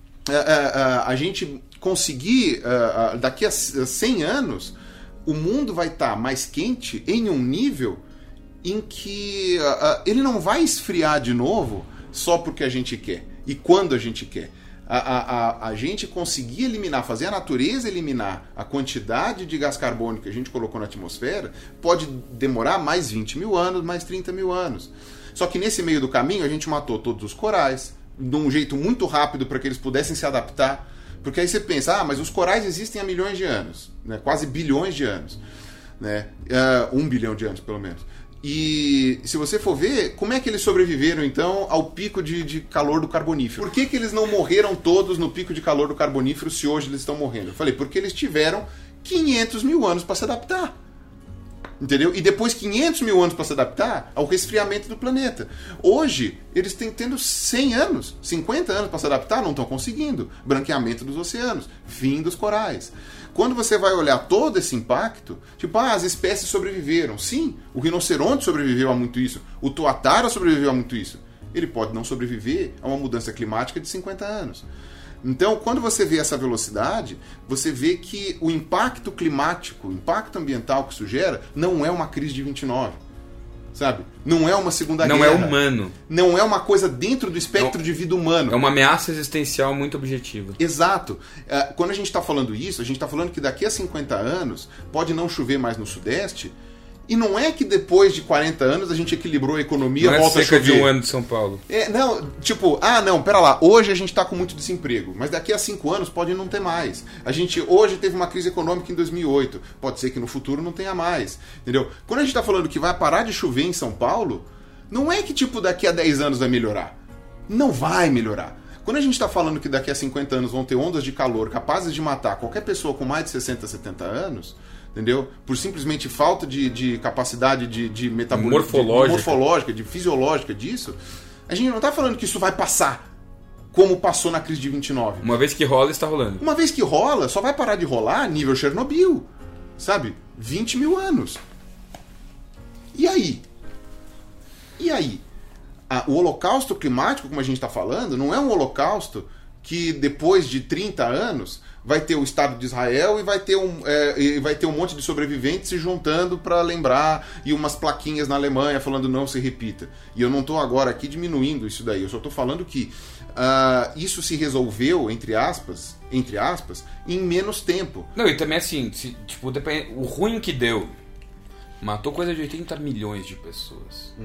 a gente conseguir, daqui a 100 anos, o mundo vai estar mais quente em um nível em que ele não vai esfriar de novo só porque a gente quer e quando a gente quer. A gente conseguir eliminar, fazer a natureza eliminar a quantidade de gás carbônico que a gente colocou na atmosfera pode demorar mais 20 mil anos, mais 30 mil anos. Só que nesse meio do caminho a gente matou todos os corais de um jeito muito rápido para que eles pudessem se adaptar. Porque aí você pensa, mas os corais existem há milhões de anos, né? Quase bilhões de anos, né? 1 bilhão de anos, pelo menos. E se você for ver, como é que eles sobreviveram, então, ao pico de calor do Carbonífero? Por que eles não morreram todos no pico de calor do Carbonífero se hoje eles estão morrendo? Eu falei, porque eles tiveram 500 mil anos para se adaptar. Entendeu? E depois 500 mil anos para se adaptar ao resfriamento do planeta. Hoje, eles estão tendo 100 anos, 50 anos para se adaptar, não estão conseguindo. Branqueamento dos oceanos, fim dos corais. Quando você vai olhar todo esse impacto, tipo, as espécies sobreviveram. Sim, o rinoceronte sobreviveu a muito isso. O tuatara sobreviveu a muito isso. Ele pode não sobreviver a uma mudança climática de 50 anos. Então, quando você vê essa velocidade, você vê que o impacto climático, o impacto ambiental que isso gera, não é uma crise de 29. sabe? Não é uma segunda Não guerra. é humano. Não é uma coisa dentro do espectro de vida humano. É uma ameaça existencial muito objetiva. Exato. Quando a gente está falando isso, a gente está falando que daqui a 50 anos pode não chover mais no Sudeste, e não é que depois de 40 anos a gente equilibrou a economia, Não é volta a cerca chover. de um ano de São Paulo. Pera lá, hoje a gente está com muito desemprego, mas daqui a 5 anos pode não ter mais. A gente hoje teve uma crise econômica em 2008, pode ser que no futuro não tenha mais, entendeu? Quando a gente está falando que vai parar de chover em São Paulo, não é que daqui a 10 anos vai melhorar. Não vai melhorar. Quando a gente está falando que daqui a 50 anos vão ter ondas de calor capazes de matar qualquer pessoa com mais de 60, 70 anos, entendeu? Por simplesmente falta de capacidade de metabolismo, morfológica, de fisiológica disso, a gente não está falando que isso vai passar como passou na crise de 29. Uma vez que rola, está rolando. Uma vez que rola, só vai parar de rolar nível Chernobyl, sabe? 20 mil anos. E aí? O holocausto climático, como a gente está falando, não é um holocausto que depois de 30 anos vai ter o Estado de Israel e vai ter um monte de sobreviventes se juntando para lembrar, e umas plaquinhas na Alemanha falando não se repita. E eu não estou agora aqui diminuindo isso daí, eu só estou falando que isso se resolveu, entre aspas, em menos tempo. Não, e também assim, o ruim que deu, matou coisa de 80 milhões de pessoas.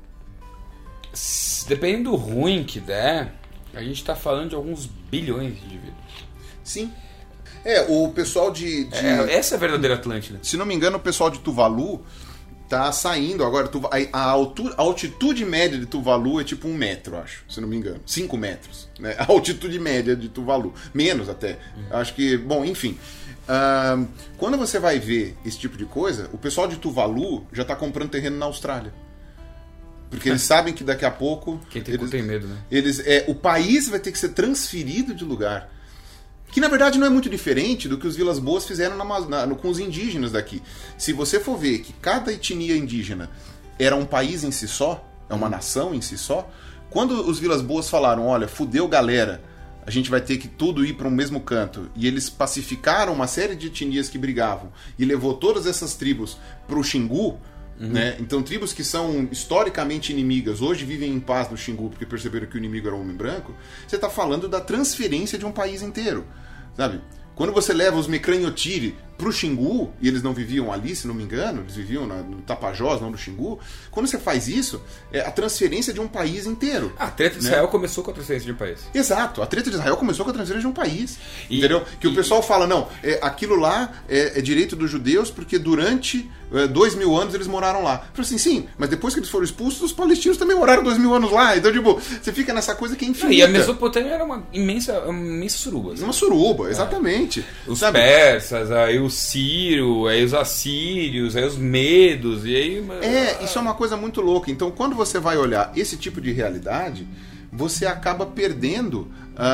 Dependendo do ruim que der, a gente tá falando de alguns bilhões de indivíduos. Sim. O pessoal de... Essa é a verdadeira Atlântida. Se não me engano, o pessoal de Tuvalu tá saindo agora. A altitude média de Tuvalu é tipo 1 metro, acho. Se não me engano. 5 metros. Né? A altitude média de Tuvalu. Menos até. Acho que... Bom, enfim. Quando você vai ver esse tipo de coisa, o pessoal de Tuvalu já tá comprando terreno na Austrália. Porque eles sabem que daqui a pouco... Quem tem cu tem medo, né? O país vai ter que ser transferido de lugar. Que, na verdade, não é muito diferente do que os Vilas Boas fizeram com os indígenas daqui. Se você for ver que cada etnia indígena era um país em si só, é uma nação em si só, quando os Vilas Boas falaram, olha, fudeu galera, a gente vai ter que tudo ir para um mesmo canto, e eles pacificaram uma série de etnias que brigavam, e levou todas essas tribos para o Xingu, né? Então tribos que são historicamente inimigas hoje vivem em paz no Xingu porque perceberam que o inimigo era o homem branco. Você está falando da transferência de um país inteiro, sabe? Quando você leva os Mecranhotiri pro Xingu, e eles não viviam ali, se não me engano, eles viviam no Tapajós, não no Xingu. Quando você faz isso, é a transferência de um país inteiro. A treta de Israel começou com a transferência de um país. Exato, a treta de Israel começou com a transferência de um país. Entendeu? Que o pessoal fala, não, aquilo lá é direito dos judeus porque durante 2000 anos eles moraram lá. Eu falei assim, sim, mas depois que eles foram expulsos, os palestinos também moraram 2000 anos lá. Então, tipo, você fica nessa coisa que é infinita. E a Mesopotâmia era uma imensa suruba. Assim. Uma suruba, exatamente. Os persas, aí o Ciro, aí os assírios, aí os medos, e aí... Isso é uma coisa muito louca. Então, quando você vai olhar esse tipo de realidade, você acaba perdendo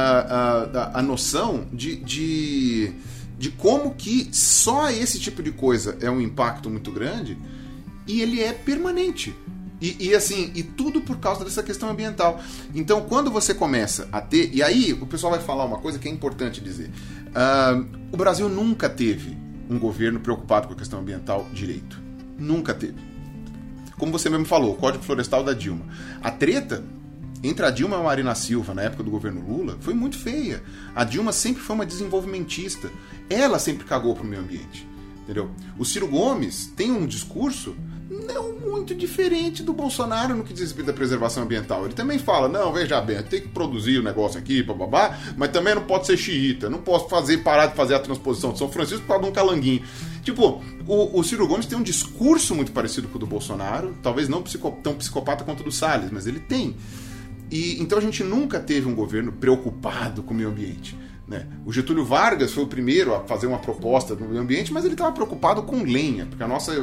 a noção de como que só esse tipo de coisa é um impacto muito grande e ele é permanente. E tudo por causa dessa questão ambiental. Então, quando você começa a ter... E aí, o pessoal vai falar uma coisa que é importante dizer. O Brasil nunca teve um governo preocupado com a questão ambiental direito. Nunca teve. Como você mesmo falou, o Código Florestal da Dilma. A treta entre a Dilma e a Marina Silva, na época do governo Lula, foi muito feia. A Dilma sempre foi uma desenvolvimentista. Ela sempre cagou pro meio ambiente. Entendeu? O Ciro Gomes tem um discurso não muito diferente do Bolsonaro no que diz respeito à preservação ambiental. Ele também fala, não, veja bem, tem que produzir o negócio aqui, bababá, mas também não pode ser xiita, não posso parar de fazer a transposição de São Francisco por causa de um calanguinho. Tipo, o Ciro Gomes tem um discurso muito parecido com o do Bolsonaro, talvez não tão psicopata quanto o do Salles, mas ele tem. Então a gente nunca teve um governo preocupado com o meio ambiente. Né? O Getúlio Vargas foi o primeiro a fazer uma proposta do meio ambiente, mas ele estava preocupado com lenha, porque a nossa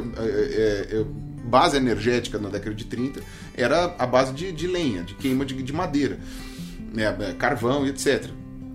base energética na década de 30 era a base de lenha, de queima de madeira, né? Carvão e etc.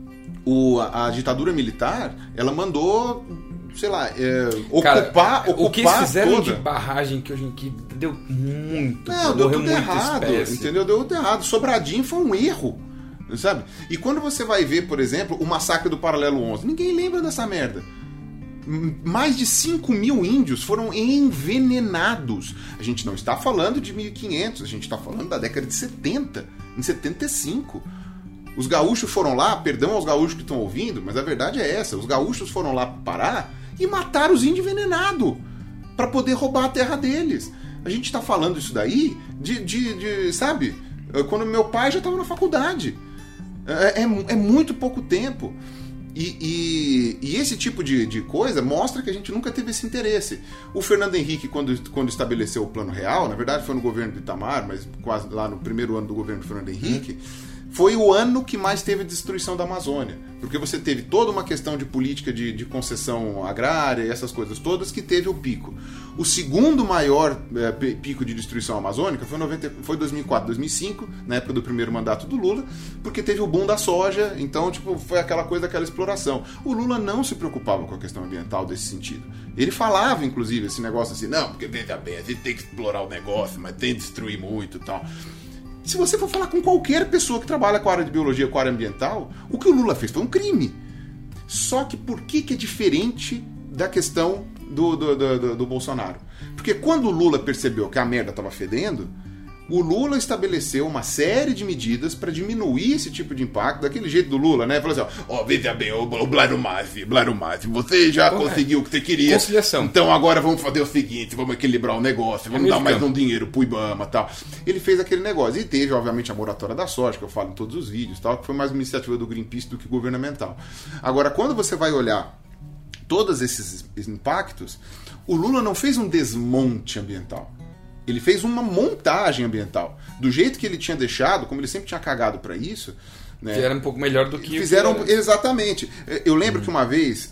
A ditadura militar, ela mandou, sei lá, ocupar o que eles fizeram toda... de barragem que deu muito, deu tudo errado, entendeu? Deu tudo errado. Sobradinho foi um erro, sabe? E quando você vai ver, por exemplo, o massacre do Paralelo 11, ninguém lembra dessa merda. Mais de 5 mil índios foram envenenados. A gente não está falando de 1500, a gente está falando da década de 70, em 75. Os gaúchos foram lá, perdão aos gaúchos que estão ouvindo, mas a verdade é essa, os gaúchos foram lá para Pará e mataram os índios envenenados para poder roubar a terra deles. A gente está falando isso daí sabe, quando meu pai já estava na faculdade. É muito pouco tempo. E esse tipo de coisa mostra que a gente nunca teve esse interesse. O Fernando Henrique, quando estabeleceu o Plano Real, na verdade foi no governo do Itamar, mas quase lá no primeiro ano do governo do Fernando Henrique, foi o ano que mais teve destruição da Amazônia. Porque você teve toda uma questão de política de concessão agrária e essas coisas todas que teve o pico. O segundo maior pico de destruição amazônica foi 2004, 2005, na época do primeiro mandato do Lula, porque teve o boom da soja, então foi aquela coisa, aquela exploração. O Lula não se preocupava com a questão ambiental desse sentido. Ele falava, inclusive, esse negócio assim, não, porque veja bem, a gente tem que explorar o negócio, mas tem que destruir muito e tal. Se você for falar com qualquer pessoa que trabalha com a área de biologia, com a área ambiental, o que o Lula fez foi um crime. Só que por que é diferente da questão do Bolsonaro? Porque quando o Lula percebeu que a merda estava fedendo, o Lula estabeleceu uma série de medidas para diminuir esse tipo de impacto, daquele jeito do Lula, né? Falou assim, veja bem, o Blarumasi, você já conseguiu o que você queria. Conciliação. Então agora vamos fazer o seguinte, vamos equilibrar o negócio, vamos dar mais um dinheiro pro Ibama e tal. Ele fez aquele negócio. E teve, obviamente, a moratória da soja, que eu falo em todos os vídeos, tal, que foi mais uma iniciativa do Greenpeace do que governamental. Agora, quando você vai olhar todos esses impactos, o Lula não fez um desmonte ambiental. Ele fez uma montagem ambiental. Do jeito que ele tinha deixado, como ele sempre tinha cagado para isso, né? Fizeram um pouco melhor do que... Fizeram, exatamente. Eu lembro que uma vez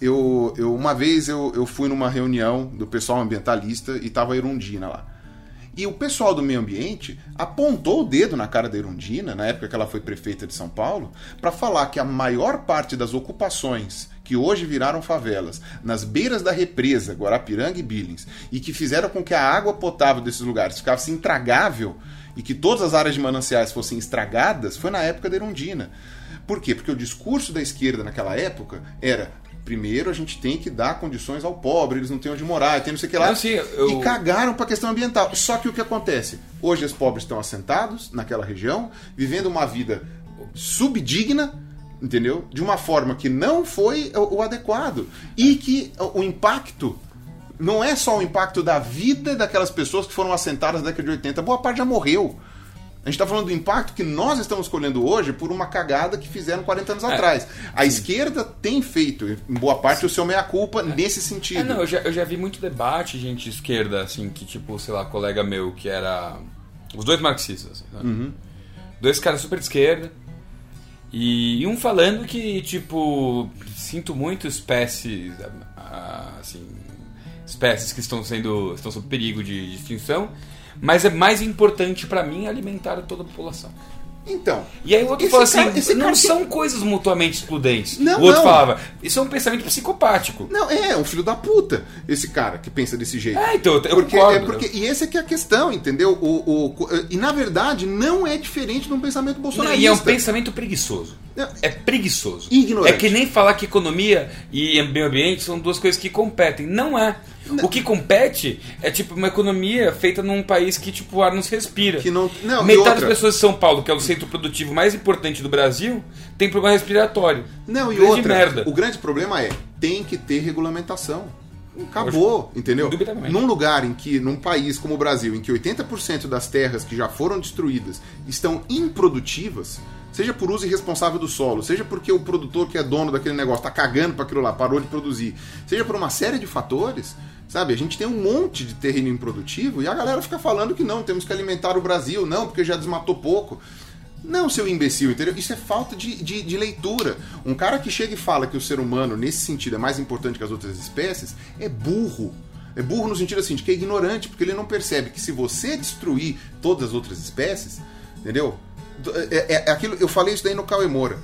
eu fui numa reunião do pessoal ambientalista e estava a Erundina lá. E o pessoal do meio ambiente apontou o dedo na cara da Erundina, na época que ela foi prefeita de São Paulo, para falar que a maior parte das ocupações que hoje viraram favelas, nas beiras da represa, Guarapiranga e Billings, e que fizeram com que a água potável desses lugares ficasse intragável e que todas as áreas de mananciais fossem estragadas, foi na época da Erundina. Por quê? Porque o discurso da esquerda naquela época era: primeiro a gente tem que dar condições ao pobre, eles não têm onde morar, tem não sei o que lá. E cagaram para a questão ambiental. Só que o que acontece? Hoje os pobres estão assentados naquela região, vivendo uma vida subdigna, entendeu? De uma forma que não foi o adequado. E que o impacto não é só o impacto da vida daquelas pessoas que foram assentadas na década de 80. Boa parte já morreu. A gente está falando do impacto que nós estamos colhendo hoje por uma cagada que fizeram 40 anos atrás. A esquerda tem feito, em boa parte, o seu meia-culpa nesse sentido. Não, eu já vi muito debate, gente, esquerda, assim, que tipo, sei lá, colega meu, que era... Os dois marxistas, assim, né? Dois caras super de esquerda. E um falando que, tipo, sinto muito espécies, assim, espécies que estão sob perigo de extinção, mas é mais importante pra mim alimentar toda a população. Então. E aí o outro falou assim, não são coisas mutuamente excludentes. O outro falava, isso é um pensamento psicopático. Não, é um filho da puta, esse cara que pensa desse jeito. Então, eu concordo. E essa é que é a questão, entendeu? E na verdade não é diferente de um pensamento bolsonarista. E é um pensamento preguiçoso. É preguiçoso. Ignorante. É que nem falar que economia e meio ambiente são duas coisas que competem. Não é. Não. O que compete é tipo uma economia feita num país que tipo, o ar não se respira. Metade das pessoas de São Paulo, que é o centro produtivo mais importante do Brasil, tem problema respiratório. O grande problema é, tem que ter regulamentação. Acabou, entendeu? Num país como o Brasil, em que 80% das terras que já foram destruídas estão improdutivas, seja por uso irresponsável do solo, seja porque o produtor que é dono daquele negócio está cagando para aquilo lá, parou de produzir, seja por uma série de fatores, sabe? A gente tem um monte de terreno improdutivo e a galera fica falando que não, temos que alimentar o Brasil, não, porque já desmatou pouco. Não, seu imbecil, entendeu? Isso é falta de leitura. Um cara que chega e fala que o ser humano, nesse sentido, é mais importante que as outras espécies, é burro. É burro no sentido assim, de que é ignorante, porque ele não percebe que se você destruir todas as outras espécies, entendeu? Aquilo, eu falei isso daí no Cauê Moura.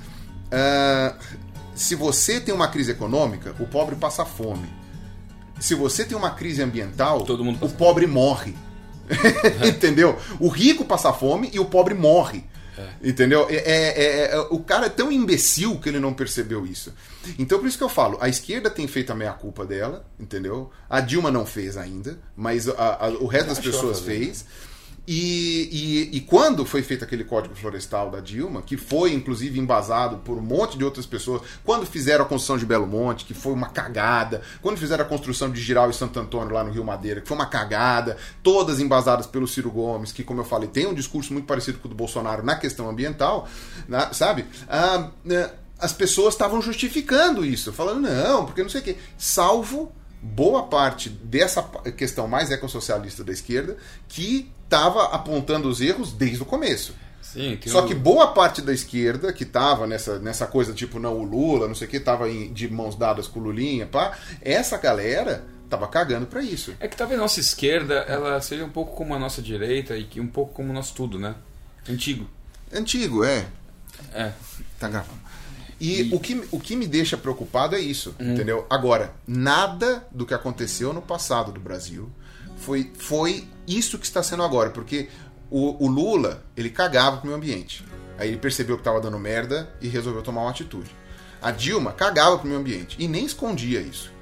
Se você tem uma crise econômica, o pobre passa fome. Se você tem uma crise ambiental, o pobre morre. Entendeu? O rico passa fome e o pobre morre. Entendeu? O cara é tão imbecil que ele não percebeu isso. Então por isso que eu falo, a esquerda tem feito a meia-culpa dela, entendeu? A Dilma não fez ainda, mas o resto das pessoas fez. E quando foi feito aquele Código Florestal da Dilma, que foi inclusive embasado por um monte de outras pessoas, quando fizeram a construção de Belo Monte, que foi uma cagada, quando fizeram a construção de Giral e Santo Antônio lá no Rio Madeira, que foi uma cagada, todas embasadas pelo Ciro Gomes, que, como eu falei, tem um discurso muito parecido com o do Bolsonaro na questão ambiental, sabe? As pessoas estavam justificando isso, falando, não, porque não sei o quê, salvo boa parte dessa questão mais ecossocialista da esquerda, que estava apontando os erros desde o começo. Sim, Só que boa parte da esquerda, que estava nessa coisa tipo, não, o Lula, não sei o que, estava de mãos dadas com o Lulinha, pá, essa galera tava cagando pra isso. É que talvez a nossa esquerda ela seja um pouco como a nossa direita e um pouco como o nosso tudo, né? Antigo, é. Tá gravando. E o que me deixa preocupado é isso, entendeu? Agora, nada do que aconteceu no passado do Brasil foi isso que está sendo agora, porque o Lula, ele cagava pro meio ambiente. Aí ele percebeu que estava dando merda e resolveu tomar uma atitude. A Dilma cagava pro meio ambiente e nem escondia isso.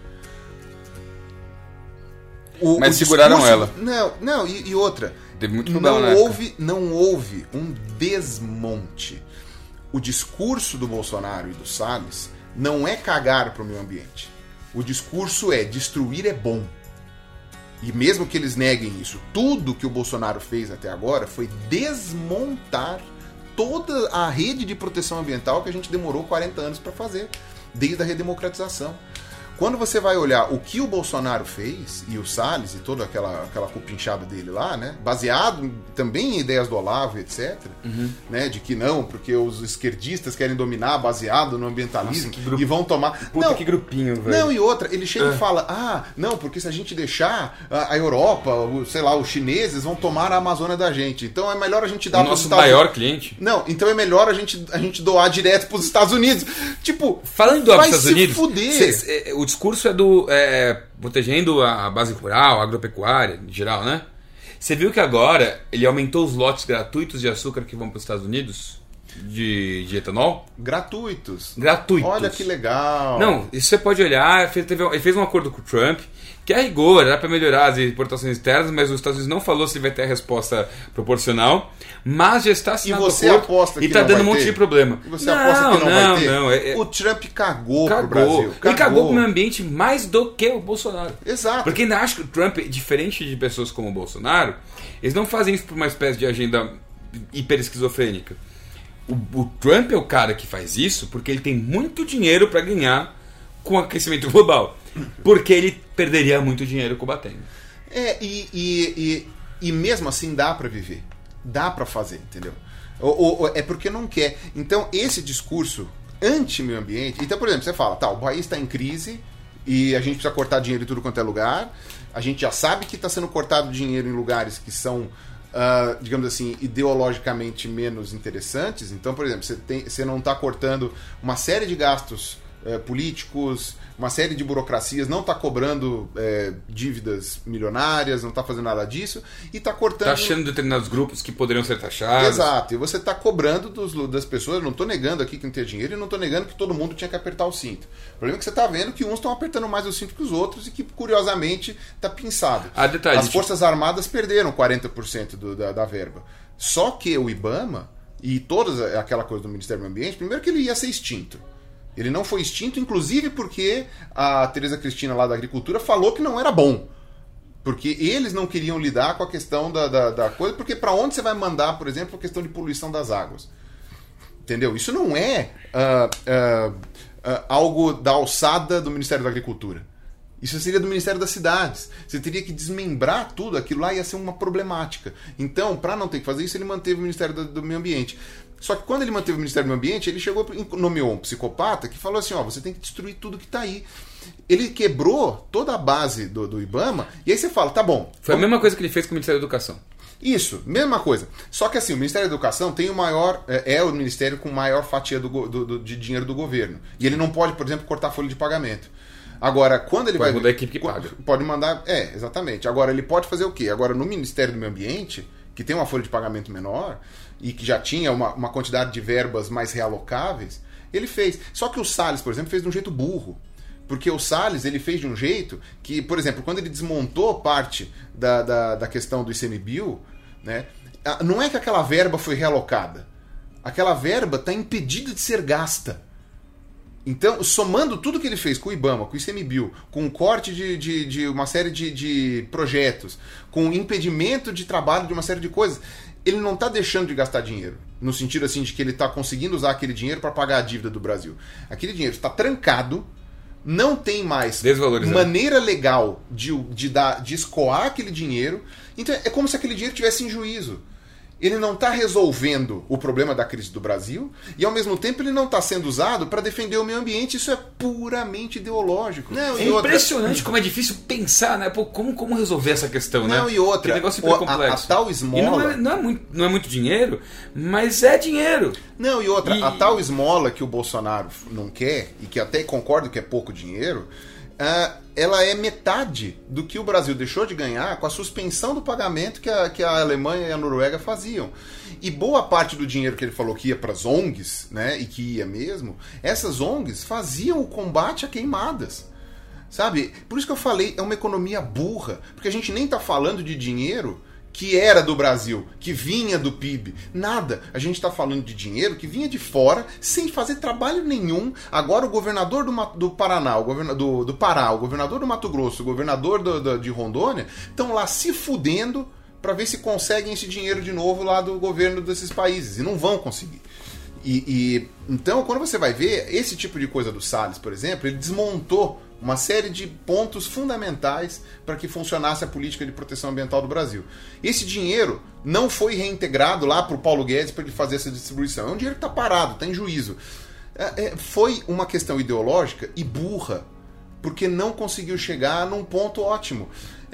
Mas seguraram ela. Não, e outra. Teve muito não houve um desmonte. O discurso do Bolsonaro e do Salles não é cagar para o meio ambiente. O discurso é destruir é bom. E mesmo que eles neguem isso, tudo que o Bolsonaro fez até agora foi desmontar toda a rede de proteção ambiental que a gente demorou 40 anos para fazer, desde a redemocratização. Quando você vai olhar o que o Bolsonaro fez, e o Salles, e toda aquela cupinchada dele lá, né, baseado também em ideias do Olavo, etc., né, de que não, porque os esquerdistas querem dominar baseado no ambientalismo. Nossa, e vão tomar... Puta, que grupinho, velho. Não, e outra, ele chega e fala, não, porque se a gente deixar a Europa, sei lá, os chineses vão tomar a Amazônia da gente, então é melhor a gente dar o nosso maior cliente. Não, então é melhor a gente doar direto pros Estados Unidos. Tipo, falando do Estados Unidos, fuder. O discurso é protegendo a base rural, a agropecuária, em geral, né? Você viu que agora ele aumentou os lotes gratuitos de açúcar que vão para os Estados Unidos? De etanol? Gratuitos. Olha que legal. Não, isso você pode olhar. Ele fez um acordo com o Trump, que a rigor era para melhorar as importações externas, mas os Estados Unidos não falou se vai ter a resposta proporcional, mas já está assinado o acordo e está dando um monte de problema. E você aposta que não vai ter? O Trump cagou pro Brasil. Ele cagou pro meio ambiente mais do que o Bolsonaro. Exato. Porque ainda acho que o Trump, diferente de pessoas como o Bolsonaro, eles não fazem isso por uma espécie de agenda hiper esquizofrênica. O Trump é o cara que faz isso porque ele tem muito dinheiro para ganhar com o aquecimento global. Porque ele perderia muito dinheiro combatendo. E mesmo assim dá para viver. Dá para fazer, entendeu? É porque não quer. Então esse discurso anti-meio ambiente... Então, por exemplo, você fala, o país está em crise e a gente precisa cortar dinheiro em tudo quanto é lugar. A gente já sabe que está sendo cortado dinheiro em lugares que são... digamos assim, ideologicamente menos interessantes. Então, por exemplo, você não está cortando uma série de gastos políticos, uma série de burocracias, não está cobrando dívidas milionárias, não está fazendo nada disso, e está cortando... Taxando determinados grupos que poderiam ser taxados. Exato, e você está cobrando das pessoas, não estou negando aqui que não tem dinheiro, e não estou negando que todo mundo tinha que apertar o cinto. O problema é que você está vendo que uns estão apertando mais o cinto que os outros, e que, curiosamente, está pinçado. Detalhe, as Forças Armadas perderam 40% da verba. Só que o IBAMA, e toda aquela coisa do Ministério do Meio Ambiente, primeiro que ele ia ser extinto. Ele não foi extinto, inclusive porque a Tereza Cristina lá da Agricultura falou que não era bom. Porque eles não queriam lidar com a questão da coisa, porque para onde você vai mandar, por exemplo, a questão de poluição das águas? Entendeu? Isso não é algo da alçada do Ministério da Agricultura. Isso seria do Ministério das Cidades. Você teria que desmembrar tudo, aquilo lá ia ser uma problemática. Então, para não ter que fazer isso, ele manteve o Ministério do Meio Ambiente. Só que quando ele manteve o Ministério do Meio Ambiente, ele chegou e nomeou um psicopata que falou assim, você tem que destruir tudo que está aí. Ele quebrou toda a base do IBAMA, e aí você fala, tá bom. Foi a mesma coisa que ele fez com o Ministério da Educação. Isso, mesma coisa. Só que assim, o Ministério da Educação tem o maior, o ministério com maior fatia de dinheiro do governo. E ele não pode, por exemplo, cortar folha de pagamento. Agora, quando ele pode mudar a equipe que paga. Pode mandar, exatamente. Agora, ele pode fazer o quê? Agora, no Ministério do Meio Ambiente, que tem uma folha de pagamento menor e que já tinha uma quantidade de verbas mais realocáveis, ele fez. Só que o Salles, por exemplo, fez de um jeito burro. Porque o Salles, ele fez de um jeito que, por exemplo, quando ele desmontou parte da questão do ICMBio, né, não é que aquela verba foi realocada. Aquela verba está impedida de ser gasta. Então, somando tudo que ele fez com o IBAMA, com o ICMBio, com o corte de uma série de projetos, com o impedimento de trabalho de uma série de coisas, ele não está deixando de gastar dinheiro. No sentido assim de que ele está conseguindo usar aquele dinheiro para pagar a dívida do Brasil. Aquele dinheiro está trancado, não tem mais maneira legal de escoar aquele dinheiro. Então é como se aquele dinheiro estivesse em juízo. Ele não está resolvendo o problema da crise do Brasil e, ao mesmo tempo, ele não está sendo usado para defender o meio ambiente. Isso é puramente ideológico. Não, é impressionante como é difícil pensar, né? Pô, como resolver essa questão, né? Não, e outra, que negócio complexo. A tal esmola... E não é muito dinheiro, mas é dinheiro. Não, e outra, a tal esmola que o Bolsonaro não quer, e que até concordo que é pouco dinheiro... ela é metade do que o Brasil deixou de ganhar com a suspensão do pagamento que a Alemanha e a Noruega faziam. E boa parte do dinheiro que ele falou que ia para as ONGs, né, e que ia mesmo, essas ONGs faziam o combate a queimadas. Sabe? Por isso que eu falei, é uma economia burra, porque a gente nem está falando de dinheiro que era do Brasil, que vinha do PIB. Nada. A gente está falando de dinheiro que vinha de fora, sem fazer trabalho nenhum. Agora o governador do Paraná, do Pará, o governador do Mato Grosso, o governador de Rondônia, estão lá se fudendo para ver se conseguem esse dinheiro de novo lá do governo desses países. E não vão conseguir. Então, quando você vai ver esse tipo de coisa do Salles, por exemplo, ele desmontou uma série de pontos fundamentais para que funcionasse a política de proteção ambiental do Brasil. Esse dinheiro não foi reintegrado lá para o Paulo Guedes para ele fazer essa distribuição. É um dinheiro que está parado, está em juízo. Foi uma questão ideológica e burra, porque não conseguiu chegar num ponto ótimo.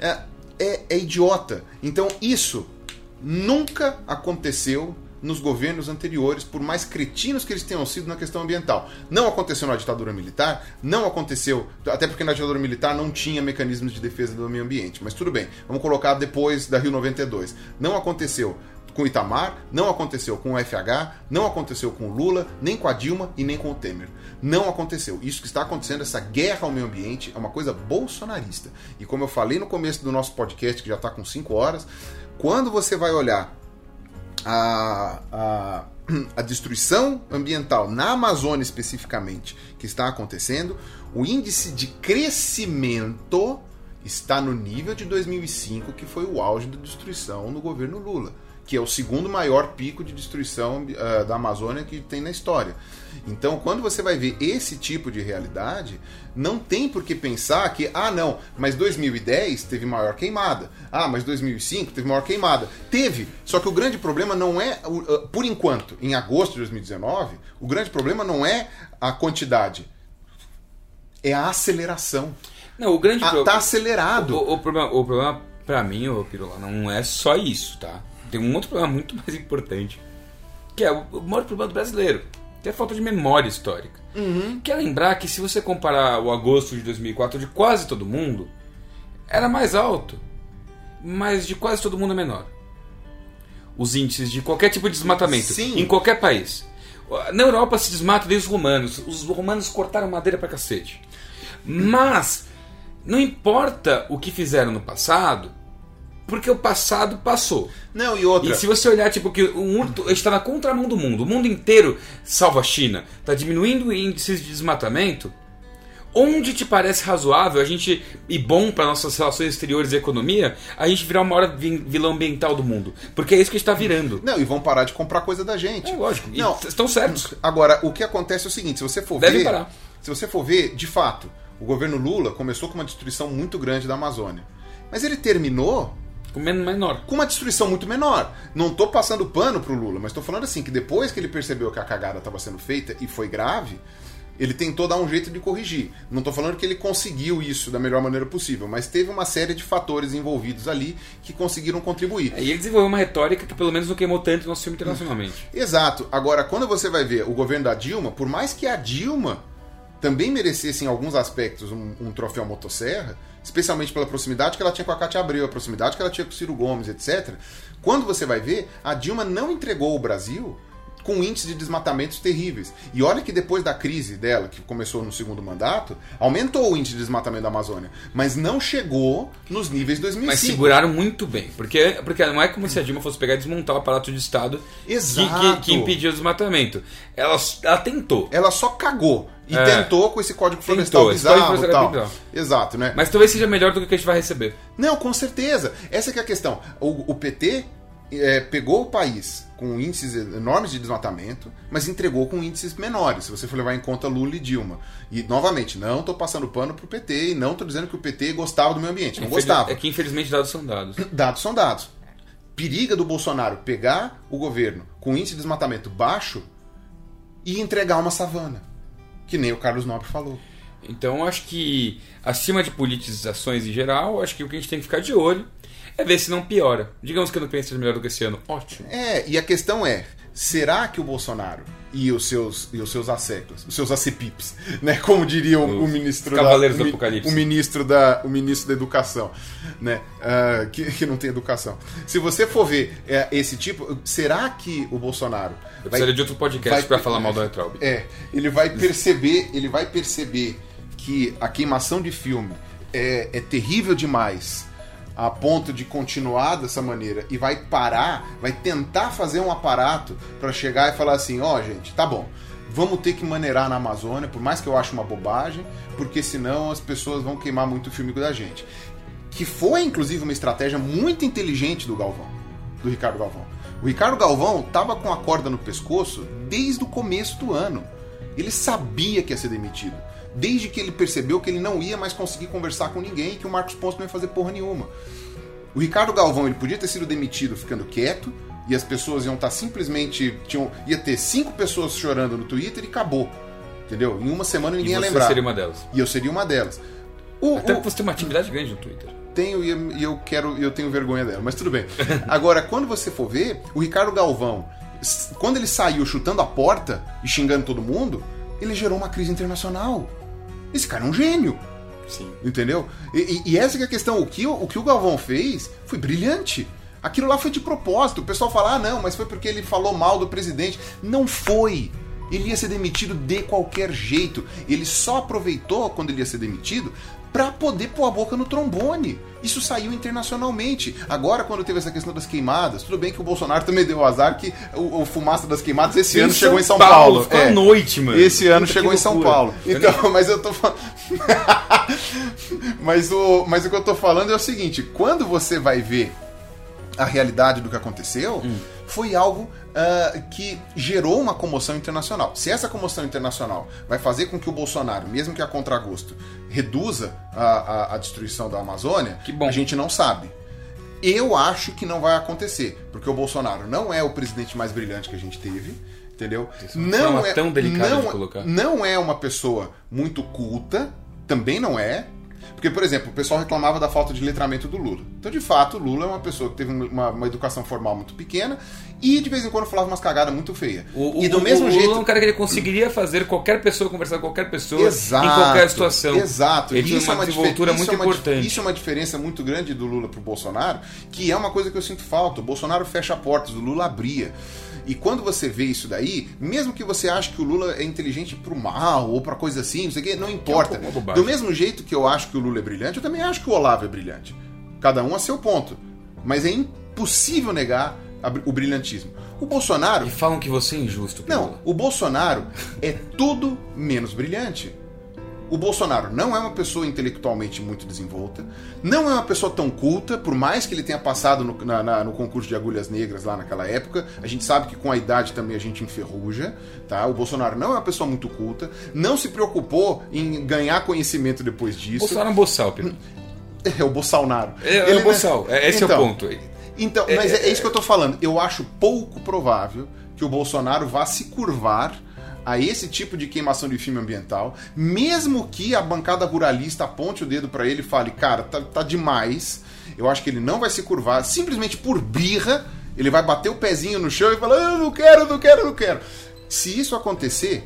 É idiota. Então isso nunca aconteceu nos governos anteriores, por mais cretinos que eles tenham sido na questão ambiental. Não aconteceu na ditadura militar, não aconteceu, até porque na ditadura militar não tinha mecanismos de defesa do meio ambiente, mas tudo bem, vamos colocar depois da Rio 92. Não aconteceu com o Itamar, não aconteceu com o FH, não aconteceu com o Lula, nem com a Dilma e nem com o Temer. Não aconteceu. Isso que está acontecendo, essa guerra ao meio ambiente, é uma coisa bolsonarista. E como eu falei no começo do nosso podcast, que já está com 5 horas, quando você vai olhar a destruição ambiental na Amazônia especificamente que está acontecendo, o índice de crescimento está no nível de 2005, que foi o auge da destruição no governo Lula, que é o segundo maior pico de destruição da Amazônia que tem na história. Então, quando você vai ver esse tipo de realidade, não tem por que pensar que, não, mas 2010 teve maior queimada. Mas 2005 teve maior queimada. Teve, só que o grande problema não é, por enquanto, em agosto de 2019, o grande problema não é a quantidade, é a aceleração. Não, o grande problema... Tá acelerado. O problema pra mim, Pirula, não é só isso, tá? Tem um outro problema muito mais importante, que é o maior problema do brasileiro, que é a falta de memória histórica. Que é lembrar que se você comparar o agosto de 2004 de quase todo mundo, era mais alto, mas de quase todo mundo é menor. Os índices de qualquer tipo de desmatamento, Sim. em qualquer país. Na Europa se desmata desde os romanos. Os romanos cortaram madeira pra cacete. Mas não importa o que fizeram no passado, porque o passado passou. Não, e outra... E se você olhar, tipo, que o mundo está na contramão do mundo. O mundo inteiro, salvo a China, está diminuindo índices de desmatamento. Onde te parece razoável a gente, e bom para nossas relações exteriores e economia, a gente virar o maior vilão ambiental do mundo? Porque é isso que está virando. Não, e vão parar de comprar coisa da gente. É lógico. Não, estão certos. Agora, o que acontece é o seguinte, se você for Devem ver... parar. Se você for ver, de fato, o governo Lula começou com uma destruição muito grande da Amazônia. Mas ele terminou... menor. Com uma destruição muito menor. Não estou passando pano pro Lula, mas estou falando assim, que depois que ele percebeu que a cagada estava sendo feita e foi grave, ele tentou dar um jeito de corrigir. Não estou falando que ele conseguiu isso da melhor maneira possível, mas teve uma série de fatores envolvidos ali que conseguiram contribuir. E ele desenvolveu uma retórica que pelo menos não queimou tanto no nosso filme internacionalmente. Exato. Agora, quando você vai ver o governo da Dilma, por mais que a Dilma também merecesse em alguns aspectos um troféu motosserra, especialmente pela proximidade que ela tinha com a Cátia Abreu, a proximidade que ela tinha com o Ciro Gomes, etc. Quando você vai ver, a Dilma não entregou o Brasil com índices de desmatamentos terríveis. E olha que depois da crise dela, que começou no segundo mandato, aumentou o índice de desmatamento da Amazônia, mas não chegou nos níveis de 2005. Mas seguraram muito bem, porque não é como se a Dilma fosse pegar e desmontar o aparato de Estado que impedia o desmatamento. Ela tentou. Ela só cagou. E tentou com esse Código Florestal bizarro e tal. Exato, né? Mas talvez seja melhor do que a gente vai receber. Não, com certeza. Essa que é a questão. O PT pegou o país com índices enormes de desmatamento, mas entregou com índices menores, se você for levar em conta Lula e Dilma. E, novamente, não estou passando pano pro PT e não estou dizendo que o PT gostava do meio ambiente. Não gostava. É que, infelizmente, dados são dados. Dados são dados. Periga do Bolsonaro pegar o governo com índice de desmatamento baixo e entregar uma savana, que nem o Carlos Nobre falou. Então, acho que, acima de politizações em geral, acho que o que a gente tem que ficar de olho é ver se não piora. Digamos que ano que vem seja melhor do que esse ano. Ótimo. E a questão é, será que o Bolsonaro e os seus asseclas, os seus acepips, né, como diria o ministro Cavaleiros do Apocalipse, o ministro da Educação, né, que não tem educação. Se você for ver esse tipo, será que o Bolsonaro eu precisaria de outro podcast para falar mal do Weintraub. Ele vai perceber que a queimação de filme é terrível demais a ponto de continuar dessa maneira e vai tentar fazer um aparato para chegar e falar assim, gente, tá bom, vamos ter que maneirar na Amazônia, por mais que eu ache uma bobagem, porque senão as pessoas vão queimar muito o filme da gente. Que foi, inclusive, uma estratégia muito inteligente do Ricardo Galvão. O Ricardo Galvão tava com a corda no pescoço desde o começo do ano. Ele sabia que ia ser demitido. Desde que ele percebeu que ele não ia mais conseguir conversar com ninguém e que o Marcos Pontes não ia fazer porra nenhuma. O Ricardo Galvão, ele podia ter sido demitido ficando quieto e as pessoas iam estar simplesmente... ia ter 5 pessoas chorando no Twitter e acabou. Entendeu? Em uma semana ninguém ia lembrar. E você seria uma delas. E eu seria uma delas. Até porque você tem uma atividade grande no Twitter. Tenho e eu tenho vergonha dela, mas tudo bem. Agora, quando você for ver, o Ricardo Galvão, quando ele saiu chutando a porta e xingando todo mundo, ele gerou uma crise internacional. Esse cara é um gênio. Sim. Entendeu? E essa que é a questão. O que o Galvão fez foi brilhante. Aquilo lá foi de propósito. O pessoal fala, não, mas foi porque ele falou mal do presidente. Não foi. Ele ia ser demitido de qualquer jeito. Ele só aproveitou, quando ele ia ser demitido, para poder pôr a boca no trombone. Isso saiu internacionalmente. Agora, quando teve essa questão das queimadas, tudo bem que o Bolsonaro também deu o azar que o fumaça das queimadas esse ano chegou em São Paulo. Ficou à noite, mano. Esse ano chegou em São Paulo. Então, mas eu tô falando... mas o que eu tô falando é o seguinte, quando você vai ver a realidade do que aconteceu, foi algo que gerou uma comoção internacional. Se essa comoção internacional vai fazer com que o Bolsonaro, mesmo que a contragosto, reduza a destruição da Amazônia, a gente não sabe. Eu acho que não vai acontecer, porque o Bolsonaro não é o presidente mais brilhante que a gente teve, entendeu? Não é tão delicado de colocar. Não é uma pessoa muito culta, também não é. Porque, por exemplo, o pessoal reclamava da falta de letramento do Lula. Então, de fato, o Lula é uma pessoa que teve uma educação formal muito pequena e, de vez em quando, falava umas cagadas muito feias. E do mesmo jeito... O Lula é um cara que ele conseguiria fazer qualquer pessoa conversar com qualquer pessoa em qualquer situação. Exato. Ele tinha uma desenvoltura muito importante. Isso é uma diferença muito grande do Lula pro Bolsonaro, que é uma coisa que eu sinto falta. O Bolsonaro fecha portas, o Lula abria. E quando você vê isso daí, mesmo que você ache que o Lula é inteligente pro mal ou pra coisa assim, não sei o que, não importa. Do mesmo jeito que eu acho que o Lula é brilhante, eu também acho que o Olavo é brilhante. Cada um a seu ponto. Mas é impossível negar o brilhantismo. O Bolsonaro... E falam que você é injusto. Não, o Bolsonaro é tudo menos brilhante. O Bolsonaro não é uma pessoa intelectualmente muito desenvolta, não é uma pessoa tão culta, por mais que ele tenha passado no concurso de agulhas negras lá naquela época. A gente sabe que com a idade também a gente enferruja, tá? O Bolsonaro não é uma pessoa muito culta, não se preocupou em ganhar conhecimento depois disso. O Bolsonaro é um boçal, Pedro. É o Bolsonaro. É o boçal, esse é o ponto aí. Então, mas é isso que eu tô falando. Eu acho pouco provável que o Bolsonaro vá se curvar a esse tipo de queimação de filme ambiental, mesmo que a bancada ruralista aponte o dedo pra ele e fale, cara, tá demais. Eu acho que ele não vai se curvar, simplesmente por birra, ele vai bater o pezinho no chão e falar, eu não quero. Se isso acontecer,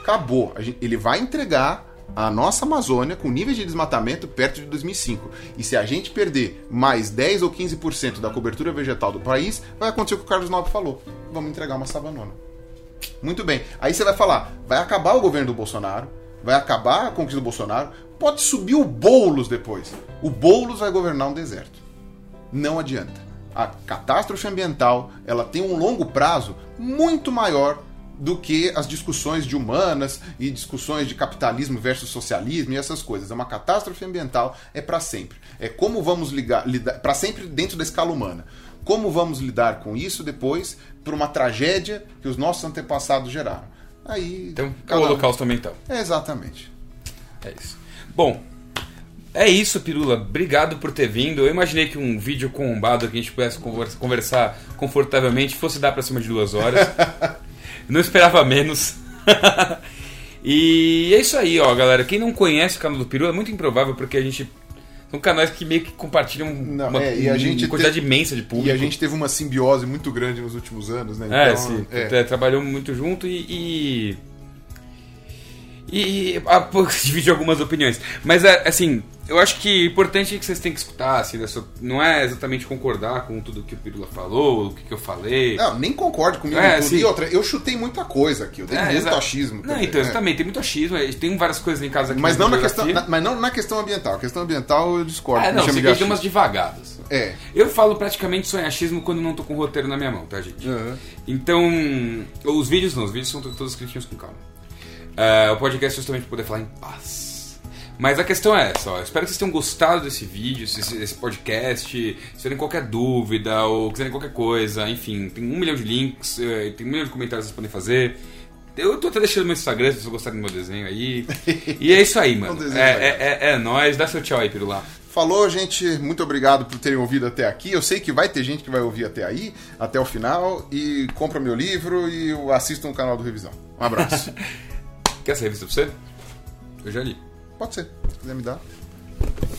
acabou. Ele vai entregar a nossa Amazônia com níveis de desmatamento perto de 2005. E se a gente perder mais 10 ou 15% da cobertura vegetal do país, vai acontecer o que o Carlos Nobre falou. Vamos entregar uma savanona. Muito bem. Aí você vai falar, vai acabar o governo do Bolsonaro, vai acabar a conquista do Bolsonaro, pode subir o Boulos depois. O Boulos vai governar um deserto. Não adianta. A catástrofe ambiental, ela tem um longo prazo muito maior do que as discussões de humanas e discussões de capitalismo versus socialismo e essas coisas. É uma catástrofe ambiental, é para sempre. É como vamos lidar para sempre dentro da escala humana. Como vamos lidar com isso depois por uma tragédia que os nossos antepassados geraram. Aí, então, é o holocausto ambiental. Exatamente. É isso. Bom, é isso, Pirula. Obrigado por ter vindo. Eu imaginei que um vídeo combado que a gente pudesse conversar confortavelmente fosse dar para cima de 2 horas. Não esperava menos. E é isso aí, ó, galera. Quem não conhece o canal do Pirula é muito improvável, porque a gente... São canais que meio que compartilham uma quantidade imensa de público. E a gente teve uma simbiose muito grande nos últimos anos, né? Então, sim. Trabalhou muito junto e dividir algumas opiniões. Mas, assim, eu acho que importante é que vocês têm que escutar, assim, não é exatamente concordar com tudo que o Pirula falou, o que eu falei. Não, nem concorde comigo em tudo. E outra, eu chutei muita coisa aqui, eu dei muito achismo. Não, então, exatamente, tem muito achismo, tem várias coisas em casa aqui. Mas não na questão ambiental. A questão ambiental eu discordo. Não, você tem umas devagadas. É. Eu falo praticamente só em achismo quando não tô com o roteiro na minha mão, tá, gente? Uhum. Então, os vídeos são todos escritinhos com calma. O podcast é justamente para poder falar em paz. Mas a questão é essa, ó. Espero que vocês tenham gostado desse vídeo, desse podcast. Se tiverem qualquer dúvida ou quiserem qualquer coisa, enfim, tem 1 milhão de links, tem 1 milhão de comentários que vocês podem fazer. Eu tô até deixando no meu Instagram se vocês gostarem do meu desenho aí. E é isso aí, mano. É nóis. Dá seu tchau aí, Pirula. Falou, gente. Muito obrigado por terem ouvido até aqui. Eu sei que vai ter gente que vai ouvir até aí, até o final. E compra meu livro e assista no canal do Revisão. Um abraço. Quer essa revista pra você? Eu já li. Pode ser, se quiser me dar.